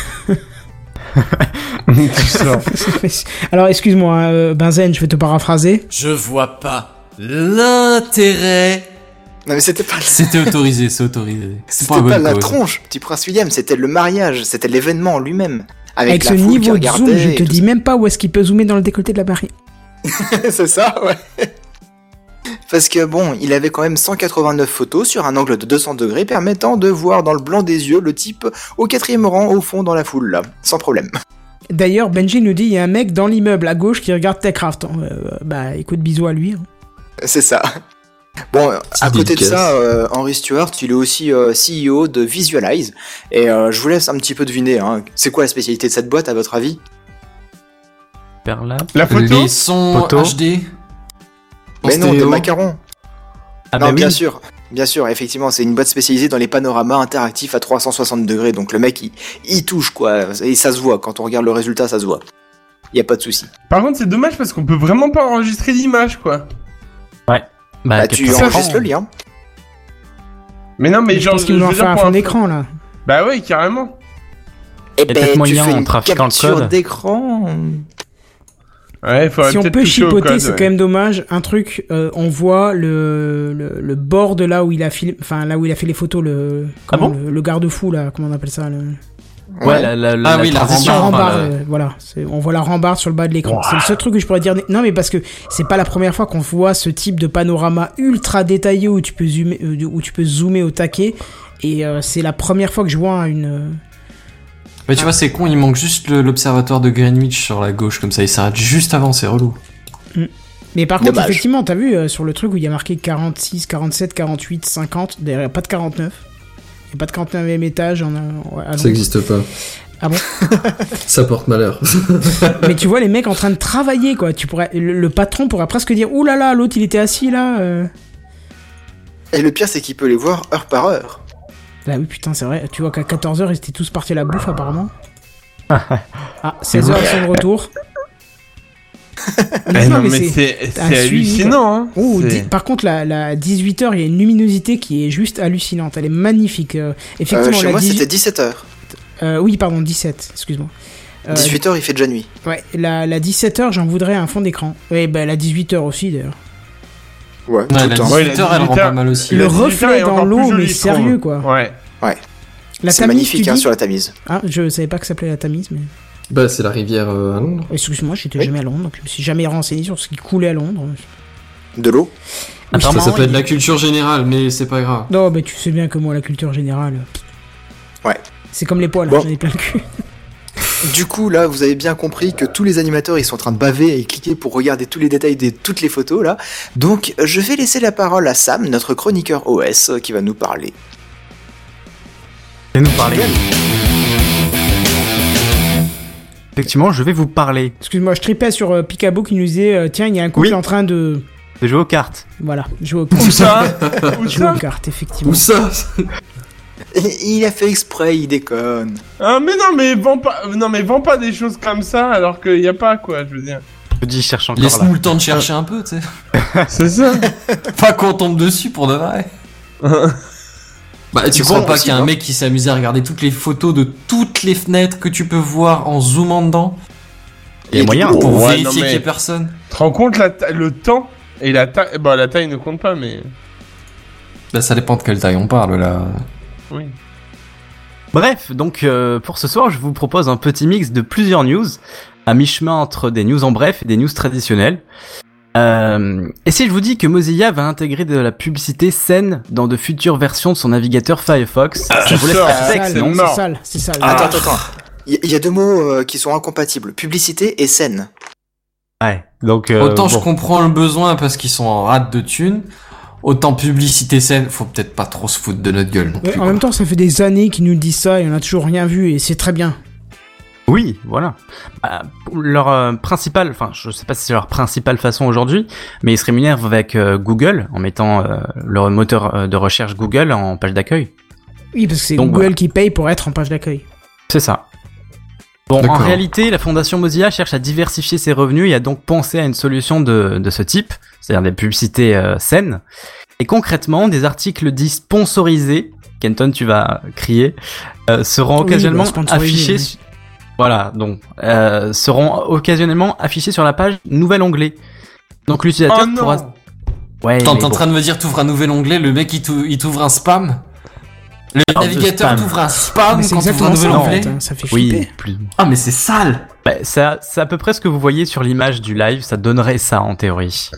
Tu sors. Alors excuse-moi, euh, Benzen, je vais te paraphraser. Je vois pas l'intérêt. non, mais c'était pas, C'était autorisé, c'est autorisé. C'est c'était pas, pas une la bonne cause. tronche du prince William, c'était le mariage, c'était l'événement en lui-même. Avec, Avec la ce foule qui niveau de regardait zoom, je et te tout dis même pas où est-ce qu'il peut zoomer dans le décolleté de la mariée. C'est ça, ouais. Parce que bon, il avait quand même cent quatre-vingt-neuf photos sur un angle de deux cents degrés permettant de voir dans le blanc des yeux le type au quatrième rang au fond dans la foule là, sans problème. D'ailleurs, Benji nous dit il y a un mec dans l'immeuble à gauche qui regarde Techcraft. Euh, bah écoute, bisous à lui. hein. C'est ça. Bon, à côté de dédicace. ça, euh, Henry Stewart, il est aussi euh, C E O de Visualize. Et euh, je vous laisse un petit peu deviner, hein. C'est quoi la spécialité de cette boîte à votre avis? Perlab. La photo Les sons Photo. H D. en Mais non, des stéréo. macarons. Ah non, bah bien oui. sûr. Bien sûr, effectivement, c'est une boîte spécialisée dans les panoramas interactifs à trois cent soixante degrés. Donc le mec, il, il touche, quoi. Et ça se voit. Quand on regarde le résultat, ça se voit. Y a pas de souci. Par contre, c'est dommage parce qu'on peut vraiment pas enregistrer l'image, quoi. Bah, Bah, tu capture enregistres écran. le lien. Mais non, mais je genre, pense qu'il je nous en veux fait dire un pour fond un- d'écran là. Bah ouais, carrément. Et peut-être ben, tu moyen fais en une trafiquant le capture code. d'écran. Ouais, faudrait Si on peut-être peut toucher au chipoter, code, c'est ouais. quand même dommage. Un truc, euh, on voit le, le, le bord de là où il a filmé, enfin là où il a fait les photos, le, comment, bon le, le garde-fou là, comment on appelle ça le... Ouais, la, la, Ah oui, la transition. La rambarde, rambarde, enfin, euh, voilà. C'est- On voit la rambarde sur le bas de l'écran. C'est le seul truc que je pourrais dire. Non, mais parce que c'est pas la première fois qu'on voit ce type de panorama ultra détaillé où tu peux zoomer, euh, où tu peux zoomer au taquet. Et euh, c'est la première fois que je vois une. euh, Mais tu vois, c'est con, il manque juste le- l'observatoire de Greenwich sur la gauche, comme ça, il s'arrête juste avant, c'est relou. Mais par contre, Dommage. effectivement, t'as vu euh, sur le truc où il y a marqué quarante-six, quarante-sept, quarante-huit, cinquante, derrière, pas de quarante-neuf. Il n'y a pas de quarante-neuvième étage. En, euh, à Londres. pas. Ah bon? Ça porte malheur. Mais tu vois les mecs en train de travailler, quoi. Tu pourrais, le, le patron pourrait presque dire, ouh là là, l'autre il était assis là. euh. Et le pire, c'est qu'il peut les voir heure par heure. Bah oui, putain, c'est vrai. Tu vois qu'à quatorze heures, ils étaient tous partis à la bouffe, apparemment. Ah, seize heures, ils sont de retour. Eh non, mais, mais c'est, c'est hallucinant. Hein. Oh, c'est... di- par contre, la, la dix-huit heures, il y a une luminosité qui est juste hallucinante. Elle est magnifique. Euh, effectivement, euh, chez la moi, dix-huit... c'était dix-sept heures. Euh, oui, pardon, dix-sept, excuse-moi. Euh, dix-huit heures, il fait déjà nuit. Ouais, la, la dix-sept heures, j'en voudrais un fond d'écran. Et bah, la dix-huit heures aussi, d'ailleurs. Ouais, Ouais, tout la le temps. dix-huit heures, elle rend pas mal aussi. Le La dix-huit heures reflet est dans encore l'eau, plus joli, mais je sérieux, trouve. quoi. Ouais. Ouais. La C'est Tamise, magnifique tu hein, dis sur la Tamise. Ah, je savais pas que ça s'appelait la Tamise, mais... Bah, c'est la rivière euh, à Londres. Excuse-moi, j'étais Oui. jamais à Londres, donc je me suis jamais renseigné sur ce qui coulait à Londres. De l'eau. Oui, Ça Apparemment, s'appelle de il- la culture générale, mais c'est pas grave. Non, mais tu sais bien que moi, la culture générale... Ouais. C'est comme les poils, Bon. j'en ai plein le cul. Du coup, là, vous avez bien compris que tous les animateurs, ils sont en train de baver et cliquer pour regarder tous les détails de toutes les photos, là. Donc, je vais laisser la parole à Sam, notre chroniqueur O S, qui va nous parler. Et nous parler. Effectivement, je vais vous parler Excuse-moi, je tripais sur euh, Picabo qui nous disait euh, tiens, il y a un couple Oui. en train de... de jouer aux cartes. Voilà, jouer aux Où cartes. ça Où Jouer ça aux cartes, effectivement. Où ça? Et il a fait exprès, il déconne. Ah, mais non, mais vends pas, non, mais vends pas des choses comme ça alors qu'il y a pas, quoi, je veux dire. Je dis, cherche encore Laisse-nous là. le temps de chercher un peu, tu sais. C'est ça. Pas qu'on tombe dessus pour de vrai. Bah, tu C'est crois bon pas aussi, qu'il y a un hein. mec qui s'amusait à regarder toutes les photos de toutes les fenêtres que tu peux voir en zoomant dedans Il y a moyen. pour Ouais, vérifier non, qu'il y mais- a personne? Tu te rends compte la ta- le temps et la taille. Bah, la taille ne compte pas, mais. Bah, ça dépend de quelle taille on parle, là. Oui. Bref, donc euh, pour ce soir, je vous propose un petit mix de plusieurs news, à mi-chemin entre des news en bref et des news traditionnelles. Euh, et si je vous dis que Mozilla va intégrer de la publicité saine dans de futures versions de son navigateur Firefox, ça vous laisse sors, perplexe, Sale, c'est non c'est mort. sale, c'est sale. Attends, attends, attends. Il y, y a deux mots euh, qui sont incompatibles. Publicité et scène. Ouais, donc... euh, Autant je bon. comprends le besoin parce qu'ils sont en rate de thunes, autant publicité saine, faut peut-être pas trop se foutre de notre gueule non Ouais, plus. en quoi. même temps, ça fait des années qu'ils nous disent ça et on a toujours rien vu et c'est très bien. Oui, voilà. Bah, leur euh, principale, enfin, je sais pas si c'est leur principale façon aujourd'hui, mais ils se rémunèrent avec euh, Google en mettant euh, leur moteur euh, de recherche Google en page d'accueil. Oui, parce que c'est Donc, Google voilà. qui paye pour être en page d'accueil. C'est ça. Bon, en D'accord. réalité, la fondation Mozilla cherche à diversifier ses revenus et a donc pensé à une solution de, de ce type, c'est-à-dire des publicités euh, saines. Et concrètement, des articles dits sponsorisés, Kenton, tu vas crier, euh, seront Oui, occasionnellement bah, sponsorisés, affichés. oui. su- Voilà, donc euh, seront occasionnellement affichés sur la page nouvel onglet. Donc l'utilisateur Oh non. pourra. Ouais. Attends, mais t'es en bon. train de me dire t'ouvres un nouvel onglet, le mec il t'ou- il t'ouvre un spam? Le Alors, de navigateur spam. t'ouvre un spam Mais c'est quand t'ouvres un exactement ça, nouvel en onglet? fait, hein, ça fait Oui, flipper. plus. Ah mais c'est sale! Bah, ça, c'est à peu près ce que vous voyez sur l'image du live. Ça donnerait ça en théorie.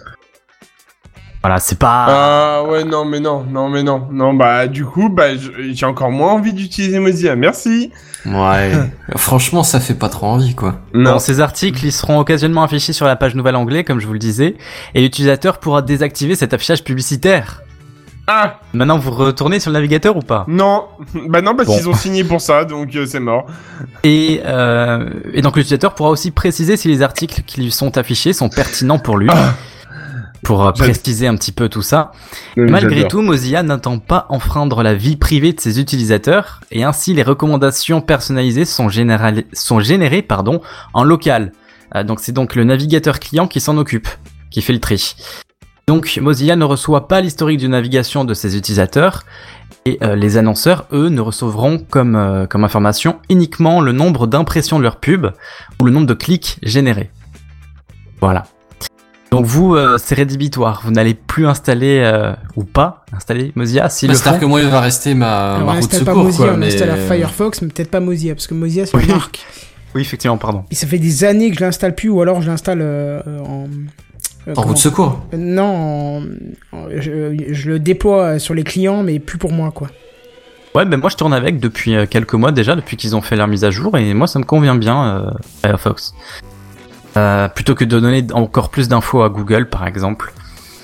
Voilà, c'est pas. Ah ouais, non, mais non, non, mais non. Non, bah, du coup, bah, je- j'ai encore moins envie d'utiliser Mozilla. Merci. Ouais. Franchement, ça fait pas trop envie, quoi. Non. Bon, ces articles, ils seront occasionnellement affichés sur la page nouvel onglet, comme je vous le disais, et l'utilisateur pourra désactiver cet affichage publicitaire. Ah, Maintenant, vous retournez sur le navigateur ou pas? non. Bah non, parce Bon. qu'ils ont signé pour ça, donc euh, c'est mort. Et, euh, et donc l'utilisateur pourra aussi préciser si les articles qui lui sont affichés sont pertinents pour lui, pour euh, J'adore. préciser un petit peu tout ça. Non, mais Malgré j'adore. tout, Mozilla n'entend pas enfreindre la vie privée de ses utilisateurs, et ainsi les recommandations personnalisées sont, générali- sont générées pardon, en local. Euh, donc c'est donc le navigateur client qui s'en occupe, qui fait le tri. Donc Mozilla ne reçoit pas l'historique de navigation de ses utilisateurs, et euh, les annonceurs, eux, ne recevront comme, euh, comme information uniquement le nombre d'impressions de leur pub, ou le nombre de clics générés. Voilà. Donc vous, euh, c'est rédhibitoire. Vous n'allez plus installer, euh, ou pas, installer Mozilla s'ils Bah, le C'est-à-dire font. que moi, il va rester ma, Alors, ma on roue de installe pas secours, Mozilla, quoi, on mais... installe Firefox, mais peut-être pas Mozilla, parce que Mozilla c'est Oui. une marque. Oui, effectivement, pardon. Et ça fait des années que je l'installe plus, ou alors je l'installe euh, en... euh, En comment roue de secours. Euh, Non, en- en- je, je le déploie sur les clients, mais plus pour moi, quoi. Ouais, ben moi je tourne avec depuis euh, quelques mois déjà, depuis qu'ils ont fait leur mise à jour, et moi ça me convient bien, euh, Firefox. Euh, plutôt que de donner encore plus d'infos à Google, par exemple.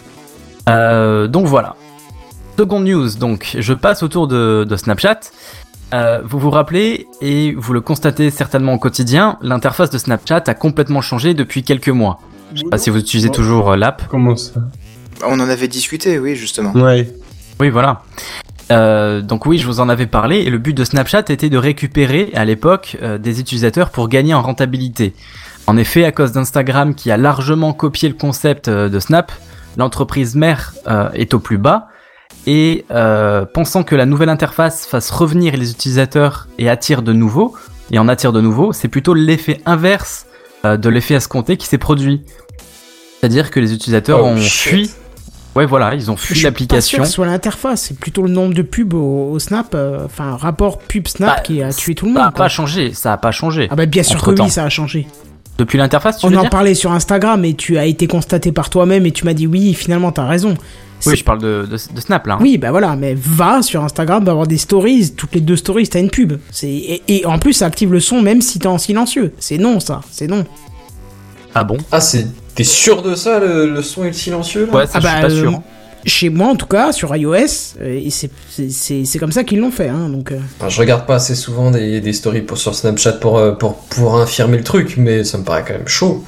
Euh, donc voilà. Seconde news, donc je passe autour de, de Snapchat. Euh, vous vous rappelez, et vous le constatez certainement au quotidien, l'interface de Snapchat a complètement changé depuis quelques mois. Je sais pas si vous utilisez toujours euh, l'app. Comment ça? On en avait discuté, oui, justement. Ouais. Oui, voilà. Euh, donc oui, je vous en avais parlé, et le but de Snapchat était de récupérer, à l'époque, euh, des utilisateurs pour gagner en rentabilité. En effet, à cause d'Instagram qui a largement copié le concept euh, de Snap, l'entreprise mère euh, est au plus bas, et euh, pensant que la nouvelle interface fasse revenir les utilisateurs et attire de nouveau, et en attire de nouveau, c'est plutôt l'effet inverse euh, de l'effet escompté qui s'est produit. C'est-à-dire que les utilisateurs oh, ont shit. fui. Ouais, voilà, ils ont fui l'application. Je suis pas sûr que ce soit l'interface, c'est plutôt le nombre de pubs au, au Snap, euh, enfin rapport pub Snap Bah, qui a tué tout le Ça monde. a quoi. pas changé, ça a pas changé. Ah bah bien sûr que entre-temps. oui, ça a changé. Depuis l'interface, tu On veux en dire parlait sur Instagram et tu as été constaté par toi-même et tu m'as dit oui, finalement t'as raison. Oui, je parle de, de, de Snap là. hein. Oui, bah voilà, mais va sur Instagram, va avoir des stories, toutes les deux stories t'as une pub. C'est et, et en plus ça active le son même si t'es en silencieux. C'est non ça, c'est non. Ah bon Ah, c'est... T'es sûr de ça, le, le son est silencieux là? Ouais, ça Ah je bah, suis pas euh, sûr. hein. Chez moi en tout cas, sur iOS, euh, et c'est, c'est, c'est, c'est comme ça qu'ils l'ont fait. Hein, donc, euh... Enfin, je regarde pas assez souvent des, des stories pour, sur Snapchat pour, euh, pour pouvoir infirmer le truc, mais ça me paraît quand même chaud.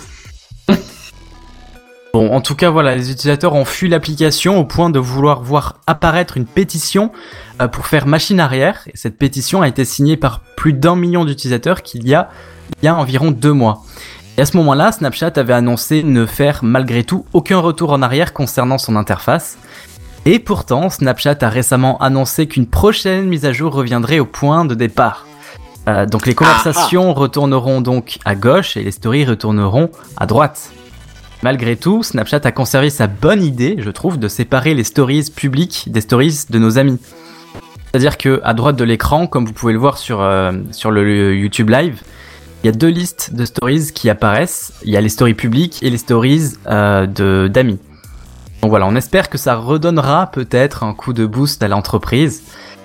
Bon, en tout cas, voilà, les utilisateurs ont fui l'application au point de vouloir voir apparaître une pétition euh, pour faire machine arrière. Et cette pétition a été signée par plus d'un million d'utilisateurs qu'il y a, il y a environ deux mois. Et à ce moment-là, Snapchat avait annoncé ne faire malgré tout aucun retour en arrière concernant son interface. Et pourtant, Snapchat a récemment annoncé qu'une prochaine mise à jour reviendrait au point de départ. Euh, donc les conversations retourneront donc à gauche et les stories retourneront à droite. Malgré tout, Snapchat a conservé sa bonne idée, je trouve, de séparer les stories publiques des stories de nos amis. C'est-à-dire que à droite de l'écran, comme vous pouvez le voir sur, euh, sur le, le YouTube Live, il y a deux listes de stories qui apparaissent. Il y a les stories publiques et les stories euh, de, d'amis. Donc voilà, on espère que ça redonnera peut-être un coup de boost à l'entreprise.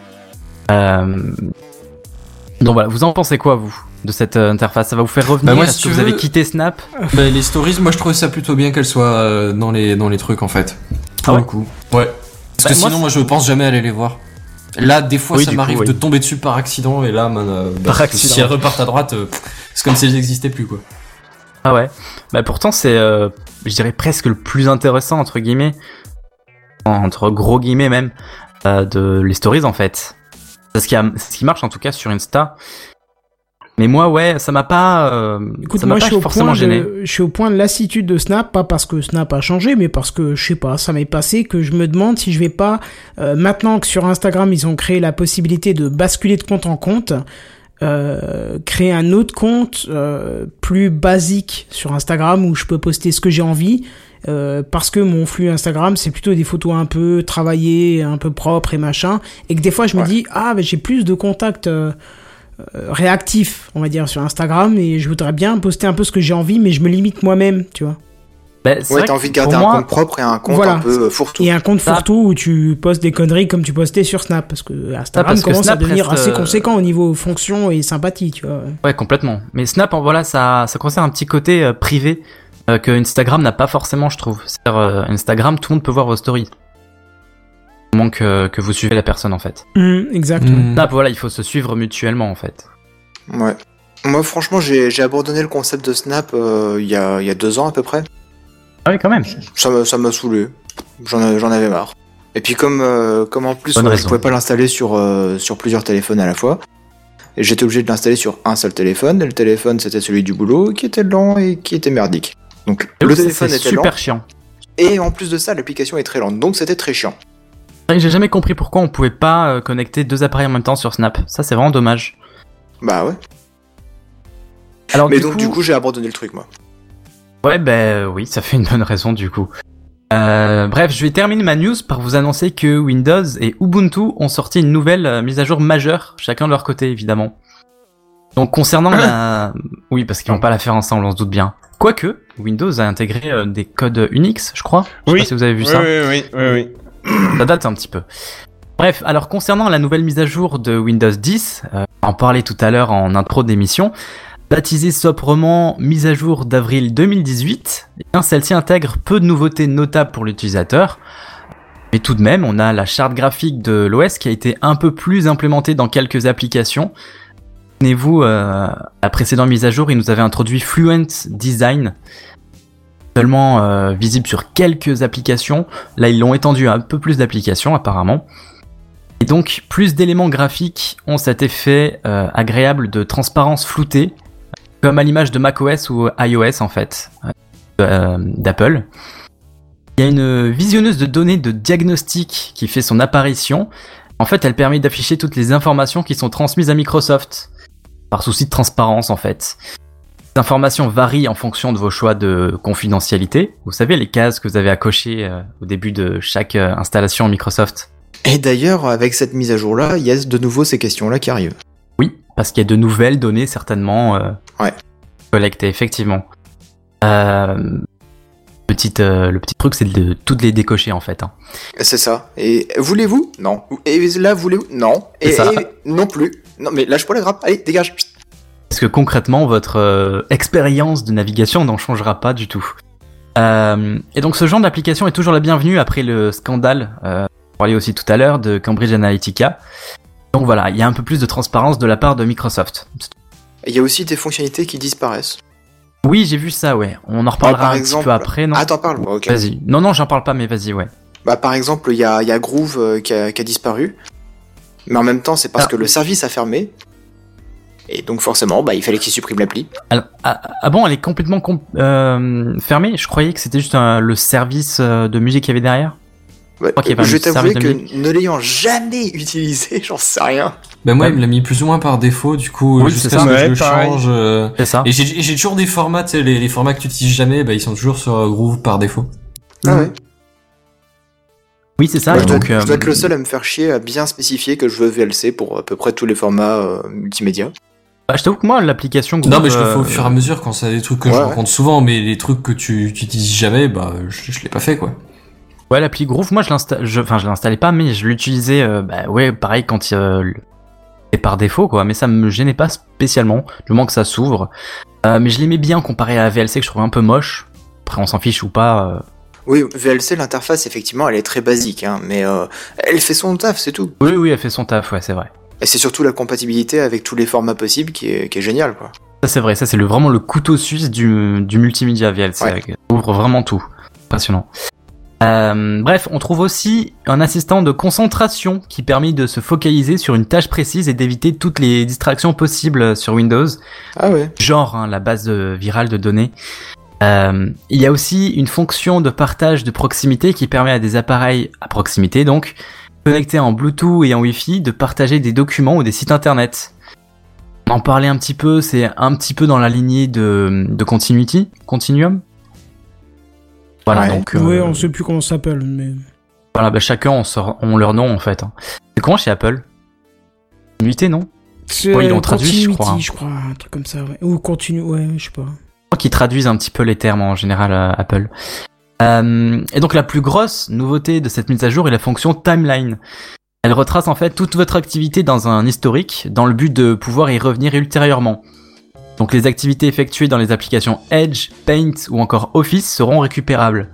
Euh... Donc voilà, vous en pensez quoi, vous, de cette euh, interface? Ça va vous faire revenir? Bah moi, Est-ce si que tu vous veux- avez quitté Snap? Bah, les stories, moi je trouvais ça plutôt bien qu'elles soient euh, dans, les, dans les trucs en fait. Pour Ah ouais le coup. Ouais. Parce Bah, que moi, sinon, moi je pense jamais aller les voir. Là, des fois, Oui, ça du coup, m'arrive oui. de tomber dessus par accident, et là, man, euh, bah, Par accident. si elles repartent à droite, euh, pff, c'est comme si elles n'existaient plus, quoi. Ah ouais. Bah pourtant c'est, euh, je dirais presque le plus intéressant entre guillemets, entre gros guillemets même, euh, de les stories en fait. C'est ce qui a, c'est ce qui marche en tout cas sur Insta. Mais moi ouais, ça m'a pas, euh, Écoute, ça moi m'a je pas suis, au forcément point gêné. de, je suis au point de lassitude de Snap, pas parce que Snap a changé, mais parce que, je sais pas, ça m'est passé que je me demande si je vais pas, euh, maintenant que sur Instagram ils ont créé la possibilité de basculer de compte en compte, euh, créer un autre compte euh, plus basique sur Instagram où je peux poster ce que j'ai envie, euh, parce que mon flux Instagram c'est plutôt des photos un peu travaillées, un peu propres et machin, et que des fois je me Ouais. dis, ah, mais j'ai plus de contacts... Euh, Euh, réactif, on va dire, sur Instagram, et je voudrais bien poster un peu ce que j'ai envie, mais je me limite moi-même, tu vois. Bah, c'est Ouais, vrai t'as que envie de garder pour un moi, compte propre et un compte Voilà. un peu euh, fourre-tout. Et un compte Ça- fourre-tout où tu postes des conneries comme tu postais sur Snap, parce que Instagram parce que commence Snap à devenir reste, assez euh, conséquent au niveau fonction et sympathie, tu vois. Ouais, complètement. Mais Snap, en voilà, ça, ça concerne un petit côté euh, privé euh, que Instagram n'a pas forcément, je trouve. C'est-à-dire, euh, Instagram, tout le monde peut voir vos stories. Il manque euh, que vous suivez la personne, en fait. Hum, exact. Mm. Snap, voilà, il faut se suivre mutuellement, en fait. Ouais. Moi, franchement, j'ai j'ai abandonné le concept de Snap euh, il y, a, il y a deux ans à peu près. Ah oui, quand même. Ça m'a ça m'a saoulé. J'en a- j'en avais marre. Et puis comme euh, comme en plus Bonne euh, je raison. pouvais pas l'installer sur euh, sur plusieurs téléphones à la fois, et j'étais obligé de l'installer sur un seul téléphone. Et le téléphone c'était celui du boulot qui était lent et qui était merdique. Donc Et le oui, c'est- téléphone c'est était super lent chiant. et en plus de ça l'application est très lente. Donc c'était très chiant. C'est vrai que J'ai jamais compris pourquoi on pouvait pas euh, connecter deux appareils en même temps sur Snap. Ça, c'est vraiment dommage. Bah ouais. Alors, Mais du donc coup, du coup j'ai abandonné le truc moi. ouais, ben oui, ça fait une bonne raison du coup. Euh, bref, je vais terminer ma news par vous annoncer que Windows et Ubuntu ont sorti une nouvelle euh, mise à jour majeure, chacun de leur côté évidemment. Donc concernant la... Oui, parce qu'ils vont pas la faire ensemble, on se doute bien. Quoique, Windows a intégré euh, des codes Unix, je crois. Je sais Oui. pas si vous avez vu Oui, ça. oui, oui, oui, oui. Ça date un petit peu. Bref, alors concernant la nouvelle mise à jour de Windows dix, euh, on en parlait tout à l'heure en intro d'émission, baptisée sobrement mise à jour d'avril deux mille dix-huit, eh bien, celle-ci intègre peu de nouveautés notables pour l'utilisateur. Mais tout de même, on a la charte graphique de l'O S qui a été un peu plus implémentée dans quelques applications. Souvenez-vous, euh, la précédente mise à jour, il nous avait introduit Fluent Design. seulement euh, visible sur quelques applications. Là, ils l'ont étendu à un peu plus d'applications apparemment. Et donc, plus d'éléments graphiques ont cet effet euh, agréable de transparence floutée, comme à l'image de macOS ou iOS en fait, euh, d'Apple. Il y a une visionneuse de données de diagnostic qui fait son apparition. En fait, elle permet d'afficher toutes les informations qui sont transmises à Microsoft, par souci de transparence en fait. Les informations varient en fonction de vos choix de confidentialité. Vous savez, les cases que vous avez à cocher euh, au début de chaque euh, installation Microsoft. Et d'ailleurs, avec cette mise à jour-là, il y a de nouveau ces questions-là qui arrivent. Oui, parce qu'il y a de nouvelles données certainement euh, ouais. collectées, effectivement. Euh, petite, euh, le petit truc, c'est de toutes les décocher en fait. Hein. C'est ça. Et voulez-vous ? Non. Et là, voulez-vous ? Non. Et, et non plus. Non, mais lâche pas la grappe. Allez, dégage. Parce que concrètement, votre euh, expérience de navigation n'en changera pas du tout. Euh, et donc, ce genre d'application est toujours la bienvenue après le scandale. Euh, on parlait aussi tout à l'heure de Cambridge Analytica. Donc voilà, il y a un peu plus de transparence de la part de Microsoft. Il y a aussi des fonctionnalités qui disparaissent. Oui, j'ai vu ça, ouais. On en reparlera bah, par un exemple... petit peu après, non ? Ah, t'en parles ? Ok. Vas-y. Non, non, j'en parle pas, mais vas-y, ouais. Bah, par exemple, il y a, y a Groove euh, qui, a, qui a disparu. Mais en même temps, c'est parce ah. que le service a fermé. Et donc forcément, bah, il fallait qu'il supprime l'appli. Alors, ah, ah bon, elle est complètement comp- euh, fermée ? Je croyais que c'était juste un, le service de musique qu'il y avait derrière. Ouais, je, je vais t'avouer que ne l'ayant jamais utilisé, j'en sais rien. Bah moi, ouais. il me l'a mis plus ou moins par défaut, du coup, oui, jusqu'à ce que ouais, je le change. Euh... C'est ça. Et j'ai, j'ai toujours des formats, tu sais, les, les formats que tu utilises jamais, bah ils sont toujours sur Groove par défaut. Ah ouais. Oui, c'est ça. Ouais, et je, donc, dois, euh... je dois être le seul à me faire chier à bien spécifier que je veux V L C pour à peu près tous les formats euh, multimédia. Bah, je t'avoue que moi, l'application Groove... Non, mais je le fais au fur et à mesure quand c'est des trucs que ouais, je ouais. rencontre souvent, mais les trucs que tu, tu utilises jamais, bah je, je l'ai pas fait, quoi. Ouais, l'appli Groove, moi je l'installe, je, enfin je l'installais pas, mais je l'utilisais, euh, bah ouais, pareil quand il euh, est par défaut quoi, mais ça me gênait pas spécialement, du moment que ça s'ouvre. Euh, mais je l'aimais bien comparé à la V L C que je trouvais un peu moche. Après on s'en fiche ou pas. Euh... Oui, V L C l'interface effectivement elle est très basique, hein, mais euh, elle fait son taf, c'est tout. Oui oui, elle fait son taf, ouais c'est vrai. Et c'est surtout la compatibilité avec tous les formats possibles qui est, qui est génial quoi. Ça c'est vrai, ça c'est le, vraiment le couteau suisse du, du multimédia V L C, ouais. Ça ouvre vraiment tout, impressionnant. Euh, bref, on trouve aussi un assistant de concentration qui permet de se focaliser sur une tâche précise et d'éviter toutes les distractions possibles sur Windows. Ah ouais. Genre hein, la base de, virale de données. Euh, il y a aussi une fonction de partage de proximité qui permet à des appareils à proximité, donc connectés en Bluetooth et en Wi-Fi, de partager des documents ou des sites internet. On en parlait un petit peu, c'est un petit peu dans la lignée de, de Continuity, Continuum. Voilà, ouais. donc. Euh, oui, on sait plus comment ça s'appelle, mais. Voilà, bah chacun on sort, on leur nom en fait. C'est comment chez Apple ? Continuité, non ? C'est ouais, ils l'ont traduit, je crois. je crois, un truc comme ça, ouais. Ou continue, ouais, je sais pas. Je crois qu'ils traduisent un petit peu les termes en général à Apple. Euh, et donc la plus grosse nouveauté de cette mise à jour est la fonction Timeline. Elle retrace en fait toute votre activité dans un historique, dans le but de pouvoir y revenir ultérieurement. Donc les activités effectuées dans les applications Edge, Paint ou encore Office seront récupérables.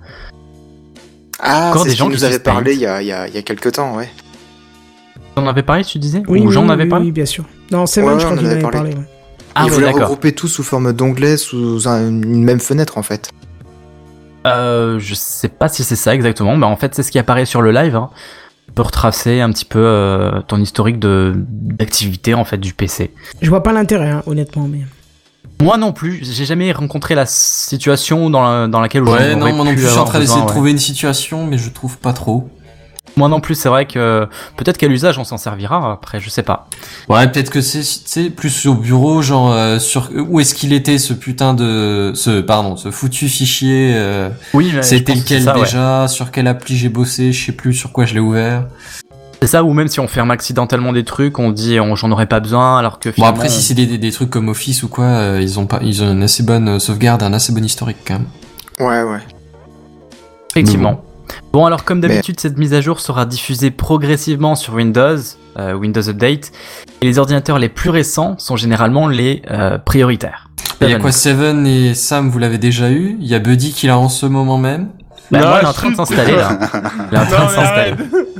Ah, encore c'est des ce gens qui nous avaient parlé il y a, il y a, il y a quelques temps, ouais. J'en avais parlé, tu disais ? Oui, ou oui, j'en oui, avais oui, parlé oui, bien sûr. Non, c'est vrai, ouais, je crois en qu'il en avait parlé. parlé, ouais. Ah, Ils ouais, voulaient d'accord. regrouper tout sous forme d'onglets, sous un, une même fenêtre, en fait. Euh, je sais pas si c'est ça exactement, mais en fait, c'est ce qui apparaît sur le live, hein. Tu peux retracer un petit peu euh, ton historique de d'activité en fait du P C. Je vois pas l'intérêt, hein, honnêtement, mais. Moi non plus, j'ai jamais rencontré la situation dans, la, dans laquelle ouais, non, moi non plus, je suis en train d'essayer besoin, de ouais. trouver une situation, mais je trouve pas trop. Moi non plus, c'est vrai que peut-être qu'à l'usage on s'en servira. Après, je sais pas. Ouais, peut-être que c'est, tu sais, plus au bureau, genre euh, sur où est-ce qu'il était ce putain de, ce pardon, ce foutu fichier. Euh, oui, c'était lequel ça, déjà, ouais. sur quelle appli j'ai bossé, je sais plus sur quoi je l'ai ouvert. C'est ça, ou même si on ferme accidentellement des trucs, on dit on, j'en aurais pas besoin, alors que finalement... Bon après, si c'est des, des, des trucs comme Office ou quoi, euh, ils ont pas, ils ont une assez bonne sauvegarde, un assez bon historique quand même. Ouais, ouais. Effectivement. Bon. Bon, alors comme d'habitude, Mais... cette mise à jour sera diffusée progressivement sur Windows, euh, Windows Update, et les ordinateurs les plus récents sont généralement les euh, prioritaires. Il y a quoi, Seven et Sam, vous l'avez déjà eu? Il y a Buddy qui l'a en ce moment même. Bah, non, moi, il est en train de s'installer là. Il est en train de s'installer.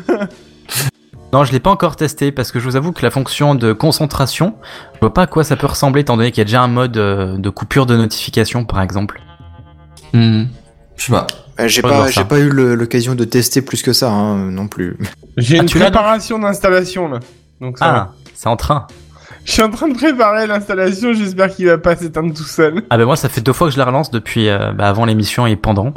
Non, je l'ai pas encore testé parce que je vous avoue que la fonction de concentration, je vois pas à quoi ça peut ressembler étant donné qu'il y a déjà un mode de coupure de notification par exemple. Mmh. Je sais pas. Euh, j'ai Faut pas, voir j'ai ça. pas eu le- l'occasion de tester plus que ça hein, non plus. J'ai Ah, une tu l'as, préparation d'installation là. Donc ça va. Ah, c'est en train. Je suis en train de préparer l'installation, j'espère qu'il va pas s'éteindre tout seul. Ah ben moi ça fait deux fois que je la relance depuis euh, bah, avant l'émission et pendant.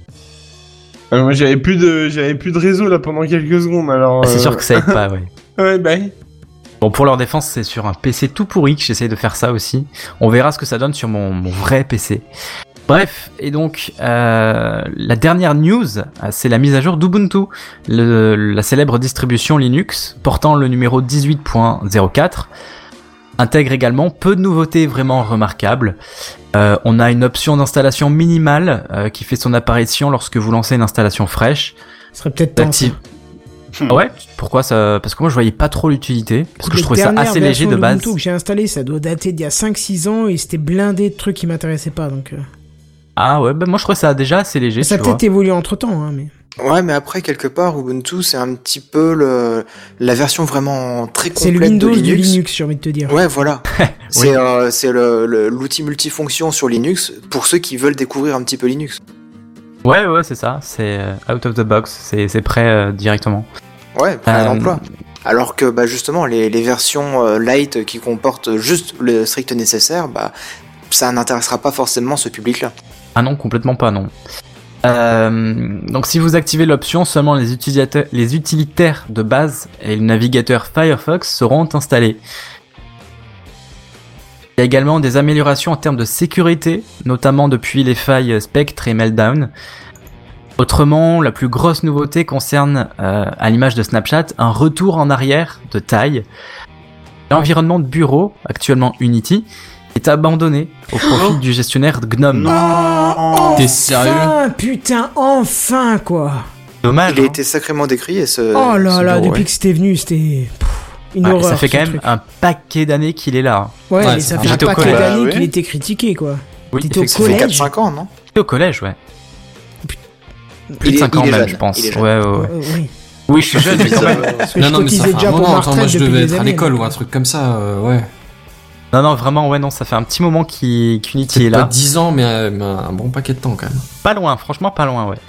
Euh, moi j'avais plus de j'avais plus de réseau là pendant quelques secondes alors. Ah, c'est euh, sûr que ça aide pas, ouais. Ouais bah. Bon, pour leur défense, c'est sur un P C tout pourri que j'essaye de faire ça aussi. On verra ce que ça donne sur mon, mon vrai P C. Bref, et donc, euh, la dernière news, euh, c'est la mise à jour d'Ubuntu, le, la célèbre distribution Linux, portant le numéro dix-huit point zéro quatre, intègre également peu de nouveautés vraiment remarquables. Euh, on a une option d'installation minimale euh, qui fait son apparition lorsque vous lancez une installation fraîche. Ce serait peut-être temps. Active. Hmm. Ah ouais, pourquoi ça? Parce que moi je voyais pas trop l'utilité, parce que je trouvais ça assez léger de base. Ubuntu que j'ai installé, ça doit dater d'il y a cinq six ans et c'était blindé de trucs qui m'intéressaient pas donc. Euh... Ah ouais, bah moi je trouvais ça déjà assez léger. Ça a tu vois. peut-être évolué entre temps, hein, mais. Ouais, mais après quelque part Ubuntu c'est un petit peu le la version vraiment très complète C'est le Windows de du Linux. Linux, j'ai envie de te dire. Ouais, voilà. Oui. C'est euh, c'est le, le- l'outil multifonction sur Linux pour ceux qui veulent découvrir un petit peu Linux. Ouais, ouais, c'est ça. C'est euh, out of the box. C'est c'est prêt euh, directement. Ouais, prêt à Euh, l'emploi. Alors que bah justement les, les versions euh, light qui comportent juste le strict nécessaire, bah ça n'intéressera pas forcément ce public-là. Ah non, complètement pas, non. Euh, donc si vous activez l'option, seulement les utilisateurs, les utilitaires de base et le navigateur Firefox seront installés. Il y a également des améliorations en termes de sécurité, notamment depuis les failles Spectre et Meltdown. Autrement, la plus grosse nouveauté concerne, euh, à l'image de Snapchat, un retour en arrière de taille. L'environnement de bureau, actuellement Unity, est abandonné au profit du gestionnaire GNOME. Oh, T'es sérieux? Enfin, putain, enfin quoi. Dommage. Il a hein. été sacrément décrié ce. Oh là ce là, bureau, depuis ouais. que c'était venu, c'était pff, une Ouais, horreur. ça fait ce quand même truc. un paquet d'années qu'il est là. Ouais, Ouais, mais c'est ça vrai. fait un J'étais au paquet collège. d'années Ah ouais. qu'il était critiqué quoi. Oui, T'étais au Ça fait collège. quatre cinq ans, non? J'étais au collège, ouais. Plus Il de est- cinq il ans est même, jeune, je pense. il est Ouais, jeune. ouais, ouais. Euh, oui. Oui, je suis jeune, mais quand même. Parce que Non, je non, mais ça cotisais fait déjà un pour moment. ma Attends, moi retraite je depuis devais des être à années, l'école donc. ou un truc comme ça, euh, ouais. Non, non, vraiment, ouais, non, ça fait un petit moment qu'il- qu'Unity est C'est pas là. dix ans, mais, euh, mais un bon paquet de temps quand même. Pas loin, franchement, pas loin, ouais.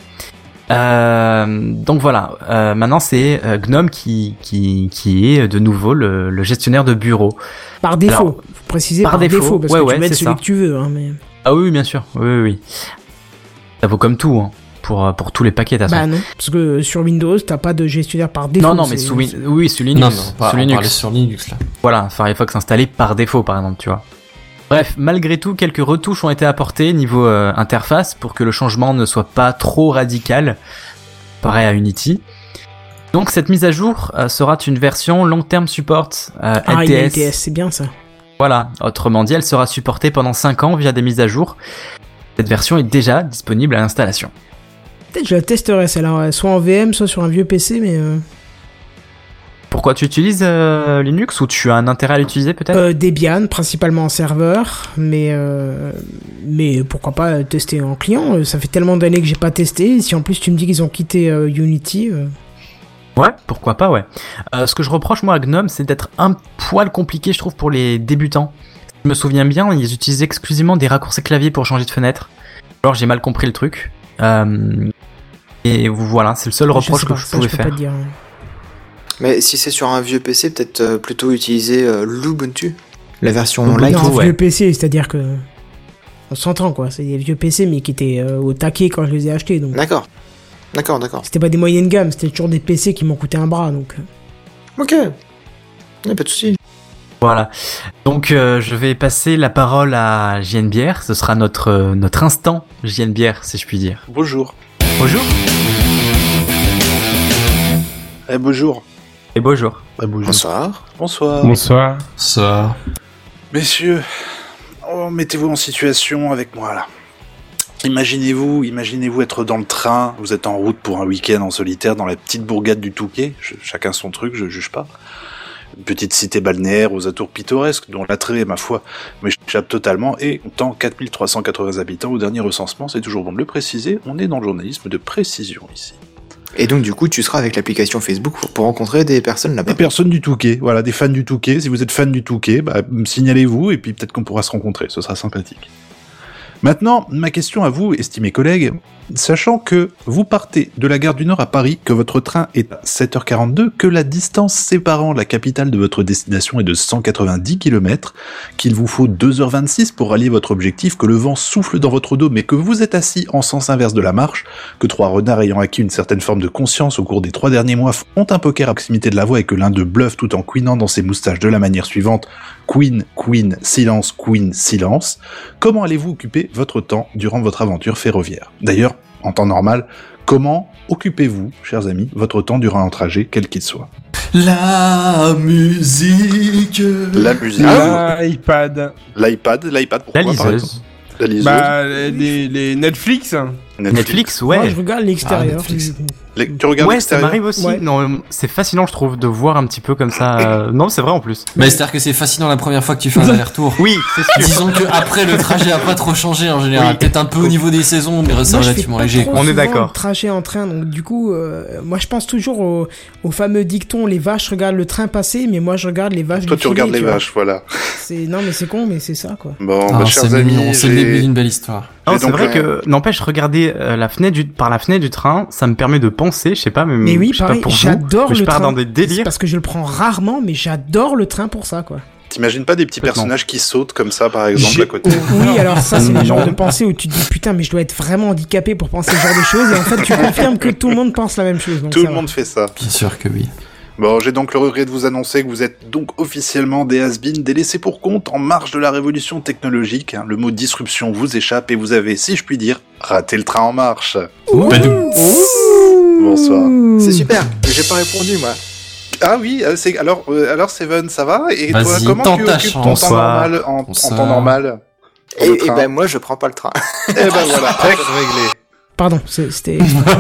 Euh, donc voilà, euh, maintenant c'est euh, GNOME qui, qui, qui est de nouveau le, le gestionnaire de bureau. Par défaut, Alors, faut préciser par par, défaut, défaut, parce ouais, que ouais, tu mets c'est celui ça. que tu veux. Hein, mais... Ah oui, oui, bien sûr, oui, oui, oui. Ça vaut comme tout, hein, pour, euh, pour tous les paquets, de toute Bah façon. non, parce que sur Windows, t'as pas de gestionnaire par défaut. Non, non, mais c'est- sous, Win- oui, sous Linux. Non, non, pas, sous on Linux. parlait sur Linux là. Voilà, Firefox installé par défaut, par exemple, tu vois. Bref, malgré tout, quelques retouches ont été apportées niveau euh, interface pour que le changement ne soit pas trop radical, pareil à Unity. Donc cette mise à jour euh, sera une version long term support euh, Ah, L il T y a S. L T S, c'est bien ça. Voilà, autrement dit, elle sera supportée pendant cinq ans via des mises à jour. Cette version est déjà disponible à l'installation. Peut-être je la testerai celle-là, ouais, soit en V M, soit sur un vieux P C, mais. Euh... Pourquoi tu utilises euh, Linux ou tu as un intérêt à l'utiliser peut-être Euh, Debian, principalement en serveur, mais euh, mais pourquoi pas tester en client. euh, Ça fait tellement d'années que j'ai pas testé. Et si en plus tu me dis qu'ils ont quitté euh, Unity, euh, Ouais, pourquoi pas, ouais. Euh, ce que je reproche moi à GNOME, c'est d'être un poil compliqué, je trouve, pour les débutants. Je me souviens bien, ils utilisaient exclusivement des raccourcis clavier pour changer de fenêtre. Alors j'ai mal compris le truc. Euh, et voilà, c'est le seul je reproche sais que pas, je ça, pouvais je peux faire. pas te dire. Mais si c'est sur un vieux P C, peut-être euh, plutôt utiliser euh, l'Ubuntu, la version Ubuntu, light. Non, un ouais. vieux P C, c'est-à-dire que on s'entend quoi. C'est des vieux P C, mais qui étaient euh, au taquet quand je les ai achetés. Donc D'accord. D'accord, d'accord. c'était pas des moyennes gammes, c'était toujours des P C qui m'ont coûté un bras. Donc euh. Ok. Y'a pas de souci. Voilà. Donc euh, je vais passer la parole à J N Bière. Ce sera notre euh, notre instant J N Bière, si je puis dire. Bonjour. Bonjour. Eh, bonjour. Et bonjour. Eh, bonjour. Bonsoir. Bonsoir. Bonsoir. Ça. Messieurs, oh, mettez-vous en situation avec moi là. Imaginez-vous, imaginez-vous être dans le train, vous êtes en route pour un week-end en solitaire dans la petite bourgade du Touquet, je- chacun son truc, je juge pas. Une petite cité balnéaire aux atours pittoresques dont l'attrait, ma foi, m'échappe totalement et comptant quatre mille trois cent quatre-vingts habitants au dernier recensement, c'est toujours bon de le préciser, on est dans le journalisme de précision ici. Et donc du coup, tu seras avec l'application Facebook pour, pour rencontrer des personnes là-bas. Des personnes du Touquet, voilà, des fans du Touquet. Si vous êtes fan du Touquet, bah, signalez-vous et puis peut-être qu'on pourra se rencontrer. Ce sera sympathique. Maintenant, ma question à vous, estimés collègues, sachant que vous partez de la gare du Nord à Paris, que votre train est à sept heures quarante-deux, que la distance séparant la capitale de votre destination est de cent quatre-vingt-dix kilomètres, qu'il vous faut deux heures vingt-six pour rallier votre objectif, que le vent souffle dans votre dos mais que vous êtes assis en sens inverse de la marche, que trois renards ayant acquis une certaine forme de conscience au cours des trois derniers mois font un poker à proximité de la voie et que l'un d'eux bluffe tout en couinant dans ses moustaches de la manière suivante: Queen, Queen, silence, Queen, silence. Comment allez-vous occuper votre temps durant votre aventure ferroviaire? D'ailleurs, en temps normal, comment occupez-vous, chers amis, votre temps durant un trajet, quel qu'il soit? La musique. La musique. L'iPad. L'iPad, l'iPad, pourquoi La par exemple? liseuse. La liseuse. Bah, les, les Netflix. Netflix. Netflix, ouais. Moi, je regarde l'extérieur. Ah, Netflix. Les- Tu regardes Ouais, ça l'extérieur? m'arrive aussi. Ouais. Non, c'est fascinant, je trouve, de voir un petit peu comme ça. euh, Non, c'est vrai en plus. Bah, c'est-à-dire que c'est fascinant la première fois que tu fais un aller-retour. Oui, c'est sûr. Disons que après le trajet a pas trop changé en général. Oui. Peut-être un peu au niveau des saisons, mais c'est Moi, je fais relativement pas léger. trop Quoi. On est souvent d'accord. de trajet en train, donc du coup, euh, moi je pense toujours au, au fameux dicton: les vaches regardent le train passer, mais moi je regarde les vaches. Toi, tu défiler, regardes les vois. vaches, voilà. C'est non, mais c'est con, mais c'est ça quoi. Bon, Ah, bah, c'est chers amis, mignon, c'est le j'ai- début d'une belle histoire. Non, Et c'est donc, vrai euh, que, n'empêche, regarder euh, la fenêtre du, par la fenêtre du train, ça me permet de penser, je sais pas, mais, Mais oui, je sais pareil, pas pour vous, j'adore mais je le pars train. dans des C'est délires. parce que je le prends rarement, mais j'adore le train pour ça quoi. T'imagines pas des petits Complètement. personnages qui sautent comme ça, par exemple, J'ai- à côté? Oui, alors ça, c'est le Non. genre de pensée où tu te dis putain, mais je dois être vraiment handicapé pour penser ce genre de choses, et en fait, tu confirmes que tout le monde pense la même chose. Donc Tout ça le va. monde fait ça. Bien sûr que oui. Bon, j'ai donc le regret de vous annoncer que vous êtes donc officiellement des has-been, des laissés pour compte en marge de la révolution technologique. hein. Le mot disruption vous échappe et vous avez, si je puis dire, raté le train en marche. Badou. Bonsoir. C'est super. J'ai pas répondu, moi. Ah oui, euh, c'est alors euh, alors Seven, ça va? Et toi, Vas-y, comment tente tu ta occupes ton chance. temps Bonsoir. normal en, en Bonsoir. temps normal? Et, Le et train. ben, moi, je prends pas le train. Eh ben voilà, réglé. Pardon, c'est- c'était.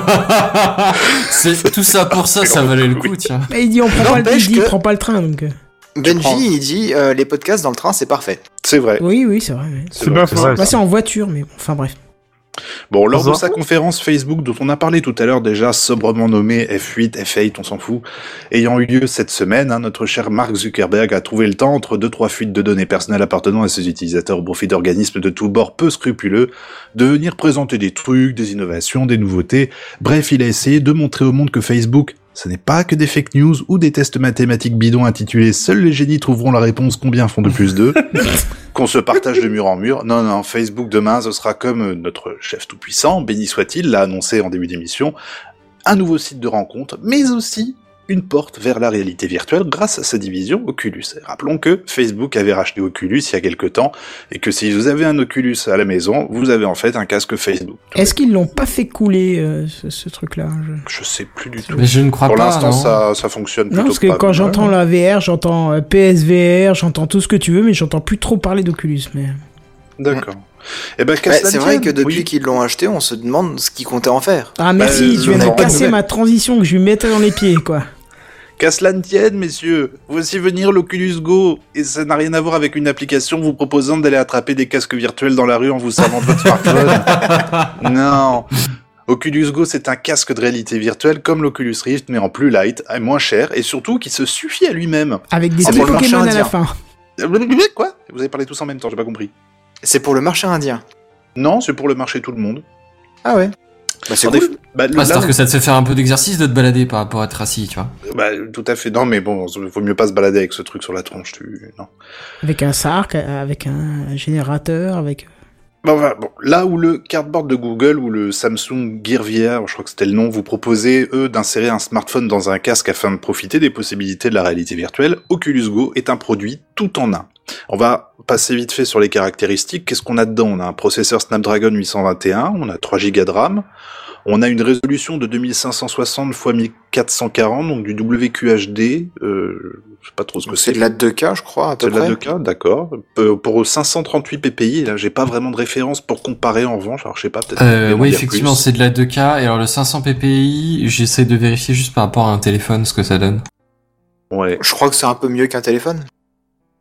C'est tout ça pour ça, ça valait le coup, tiens. Mais il dit on prend pas le, il N'empêche dit, il que- prend pas le train donc. euh. prends. Benji, il dit euh, les podcasts dans le train, c'est parfait. C'est vrai. Oui, oui, c'est vrai. ouais. C'est pas C'est faux. vrai, Bah, c'est en voiture, mais bon, enfin bref. Bon, lors de Bonsoir. sa conférence Facebook dont on a parlé tout à l'heure déjà, sobrement nommée F huit, F huit, on s'en fout, ayant eu lieu cette semaine, hein, notre cher Mark Zuckerberg a trouvé le temps, entre deux trois fuites de données personnelles appartenant à ses utilisateurs au profit d'organismes de tous bords peu scrupuleux, de venir présenter des trucs, des innovations, des nouveautés. Bref, il a essayé de montrer au monde que Facebook, ce n'est pas que des fake news ou des tests mathématiques bidons intitulés « Seuls les génies trouveront la réponse combien font de plus d'eux ?» qu'on se partage de mur en mur. Non, non, Facebook demain, ce sera comme euh, notre chef tout-puissant, béni soit-il, l'a annoncé en début d'émission, un nouveau site de rencontre, mais aussi une porte vers la réalité virtuelle grâce à sa division Oculus. Et rappelons que Facebook avait racheté Oculus il y a quelque temps, et que si vous avez un Oculus à la maison, vous avez en fait un casque Facebook. Est-ce qu'ils l'ont pas fait couler euh, ce, ce truc-là je... Je sais plus du tout. Mais je ne crois Pour pas. l'instant, non. ça, ça fonctionne plutôt Non, parce que pas quand mal. j'entends la V R, j'entends euh, P S V R, j'entends tout ce que tu veux, mais j'entends plus trop parler d'Oculus. Mais D'accord. Eh ben, qu'à Ouais, cela c'est vrai tienne, que depuis oui. qu'ils l'ont acheté, on se demande ce qu'ils comptaient en faire. ah merci, Bah, tu viens non, de pas de casser nouvelles. ma transition que je lui mettais dans les pieds, quoi. Qu'à cela ne tienne, messieurs, voici venir l'Oculus Go, et ça n'a rien à voir avec une application vous proposant d'aller attraper des casques virtuels dans la rue en vous servant de votre smartphone. Non. Oculus Go, c'est un casque de réalité virtuelle comme l'Oculus Rift, mais en plus light, et moins cher, et surtout qui se suffit à lui-même. Avec des C'est petits pour le marché Pokémon à la indien. fin. Quoi? Vous avez parlé tous en même temps, j'ai pas compris. C'est pour le marché indien. Non, c'est pour le marché tout le monde. Ah ouais. Bah, c'est En cool. effet, bah, le- Ah, c'est-à-dire là, que ça te fait faire un peu d'exercice de te balader par rapport à être assis, tu vois. bah, tout à fait. Non, mais bon, il vaut mieux pas se balader avec ce truc sur la tronche, tu... Non. Avec un sarc, avec un générateur, avec... Bon, voilà, bon, là où le cardboard de Google ou le Samsung Gear V R, je crois que c'était le nom, vous proposez, eux, d'insérer un smartphone dans un casque afin de profiter des possibilités de la réalité virtuelle, Oculus Go est un produit tout en un. On va passer vite fait sur les caractéristiques. Qu'est-ce qu'on a dedans? On a un processeur Snapdragon huit cent vingt et un, on a trois gigas de RAM, on a une résolution de deux mille cinq cent soixante par mille quatre cent quarante, donc du W Q H D, euh, je sais pas trop ce que c'est. C'est de la deux K, je crois, à peu C'est de la près. deux K, d'accord. Euh, Pour cinq cent trente-huit p p i, là, j'ai pas vraiment de référence pour comparer en revanche, alors je sais pas, peut-être... Euh, vous pouvez m'en oui, dire effectivement, plus. c'est de la deux K. Et alors le cinq cents p p i, j'essaie de vérifier juste par rapport à un téléphone ce que ça donne. Ouais. Je crois que c'est un peu mieux qu'un téléphone.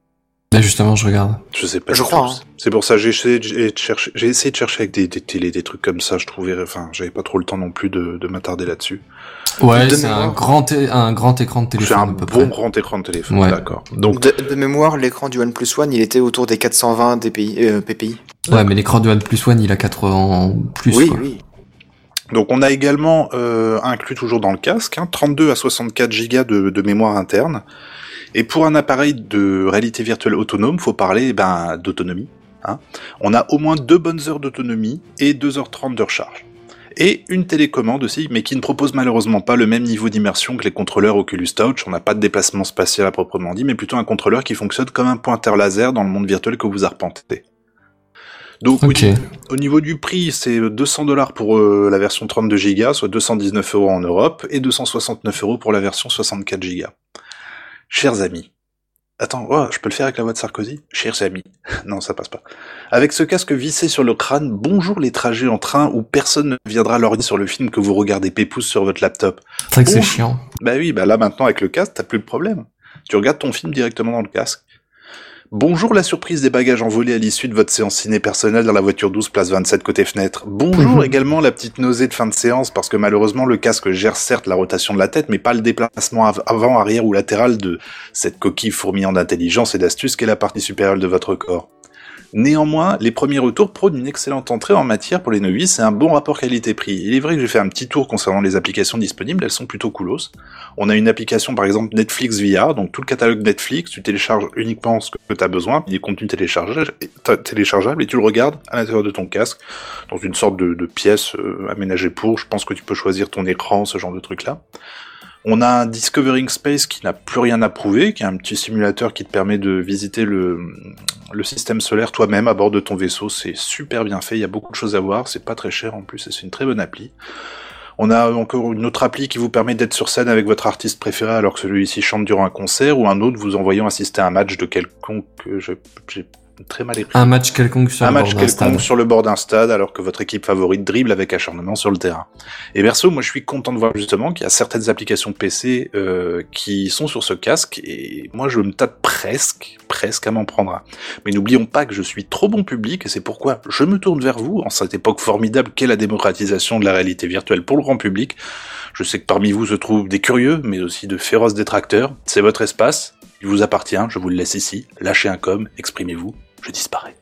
Là justement, je regarde. Je sais pas. Je du crois, tout. hein. C'est pour ça j'ai essayé de chercher, j'ai essayé de chercher avec des, des télés, des trucs comme ça. Je trouvais, enfin, j'avais pas trop le temps non plus de, de m'attarder là-dessus. Ouais, De c'est mémoire. un grand, té- un grand écran de C'est téléphone un à peu bon près. grand écran de téléphone. Ouais. D'accord. Donc, De, de mémoire, l'écran du OnePlus One, il était autour des quatre cent vingt D P I, euh, P P I. Ouais, mais l'écran du OnePlus One, il a quatre-vingts plus. Oui, quoi. oui. donc on a également euh, inclus toujours dans le casque, hein, trente-deux à soixante-quatre gigas de, de mémoire interne. Et pour un appareil de réalité virtuelle autonome, faut parler ben, d'autonomie. Hein. On a au moins deux bonnes heures d'autonomie et deux heures trente de recharge. Et une télécommande aussi, mais qui ne propose malheureusement pas le même niveau d'immersion que les contrôleurs Oculus Touch. On n'a pas de déplacement spatial à proprement dit, mais plutôt un contrôleur qui fonctionne comme un pointeur laser dans le monde virtuel que vous arpentez. Donc Ok. au, au niveau du prix, c'est deux cents dollars pour euh, la version trente-deux gigas, soit deux cent dix-neuf euros en Europe, et deux cent soixante-neuf euros pour la version soixante-quatre gigas. Chers amis, attends, oh, je peux le faire avec la voix de Sarkozy ? Chers amis, non, ça passe pas. Avec ce casque vissé sur le crâne, bonjour les trajets en train où personne ne viendra lorgner sur le film que vous regardez pépouze sur votre laptop. C'est vrai que c'est Bonjour. chiant. Bah oui, bah là maintenant avec le casque, t'as plus de problème. Tu regardes ton film directement dans le casque. Bonjour la surprise des bagages envolés à l'issue de votre séance ciné personnelle dans la voiture douze place vingt-sept côté fenêtre. Bonjour Mhm. également la petite nausée de fin de séance parce que malheureusement le casque gère certes la rotation de la tête mais pas le déplacement av- avant, arrière ou latéral de cette coquille fourmillant d'intelligence et d'astuce qu'est la partie supérieure de votre corps. Néanmoins, les premiers retours prônent une excellente entrée en matière pour les novices et un bon rapport qualité-prix. Il est vrai que j'ai fait un petit tour concernant les applications disponibles, elles sont plutôt coolos. On a une application par exemple Netflix V R, donc tout le catalogue Netflix, tu télécharges uniquement ce que tu as besoin, des contenus téléchargeables, téléchargeables et tu le regardes à l'intérieur de ton casque, dans une sorte de, de pièce euh, aménagée pour, je pense que tu peux choisir ton écran, ce genre de truc-là. On a un Discovering Space qui n'a plus rien à prouver, qui est un petit simulateur qui te permet de visiter le, le système solaire toi-même à bord de ton vaisseau. C'est super bien fait, il y a beaucoup de choses à voir, c'est pas très cher en plus et c'est une très bonne appli. On a encore une autre appli qui vous permet d'être sur scène avec votre artiste préféré alors que celui-ci chante durant un concert, ou un autre vous envoyant assister à un match de quelconque... Je, j'ai très mal écrit. Un match quelconque sur un le match bord d'un quelconque stade. sur le bord d'un stade alors que votre équipe favorite dribble avec acharnement sur le terrain. Et perso, moi je suis content de voir justement qu'il y a certaines applications P C euh, qui sont sur ce casque et moi je me tâte presque, presque à m'en prendre un. Mais n'oublions pas que je suis trop bon public et c'est pourquoi je me tourne vers vous en cette époque formidable qu'est la démocratisation de la réalité virtuelle pour le grand public. Je sais que parmi vous se trouvent des curieux mais aussi de féroces détracteurs. C'est votre espace, il vous appartient, je vous le laisse ici. Lâchez un com, exprimez-vous. Je disparais.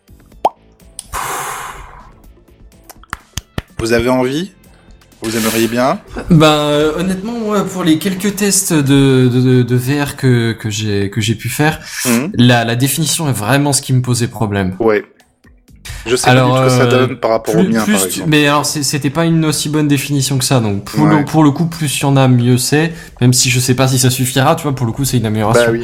Vous avez envie ? Vous aimeriez bien ? Ben euh, honnêtement, moi, pour les quelques tests de, de, de V R que, que j'ai que j'ai pu faire, Mmh. la, la définition est vraiment ce qui me posait problème. Ouais. Je sais Alors, pas du tout ce que ça euh, donne par rapport plus, au mien, plus par tu- exemple. mais alors c'est- c'était pas une aussi bonne définition que ça, donc pour, Ouais. le, pour le coup, plus il y en a, mieux c'est. Même si je sais pas si ça suffira, tu vois, pour le coup, c'est une amélioration. Bah oui.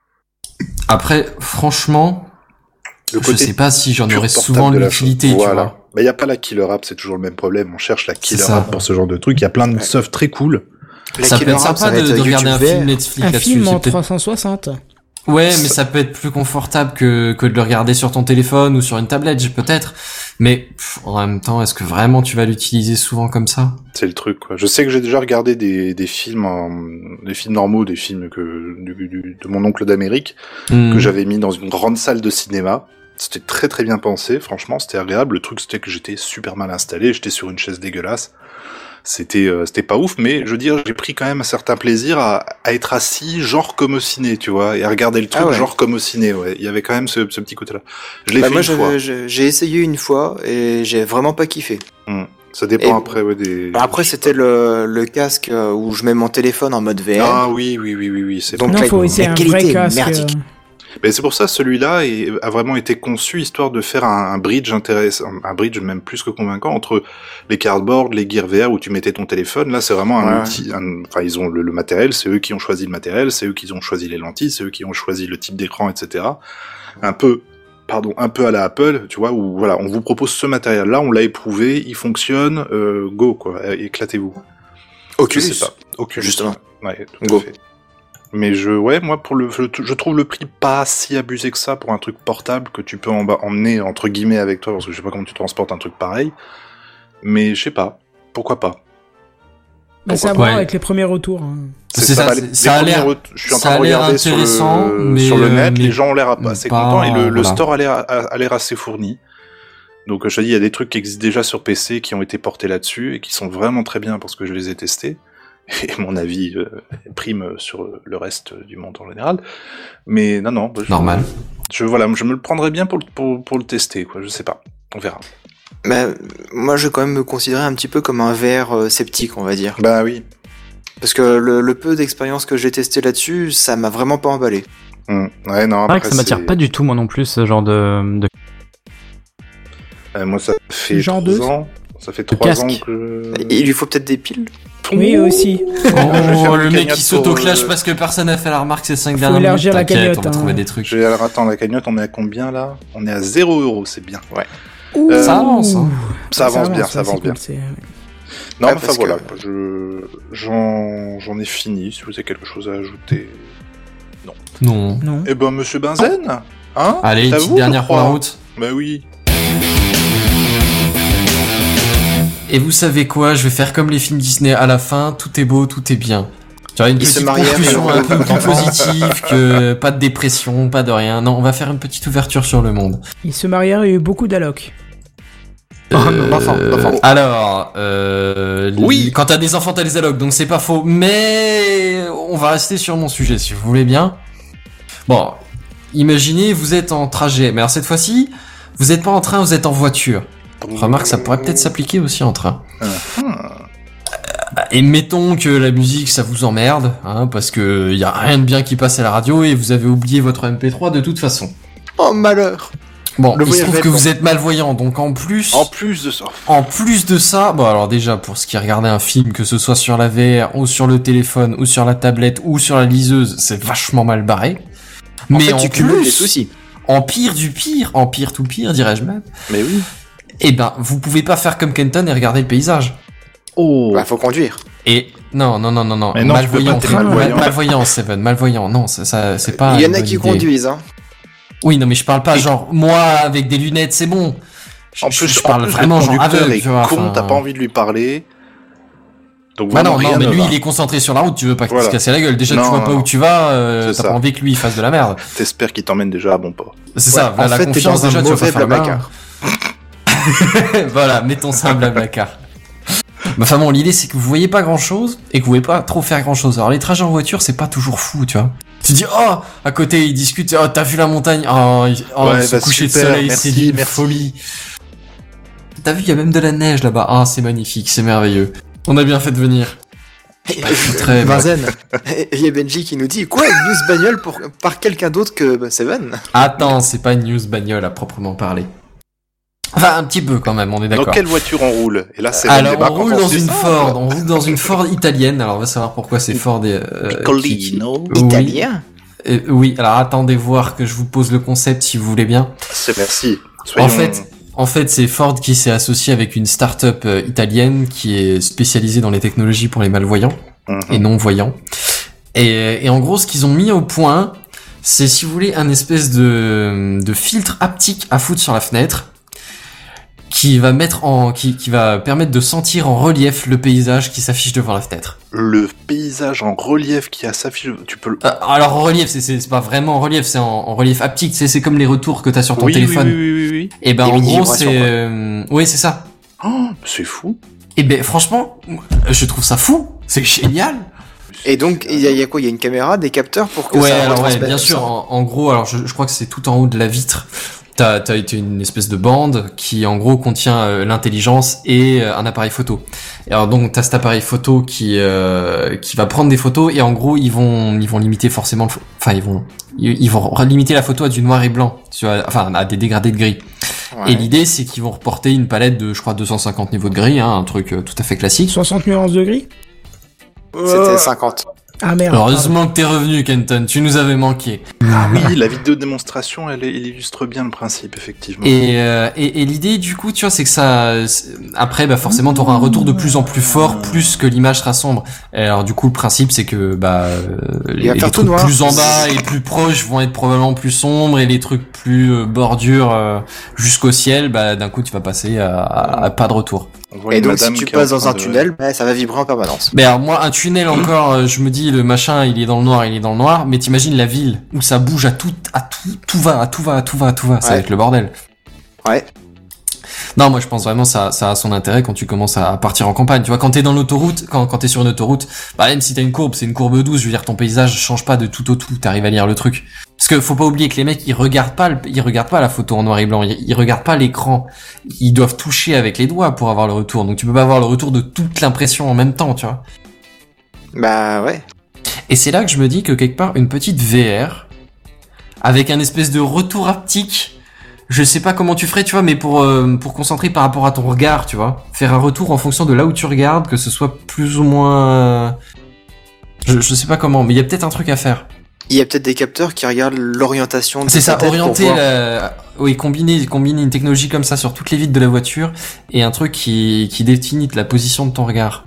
Après, franchement, Le je côté sais pas si j'en pur aurais portable souvent de la l'utilité, chose. tu Voilà. vois. Bah y a pas la killer app, c'est toujours le même problème. On cherche la killer C'est ça. app pour ce genre de truc. Il y a plein de Ouais. stuff très cool. La Ça peut killer être app, ça sympa va de, être de regarder un YouTube film V R. Netflix Un là-dessus. film c'est en peut-être- trois cent soixante. Ouais, mais ça peut être plus confortable que, que de le regarder sur ton téléphone ou sur une tablette, j- peut-être. Mais pff, en même temps, est-ce que vraiment tu vas l'utiliser souvent comme ça? C'est le truc, quoi. Je sais que j'ai déjà regardé des, des films, en, des films normaux, des films que, du, du- de mon oncle d'Amérique, Hmm. que j'avais mis dans une grande salle de cinéma. C'était très très bien pensé, franchement, c'était agréable. Le truc, c'était que j'étais super mal installé, j'étais sur une chaise dégueulasse. C'était euh, c'était pas ouf, mais je veux dire, j'ai pris quand même un certain plaisir à, à être assis, genre comme au ciné, tu vois, et à regarder le truc, Ah ouais. genre comme au ciné, ouais. Il y avait quand même ce, ce petit côté-là. Je l'ai Bah, fait moi, une fois. j'avais- j'ai j'ai essayé une fois et j'ai vraiment pas kiffé. Hmm. Ça dépend Et- après, ouais, des... Bah, après, c'était le, le casque euh, où je mets mon téléphone en mode V R. Ah oui, oui, oui, oui, oui, c'est Donc, bon. Non, la- faut la essayer un qualité vrai est casque. merdique. euh, Mais c'est pour ça celui-là est- a vraiment été conçu histoire de faire un, un bridge intéressant, un bridge même plus que convaincant entre les cardboards, les Gear V R où tu mettais ton téléphone. Là, c'est vraiment un Ouais. outil. un- Enfin, ils ont le, le matériel, c'est eux qui ont choisi le matériel, c'est eux qui ont choisi les lentilles, c'est eux qui ont choisi le type d'écran, et cetera. Un peu, pardon, un peu à la Apple, tu vois, où voilà, on vous propose ce matériel-là, on l'a éprouvé, il fonctionne, euh, go quoi, euh, éclatez-vous. Oculus. Je sais pas. Oculus. Justement. Ouais, tout Go. à fait. Mais je, ouais, moi, pour le, je, je trouve le prix pas si abusé que ça pour un truc portable que tu peux en bas, emmener, entre guillemets, avec toi, parce que je sais pas comment tu transportes un truc pareil. Mais je sais pas. Pourquoi pas? Bah, c'est à voir avec les premiers retours. Hein. C'est, c'est ça, ça, les, c'est- les ça a premiers l'air- ret- je suis en ça train de a l'air regarder sur intéressant, le, mais, sur le euh, net, mais les gens ont l'air assez pas, contents et le, le voilà. store a l'air, a, a l'air assez fourni. Donc je te dis, il y a des trucs qui existent déjà sur P C qui ont été portés là-dessus et qui sont vraiment très bien parce que je les ai testés. Et mon avis euh, prime sur le reste du monde en général. Mais non, non. Je, Normal. Je, voilà, je me le prendrais bien pour, le- pour, pour le tester, quoi. Je sais pas. On verra. Mais moi, je vais quand même me considérer un petit peu comme un V R euh, sceptique, on va dire. Bah oui. Parce que le, le peu d'expérience que j'ai testé là-dessus, ça m'a vraiment pas emballé. Mmh. Ouais, non, C'est vrai après, que ça m'attire c'est- pas du tout, moi non plus, ce genre de. de... Euh, moi, ça fait Genre trois deux. ans. Ça fait De trois casque. ans que. Et il lui faut peut-être des piles. Oui, aussi. Je vais faire Oh, une le mec cagnotte qui s'auto-clash pour, euh, parce que personne n'a fait la remarque ces cinq Faut dernières minutes. élargir la T'inquiète, cagnotte, on va hein. trouver des trucs. Je vais alors attendre la cagnotte. On est à combien là? On est à zéro euro, c'est bien. Ouais. Ouh. Euh, Ça avance, hein. Ça avance bien, ça ouais, avance c'est bien. cool, c'est- Non, Ouais, mais enfin parce voilà, que- quoi, je j'en j'en ai fini. Si vous avez quelque chose à ajouter. Non. Non. Eh ben, Monsieur Benzen, hein? Allez, C'est à petite vous, je dernière pour la crois. route. Bah oui. Et vous savez quoi, je vais faire comme les films Disney à la fin, tout est beau, tout est bien. Tu vois, une Ils se petite marièrent, conclusion et un peu on- plus positive, que pas de dépression, pas de rien. Non, on va faire une petite ouverture sur le monde. Ils se marièrent, il y a eu beaucoup d'allocs. Euh, d'enfants, d'enfants. Alors, euh, Oui. l- quand t'as des enfants, t'as les allocs, donc c'est pas faux. Mais on va rester sur mon sujet, si vous voulez bien. Bon, imaginez, vous êtes en trajet, mais alors cette fois-ci, vous êtes pas en train, vous êtes en voiture. Remarque, ça pourrait peut-être s'appliquer aussi en train. Et mettons que la musique, ça vous emmerde, hein, parce que y a rien de bien qui passe à la radio et vous avez oublié votre M P trois de toute façon. Oh malheur. Bon, Le il se voyage trouve va que être vous long. êtes malvoyant, donc en plus, En plus de ça. en plus de ça, bon alors déjà pour ce qui est regarder un film, que ce soit sur la V R ou sur le téléphone ou sur la tablette ou sur la liseuse, c'est vachement mal barré. En Mais fait, en tu cumules plus, les soucis. en pire du pire, en pire tout pire, dirais-je même, Mais oui. eh ben vous pouvez pas faire comme Kenton et regarder le paysage. Oh. Bah, faut conduire. Et non, non, non, non, non, Mais non, tu peux malvoyant, pas, t'es mal- malvoyant. malvoyant, Seven, malvoyant, non, ça, ça c'est pas. Il y en une a bonne qui idée. conduisent, hein. Oui, non, mais je parle pas genre moi avec des lunettes, c'est bon. Je, En je- plus, je en parle plus, vraiment le genre conducteur aveugle, est tu vois. con, enfin. t'as pas envie de lui parler. Donc Bah vraiment non, non, rien mais ne lui va. il est concentré sur la route, tu veux pas qu'il Voilà. se casse la gueule. Déjà Non, tu vois non, pas non. où tu vas, euh, C'est t'as ça. pas envie que lui il fasse de la merde. T'espères qu'il t'emmène déjà à bon port. C'est ça, en bah, la fait, t'es confiance dans un déjà tu vas pas mauvais faire le malin. Blablacar. Voilà, mettons ça un blablacar. Mais enfin bon, l'idée c'est que vous voyez pas grand chose et que vous pouvez pas trop faire grand chose. Alors les trajets en voiture c'est pas toujours fou, tu vois. Tu dis oh à côté ils discutent, oh t'as vu la montagne, oh, il- oh Ouais, ce bah, coucher super, de soleil merci, c'est d'une merci. folie. T'as vu il y a même de la neige là-bas, ah c'est magnifique, c'est merveilleux. On a bien fait de venir. Très bien. Benzen. Il y a Benji qui nous dit quoi, une news bagnole pour, par quelqu'un d'autre que bah, Seven. Attends, c'est pas une news bagnole à proprement parler. Enfin, un petit peu quand même, on est Dans d'accord. quelle voiture on roule? Et là, c'est Alors, le débat on roule quand dans se dit une ça, Ford, quoi. on roule dans une Ford italienne. Alors, on va savoir pourquoi c'est Ford et, euh, qui- qui- Piccolino. Oui. Italien. Euh, oui, alors attendez voir que je vous pose le concept si vous voulez bien. C'est merci. Soyons... En fait, en fait, c'est Ford qui s'est associé avec une start-up euh, italienne qui est spécialisée dans les technologies pour les malvoyants Mhm. et non-voyants. Et, et en gros, ce qu'ils ont mis au point, c'est, si vous voulez, un espèce de, de filtre haptique à foutre sur la fenêtre qui va mettre en, qui, qui va permettre de sentir en relief le paysage qui s'affiche devant la fenêtre. Le paysage en relief qui a s'affiche, tu peux le... Euh, alors en relief, c'est, c'est, c'est pas vraiment en relief, c'est en, en relief haptique, c'est, c'est comme les retours que t'as sur ton oui, téléphone. oui, oui, oui, oui, oui. Et ben Des en gros mini-vibrations, c'est, quoi. euh, oui c'est ça. Oh, c'est fou. Et ben franchement, je trouve ça fou, c'est génial. Et donc, il y, a, il y a quoi? Il y a une caméra, des capteurs pour que Ouais, ça alors ouais, retransmette bien ça. sûr. En, en gros, alors je, je crois que c'est tout en haut de la vitre. T'as, t'as été une espèce de bande qui, en gros, contient euh, l'intelligence et euh, un appareil photo. Et alors donc, t'as cet appareil photo qui euh, qui va prendre des photos et en gros, ils vont ils vont limiter forcément, le fo- enfin ils vont ils, ils vont limiter la photo à du noir et blanc, tu vois, enfin à des dégradés de gris. Ouais. Et l'idée, c'est qu'ils vont reporter une palette de, je crois, deux cent cinquante niveaux de gris, hein, un truc euh, tout à fait classique. soixante nuances de gris. C'était cinquante. Ah merde. Alors, heureusement que t'es revenu, Kenton, tu nous avais manqué. Ah oui, la vidéo de démonstration, elle, elle illustre bien le principe, effectivement. Et, euh, et, et l'idée, du coup, tu vois, c'est que ça, c'est- après, bah, forcément, t'auras un retour de plus en plus fort, plus que l'image sera sombre. Et alors, du coup, le principe, c'est que, bah, euh, les, va les faire tout trucs noir. plus en bas et plus proches vont être probablement plus sombres et les trucs plus euh, bordures euh, jusqu'au ciel, bah, d'un coup, tu vas passer à, à, à pas de retour. On voit Et une donc, si madame tu qui est en passes dans train un de- tunnel, bah, ça va vibrer en permanence. Mais alors moi, un tunnel encore, euh, je me dis, le machin, il est dans le noir, il est dans le noir, mais t'imagines la ville où ça bouge à tout, à tout, tout va, à tout va, à tout va, à tout va, ça va Ouais. être le bordel. Ouais. Non, moi je pense vraiment ça, ça a son intérêt quand tu commences à partir en campagne. Tu vois, quand t'es dans l'autoroute, quand, quand t'es sur une autoroute, bah même si t'as une courbe, c'est une courbe douce, je veux dire, ton paysage change pas de tout au tout, t'arrives à lire le truc. Parce que faut pas oublier que les mecs, ils regardent pas, le, ils regardent pas la photo en noir et blanc, ils, ils regardent pas l'écran. Ils doivent toucher avec les doigts pour avoir le retour. Donc tu peux pas avoir le retour de toute l'impression en même temps, tu vois. Bah ouais. Et c'est là que je me dis que quelque part, une petite V R, avec un espèce de retour haptique, je sais pas comment tu ferais, tu vois, mais pour, euh, pour concentrer par rapport à ton regard, tu vois. Faire un retour en fonction de là où tu regardes, que ce soit plus ou moins... euh, Je, je sais pas comment, mais il y a peut-être un truc à faire. Il y a peut-être des capteurs qui regardent l'orientation de C'est ta ça, tête pour orienter voir. la... Oui, combiner, combiner une technologie comme ça sur toutes les vitres de la voiture et un truc qui, qui définit la position de ton regard.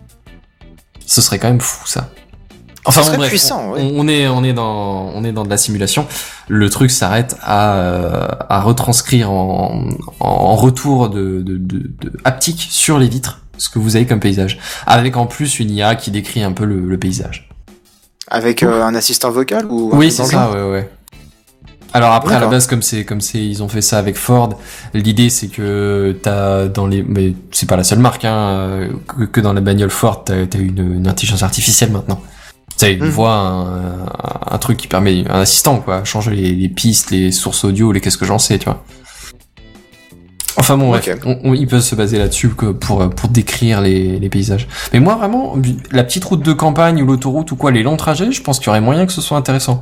Ce serait quand même fou, ça. Enfin, Ce serait bon, bref, puissant, on, ouais. on est, on est dans, on est dans de la simulation. Le truc s'arrête à, euh, à retranscrire en, en retour de, de, de, de haptique sur les vitres ce que vous avez comme paysage. Avec en plus une I A qui décrit un peu le, le paysage. Avec euh, un assistant vocal ou un Oui, truc c'est dans le ça, genre ouais, ouais. Alors après, à la D'accord. base, comme c'est, comme c'est, ils ont fait ça avec Ford. L'idée, c'est que t'as dans les, mais c'est pas la seule marque, hein, que, que dans la bagnole Ford, t'as, t'as une, une intelligence artificielle maintenant. T'as une Mhm. voix, un, un, un truc qui permet, un assistant, quoi, changer les, les pistes, les sources audio, les qu'est-ce que j'en sais, tu vois. Enfin bon, bref, Ok. on, on- ils peuvent se baser là-dessus que pour pour décrire les, les paysages. Mais moi, vraiment, la petite route de campagne ou l'autoroute ou quoi, les longs trajets, je pense qu'il y aurait moyen que ce soit intéressant.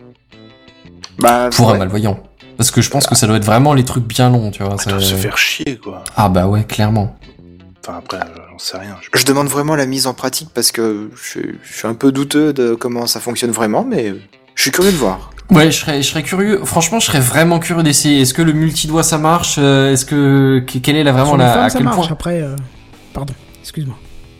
Bah, Pour un ouais. malvoyant. Parce que je pense que ça doit être vraiment les trucs bien longs, tu vois. Attends, ça- se faire chier, quoi. Ah bah ouais, clairement. Enfin, après, euh, j'en sais rien. Je- Je demande vraiment la mise en pratique parce que je, je suis un peu douteux de comment ça fonctionne vraiment, mais je suis curieux de voir. Ouais, je serais, je serais curieux. Franchement, je serais vraiment curieux d'essayer. Est-ce que le multi-doigt ça marche euh, Est-ce que que- quelle est la vraiment Sur les la femmes, à ça quel marche. point Après, euh, pardon, excuse-moi.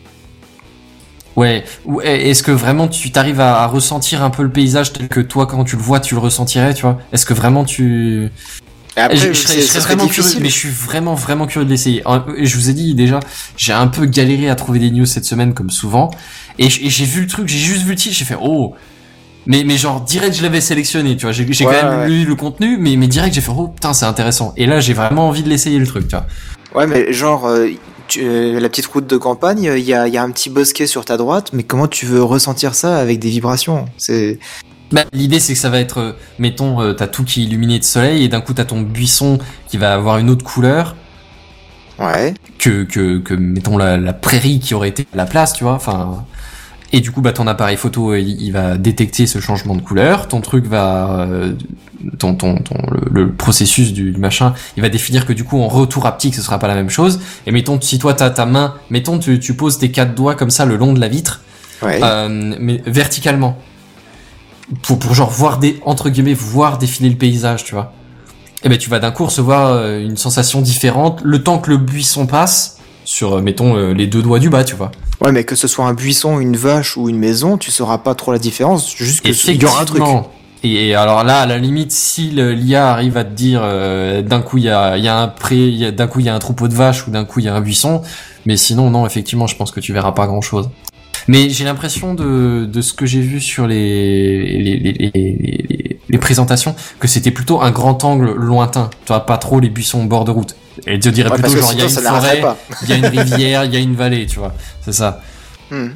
Ouais. Ou est-ce que vraiment tu t'arrives à, à ressentir un peu le paysage tel que toi quand tu le vois tu le ressentirais, tu vois Est-ce que vraiment tu Et après, je, je c'est- serais, je ça serais serait vraiment difficile. curieux, mais je suis vraiment vraiment curieux de l'essayer. En- et Je vous ai dit déjà, j'ai un peu galéré à trouver des news cette semaine comme souvent, et j- et j'ai vu le truc, j'ai juste vu le titre, j'ai fait oh. Mais, mais genre, direct, je l'avais sélectionné, tu vois. J'ai, j'ai Ouais, quand même ouais. lu le contenu, mais, mais direct, j'ai fait, oh putain, c'est intéressant. Et là, j'ai vraiment envie de l'essayer, le truc, tu vois. Ouais, mais genre, euh, tu- euh, la petite route de campagne, il y a, il y a un petit bosquet sur ta droite, mais comment tu veux ressentir ça avec des vibrations? C'est... Bah, l'idée, c'est que ça va être, euh, mettons, euh, t'as tout qui est illuminé de soleil, et d'un coup, t'as ton buisson qui va avoir une autre couleur Ouais. que, que, que mettons, la, la prairie qui aurait été à la place, tu vois. Enfin. Et du coup, bah, ton appareil photo, euh, il, il va détecter ce changement de couleur. Ton truc va, euh, ton, ton, ton, le, le processus du, du machin, il va définir que du coup, en retour haptique, ce sera pas la même chose. Et mettons, si toi, t'as ta main, mettons, tu, tu poses tes quatre doigts comme ça le long de la vitre, Ouais. euh, mais verticalement. Pour, pour genre voir des, entre guillemets, voir défiler le paysage, tu vois. Et ben, tu vas d'un coup recevoir euh, une sensation différente le temps que le buisson passe sur, euh, mettons, euh, les deux doigts du bas, tu vois. Ouais, mais que ce soit un buisson, une vache ou une maison, tu sauras pas trop la différence. Juste que il y aura un truc. Effectivement. Et, et alors là, à la limite, si le- l'I A arrive à te dire euh, d'un coup il y a, il y a un pré, il y a- d'un coup il y a un troupeau de vaches ou d'un coup il y a un buisson, mais sinon non, effectivement, je pense que tu verras pas grand chose. Mais j'ai l'impression de, de ce que j'ai vu sur les les, les, les, les, les présentations que c'était plutôt un grand angle lointain, tu vois, pas trop les buissons au bord de route. Et tu dirais Ouais, plutôt parce que genre il y a sinon, une ça n'arrêterait forêt, pas. il y a une rivière, il y a une vallée, tu vois, c'est ça. Hmm.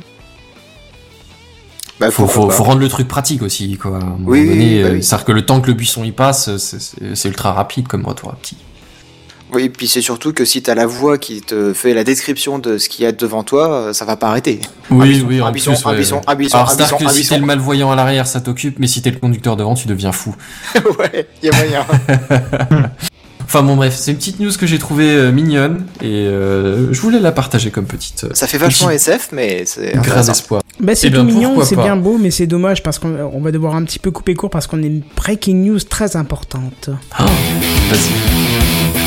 Bah, Faut, pourquoi faut, pas. faut rendre le truc pratique aussi, quoi. À un moment Oui, oui, donné, bah euh, oui. c'est-à-dire que le temps que le buisson y passe, c'est, c'est, c'est ultra rapide comme retour haptique. Oui, puis c'est surtout que si t'as la voix qui te fait la description de ce qu'il y a devant toi, euh, ça va pas arrêter. Oui, Un buisson, oui, un en buisson, plus, un ouais. buisson, un buisson, Alors, un c'est-à-dire buisson, que un si buisson. t'es le malvoyant à l'arrière, ça t'occupe, mais si t'es le conducteur devant, tu deviens fou. Ouais, y a moyen. Enfin bon, bref, c'est une petite news que j'ai trouvée euh, mignonne, et euh, je voulais la partager comme petite... Euh, Ça fait vachement petite- S F, mais c'est grain intéressant. d'espoir. Bah, c'est Eh tout bien, mignon, pourquoi c'est pas. bien beau, mais c'est dommage parce qu'on on va devoir un petit peu couper court parce qu'on a une breaking news très importante. Oh, vas-y.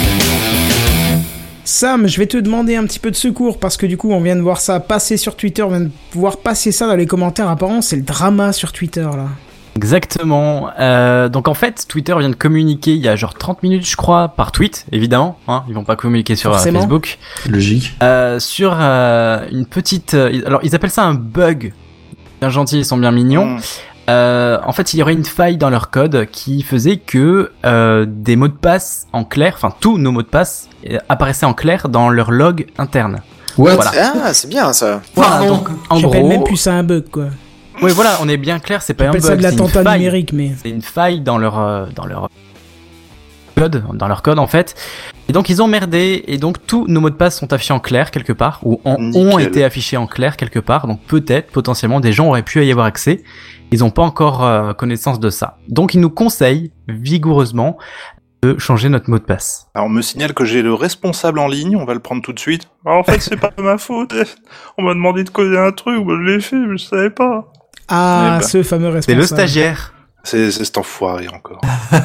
Sam, je vais te demander un petit peu de secours parce que du coup, on vient de voir ça passer sur Twitter, on vient de voir passer ça dans les commentaires. Apparemment, c'est le drama sur Twitter là. Exactement. Euh, donc en fait, Twitter vient de communiquer il y a genre trente minutes, je crois, par tweet, évidemment. Hein, ils vont pas communiquer sur euh, Facebook. Logique. Euh, sur euh, une petite... Euh, alors ils appellent ça un bug. Bien gentil, ils sont bien mignons. Mmh. Euh, en fait, il y aurait une faille dans leur code qui faisait que euh, des mots de passe en clair, enfin tous nos mots de passe euh, apparaissaient en clair dans leur log interne. What voilà. Ah, c'est bien ça. Voilà, donc en J'appelle gros, même plus ça un bug, quoi. Oui, voilà, on est bien clair, c'est pas un bug, ça de c'est une l'attentat faille. numérique, mais c'est une faille dans leur euh, dans leur code, dans leur code en fait. Et donc ils ont merdé, et donc tous nos mots de passe sont affichés en clair quelque part, ou en, ont été affichés en clair quelque part. Donc peut-être, potentiellement, des gens auraient pu y avoir accès. Ils n'ont pas encore euh, connaissance de ça. Donc ils nous conseillent vigoureusement de changer notre mot de passe. Alors on me signale que j'ai le responsable en ligne, on va le prendre tout de suite. Alors, en fait, c'est pas de ma faute. On m'a demandé de coder un truc, moi je l'ai fait, mais je savais pas. Ah, bah, ce fameux responsable. C'est le stagiaire. C'est, c'est cet enfoiré encore.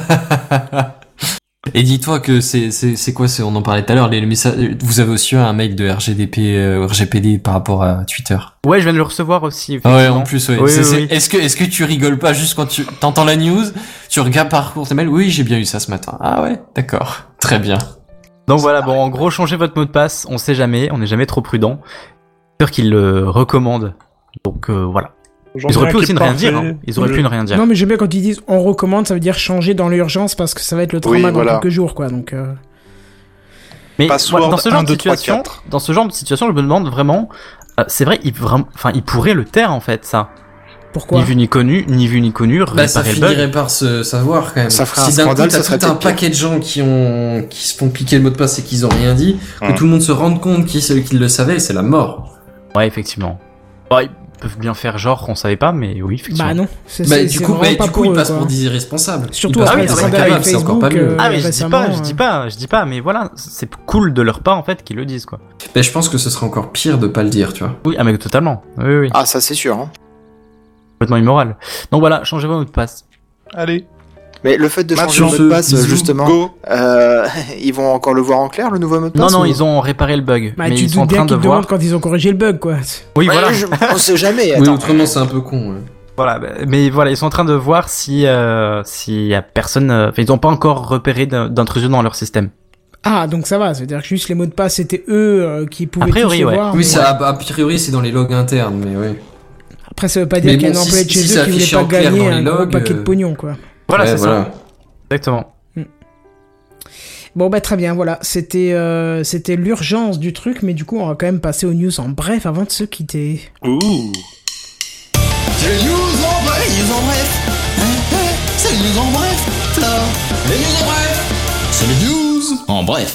Et dis-toi que c'est c'est c'est quoi c'est on en parlait tout à l'heure les, les messages vous avez aussi eu un mail de R G D P euh, R G P D par rapport à Twitter. Ouais, je viens de le recevoir aussi. Ah ouais, en plus ouais. Oui, c'est, oui, c'est, oui. Est-ce que est-ce que tu rigoles pas juste quand tu t'entends la news, tu regardes parcours tes mails, oui, j'ai bien eu ça ce matin. Ah ouais, d'accord. Très bien. Donc voilà, bon en gros, changez votre mot de passe, on sait jamais, on n'est jamais trop prudent. J'espère qu'ils le recommandent. Donc euh, voilà. J'en Ils auraient pu ai un aussi qui ne est rien parfait. dire. Hein. Ils auraient pu ne rien dire. Non, mais j'aime bien quand ils disent on recommande, ça veut dire changer dans l'urgence parce que ça va être le trauma Oui, dans voilà. quelques jours, quoi. Donc. Euh... Mais Password voilà, dans ce genre un, de deux, trois, situation, quatre. dans ce genre de situation, je me demande vraiment. Euh, c'est vrai, il vraiment, enfin, il pourrait le taire en fait, ça. Pourquoi ? Ni vu ni connu, ni vu ni connu. Bah ça réparer le bug. finirait par se savoir quand même. Ça ferait un si d'un scandale, coup t'as ça serait tout un peut-être pire. paquet de gens qui ont qui se font piquer le mot de passe et qu'ils ont rien dit, que Hum. tout le monde se rende compte qu'ils qu'ils le savaient, c'est la mort. Ouais, effectivement. Ouais, ils peuvent bien faire genre qu'on savait pas, mais oui, effectivement. Bah non. C'est, Bah c'est, du c'est coup, vraiment bah, pas du coup pour ils eux, passent quoi. pour des irresponsables. Surtout Ils passent après pour le des scandale incapables, avec c'est encore pas Facebook, mieux. euh, Ah mais je dis récemment, pas, je euh. dis pas, je dis pas, mais voilà, c'est cool de leur part en fait qu'ils le disent quoi. Mais je pense que ce serait encore pire de pas le dire, tu vois. Oui, ah mais totalement. Oui, oui, Ah, ça c'est sûr. Hein. complètement immoral. Donc voilà, changez votre mot de passe. Allez. Mais le fait de Match changer le mot sur de ce, passe, bisous, justement, go. euh, ils vont encore le voir en clair, le nouveau mot de Non passe non, ou- ils ont réparé le bug, Bah mais tu ils sont en doutes train bien de qu'ils demandent voir. quand ils ont corrigé le bug, quoi. Oui, Ouais, voilà. je- on sait jamais. Oui, Attends. autrement c'est un peu con. Ouais. Voilà, bah, mais voilà, ils sont en train de voir si euh, s'il y a personne. euh, Enfin, ils ont pas encore repéré d'in- d'intrusion dans leur système. Ah, donc ça va, ça veut dire que juste les mots de passe c'était eux euh, qui pouvaient A priori, tous les ouais. voir. Oui, mais- ça a, a priori c'est dans les logs internes, mais oui. Après, ça veut pas dire Mais qu'il y a bon, un si- employé de si chez c'est eux qui voulait affiché pas en clair gagner dans un les gros logs, paquet de euh, pognon, quoi. Voilà, Ouais, c'est voilà. ça. Exactement. Bon bah très bien, voilà, c'était euh, c'était l'urgence du truc, mais du coup on va quand même passer aux news en bref avant de se quitter. Ouh. C'est les news en bref, les news en bref. Hein, hein, c'est les news en bref, là. Les news en bref. C'est les news en bref.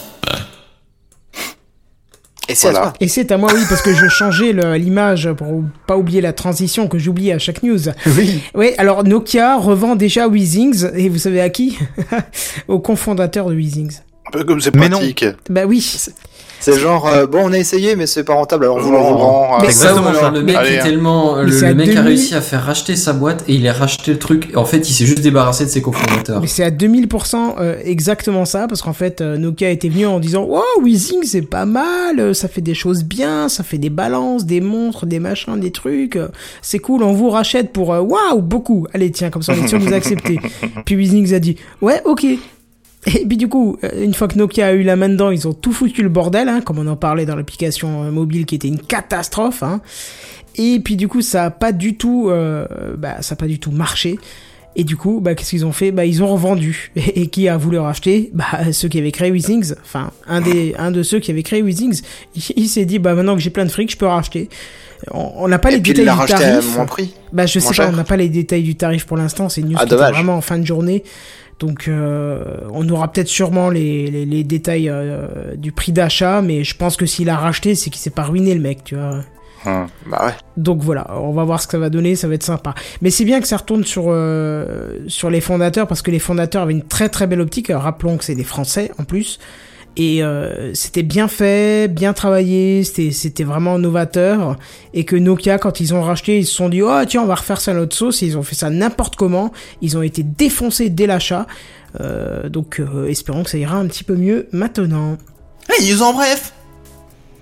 Et c'est Voilà. à toi. Et c'est à moi, oui, parce que je changeais le- l'image pour pas oublier la transition que j'oublie à chaque news. Oui. Oui, alors Nokia revend déjà Weezings, et vous savez à qui ? Au cofondateur de Weezings. Un peu comme c'est Mais non. pratique. Bah oui. C'est genre, euh, bon, on a essayé, mais c'est pas rentable, alors On vous vous le le rend. rend. Mais euh, ça, Ça, ou alors le mec Allez, est hein. tellement, Mais le, c'est le à mec deux a mille. réussi à faire racheter sa boîte et il a racheté le truc. En fait, il s'est juste débarrassé de ses cofondateurs. Mais c'est à deux mille pour cent euh, exactement ça, parce qu'en fait, euh, Nokia était venu en disant « Wow, Weezings, c'est pas mal, euh, ça fait des choses bien, ça fait des balances, des montres, des machins, des trucs, euh, c'est cool, on vous rachète pour euh, waouh, beaucoup. Allez, tiens, comme ça, on est sûr que vous acceptez. » Puis Weezings a dit « Ouais, ok. » Et puis du coup, euh, une fois que Nokia a eu la main dedans, ils ont tout foutu le bordel, hein, comme on en parlait dans l'application euh, mobile qui était une catastrophe. Hein. Et puis du coup, ça a pas du tout, euh, bah, ça a pas du tout marché. Et du coup, bah, qu'est-ce qu'ils ont fait ? Bah, ils ont revendu. Et, et qui a voulu racheter ? Bah, ceux qui avaient créé Weezings. Enfin, un des, un de ceux qui avaient créé Weezings. Il, il s'est dit, bah, maintenant que j'ai plein de fric, je peux racheter. On on n'a pas les Et puis il détails l'a du racheté à tarif. moins prix. Bah, je moins sais pas, cher. on n'a pas les détails du tarif pour l'instant. C'est une news Ah, qui était dommage. vraiment en fin de journée. Donc, euh, on aura peut-être sûrement les, les, les détails euh, du prix d'achat, mais je pense que s'il a racheté, c'est qu'il s'est pas ruiné, le mec, tu vois. Hum. Bah ouais. Donc voilà, on va voir ce que ça va donner, ça va être sympa. Mais c'est bien que ça retourne sur euh, sur les fondateurs, parce que les fondateurs avaient une très très belle optique. Alors, rappelons que c'est des Français en plus, et euh, c'était bien fait, bien travaillé, c'était c'était vraiment novateur. Et que Nokia, quand ils ont racheté, ils se sont dit oh tiens, on va refaire ça à notre sauce. Et ils ont fait ça n'importe comment. Ils ont été défoncés dès l'achat. Euh, donc euh, espérons que ça ira un petit peu mieux maintenant. Les news en bref.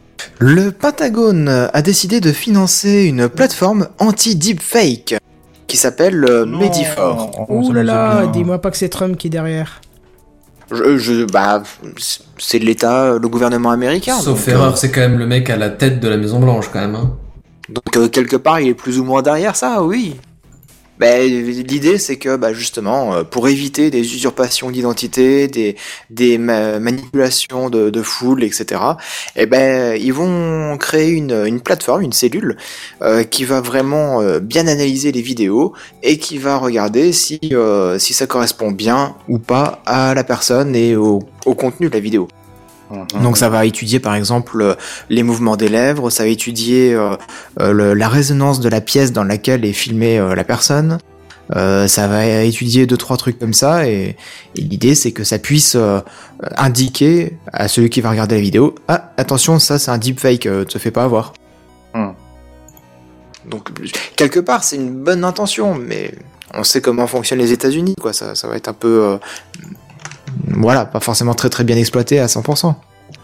Le Pentagone a décidé de financer une plateforme anti-deepfake. qui s'appelle euh, Medifor. Ouh là là, dis-moi pas que c'est Trump qui est derrière. Je, je, bah, c'est l'État, le gouvernement américain. Sauf donc, erreur, euh, c'est quand même le mec à la tête de la Maison Blanche quand même. Hein. Donc euh, quelque part, il est plus ou moins derrière ça, oui. Bah, l'idée, c'est que bah, justement, euh, pour éviter des usurpations d'identité, des, des ma- manipulations de, de foule, et cetera, eh ben, ils vont créer une, une plateforme, une cellule, euh, qui va vraiment euh, bien analyser les vidéos et qui va regarder si, euh, si ça correspond bien ou pas à la personne et au, au contenu de la vidéo. Donc ça va étudier par exemple euh, les mouvements des lèvres, ça va étudier euh, euh, le, la résonance de la pièce dans laquelle est filmée euh, la personne, euh, ça va étudier deux trois trucs comme ça et, et l'idée c'est que ça puisse euh, indiquer à celui qui va regarder la vidéo, ah attention ça c'est un deepfake, euh, te fais pas avoir. Hmm. Donc quelque part c'est une bonne intention mais on sait comment fonctionnent les États-Unis quoi, ça, ça va être un peu... Euh, voilà, pas forcément très très bien exploité à cent pour cent.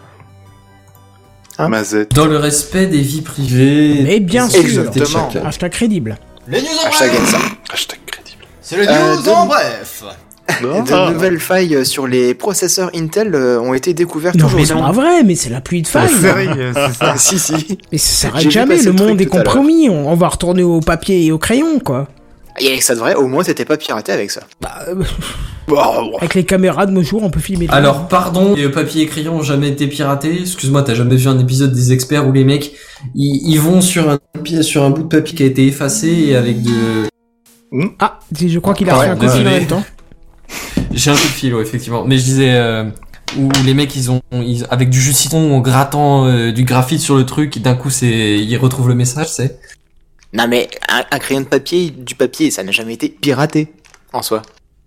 Hein Mazette. Dans le respect des vies privées. Mais bien des sûr, activités de chacun. hashtag crédible. Les news en Hashtag bref. ça. Hashtag crédible. C'est les Euh, news de- en bref. De nouvelles failles sur les processeurs Intel euh, ont été découvertes Non, mais aujourd'hui. c'est pas vrai, mais c'est la pluie de failles. Sérieux, c'est ça. Ah, si si. Mais ça J'ai s'arrête vu jamais, passer le le truc monde est tout à l'heure. compromis, on, on va retourner au papier et au crayon, quoi. Et ça devrait, au moins t'étais pas piraté avec ça. Bah, euh, avec les caméras de nos jours, on peut filmer. tout. Alors, pardon, le papier et crayon ont jamais été piratés. Excuse-moi, t'as jamais vu un épisode des experts où les mecs, ils, ils vont sur un papier, sur un bout de papier qui a été effacé et avec de... Ah, je crois qu'il a Ouais, fait un coup de fil en désolé. même temps. J'ai un coup de fil, ouais, effectivement. Mais je disais, euh, où les mecs, ils ont, ils, avec du jus de citron, en grattant euh, du graphite sur le truc, et d'un coup, c'est, ils retrouvent le message, c'est. Non mais un, un crayon de papier, du papier, ça n'a jamais été piraté en soi.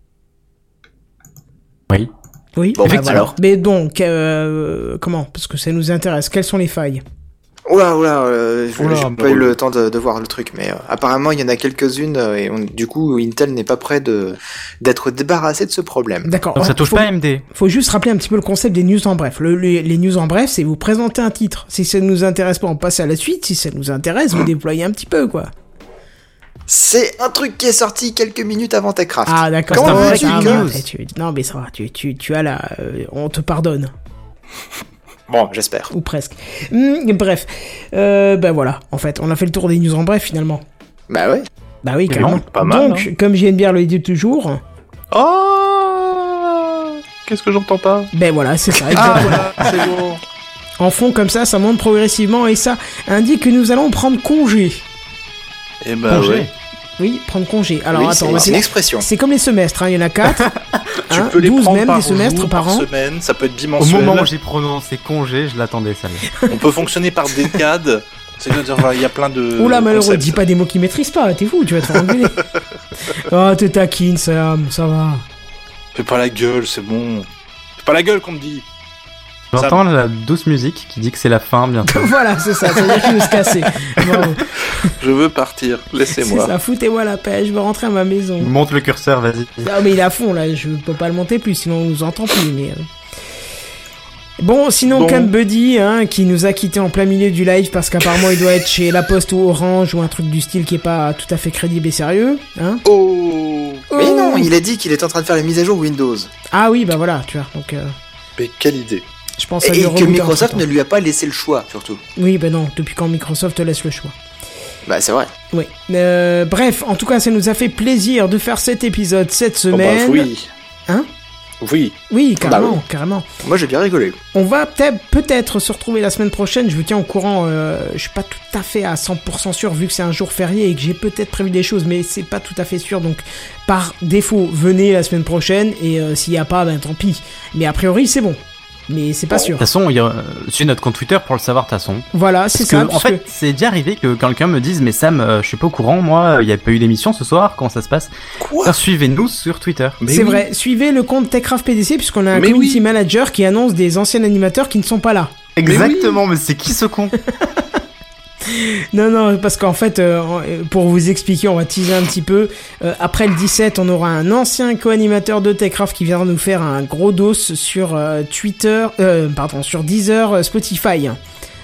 Oui. Oui, Bon, bah, effectivement. voilà. Mais donc, euh, comment? Parce que ça nous intéresse. Quelles sont les failles? Oula oula, euh, Oula, j'ai bah, pas eu oula. le temps de, de voir le truc, mais euh, apparemment il y en a quelques-unes euh, et on- du coup Intel n'est pas prêt de d'être débarrassé de ce problème. D'accord. Donc ça touche faut, pas à A M D. faut juste rappeler un petit peu le concept des news en bref. Le, le- les news en bref, c'est vous présenter un titre. Si ça nous intéresse pas, on passe à la suite. Si ça nous intéresse, vous déployez un petit peu, quoi. C'est un truc qui est sorti quelques minutes avant Techcraft. Ah, d'accord. Comment ça va, veux-tu ça que- va. Eh, tu- Non, mais ça va. Tu, tu, tu as la, euh, on te pardonne. Bon, j'espère. Ou presque. Hum, bref. Euh, ben voilà. En fait, on a fait le tour des news en bref, finalement. Bah ouais. Bah oui, Mais carrément. non, pas mal, Donc, hein. comme J N B R le dit toujours, Oh Qu'est-ce que j'entends pas? ben voilà, c'est ça. Ah exactement. voilà, c'est bon. En fond, comme ça, ça monte progressivement et ça indique que nous allons prendre congé. Eh ben Congé. ouais. Oui, prendre congé. Alors Oui, attends, c'est on va c'est une faire- expression. c'est comme les semestres, hein, il y en a quatre. Tu hein, peux les douze prendre même par des semestres jour, par an. semaine, ça peut être Au bimensuel. moment où j'ai prononcé congé, je l'attendais celle-là. On peut fonctionner par décades. C'est-à-dire, il y a plein de. Oula, malheureux, concepts. dis pas des mots qu'ils maîtrisent pas, t'es fou, tu vas te faire engueuler. Oh, t'es taquine, Sam, ça va. Fais pas la gueule, c'est bon. Fais pas la gueule qu'on me dit. J'entends la douce musique qui dit que c'est la fin bientôt. Voilà, c'est ça, ça veut dire qu'il veut se casser. Bravo. Je veux partir, C'est laissez-moi. ça, foutez-moi la paix, je veux rentrer à ma maison. Monte le curseur, vas-y. Non, mais il est à fond, là, je peux pas le monter plus, sinon on nous entend plus, mais... euh. Bon, sinon, Bon. comme Buddy, hein, qui nous a quitté en plein milieu du live parce qu'apparemment il doit être chez La Poste ou Orange ou un truc du style qui est pas tout à fait crédible et sérieux, hein. Oh Mais Oh. non, il a dit qu'il est en train de faire les mises à jour Windows. Ah oui, bah voilà, tu vois, donc... euh, Mais quelle idée. je pense à Et, lui et que rebooter Microsoft entre-temps. ne lui a pas laissé le choix, surtout. Oui, bah non, depuis quand Microsoft te laisse le choix. Bah c'est vrai. Oui. Euh, bref, en tout cas, ça nous a fait plaisir de faire cet épisode cette Oh bah semaine. oui. Hein Oui. Oui, carrément, Bah oui. carrément. Moi j'ai bien rigolé. On va peut-être peut-être se retrouver la semaine prochaine. Je vous tiens au courant. Euh, je suis pas tout à fait à cent pour cent sûr vu que c'est un jour férié et que j'ai peut-être prévu des choses, mais c'est pas tout à fait sûr. Donc, par défaut, venez la semaine prochaine et euh, s'il y a pas, ben tant pis. Mais a priori, c'est bon. Mais c'est pas De sûr. toute façon, il y a, euh, sur notre compte Twitter pour le savoir de toute façon. Voilà, c'est Parce ça. que, en parce fait, que- c'est déjà arrivé que quelqu'un me dise, mais Sam, euh, je suis pas au courant, moi, il y a pas eu d'émission ce soir, comment ça se passe? Quoi? Alors, suivez-nous sur Twitter. Mais c'est oui. vrai. Suivez le compte Techcraft P D C puisqu'on a un Mais community oui. manager qui annonce des anciens animateurs qui ne sont pas là. Exactement, mais c'est qui ce con? Non, non, parce qu'en fait, euh, pour vous expliquer, on va teaser un petit peu. Euh, après le dix-sept, on aura un ancien co-animateur de Techcraft qui viendra nous faire un gros dos sur euh, Twitter, euh, pardon, sur Deezer, euh, Spotify.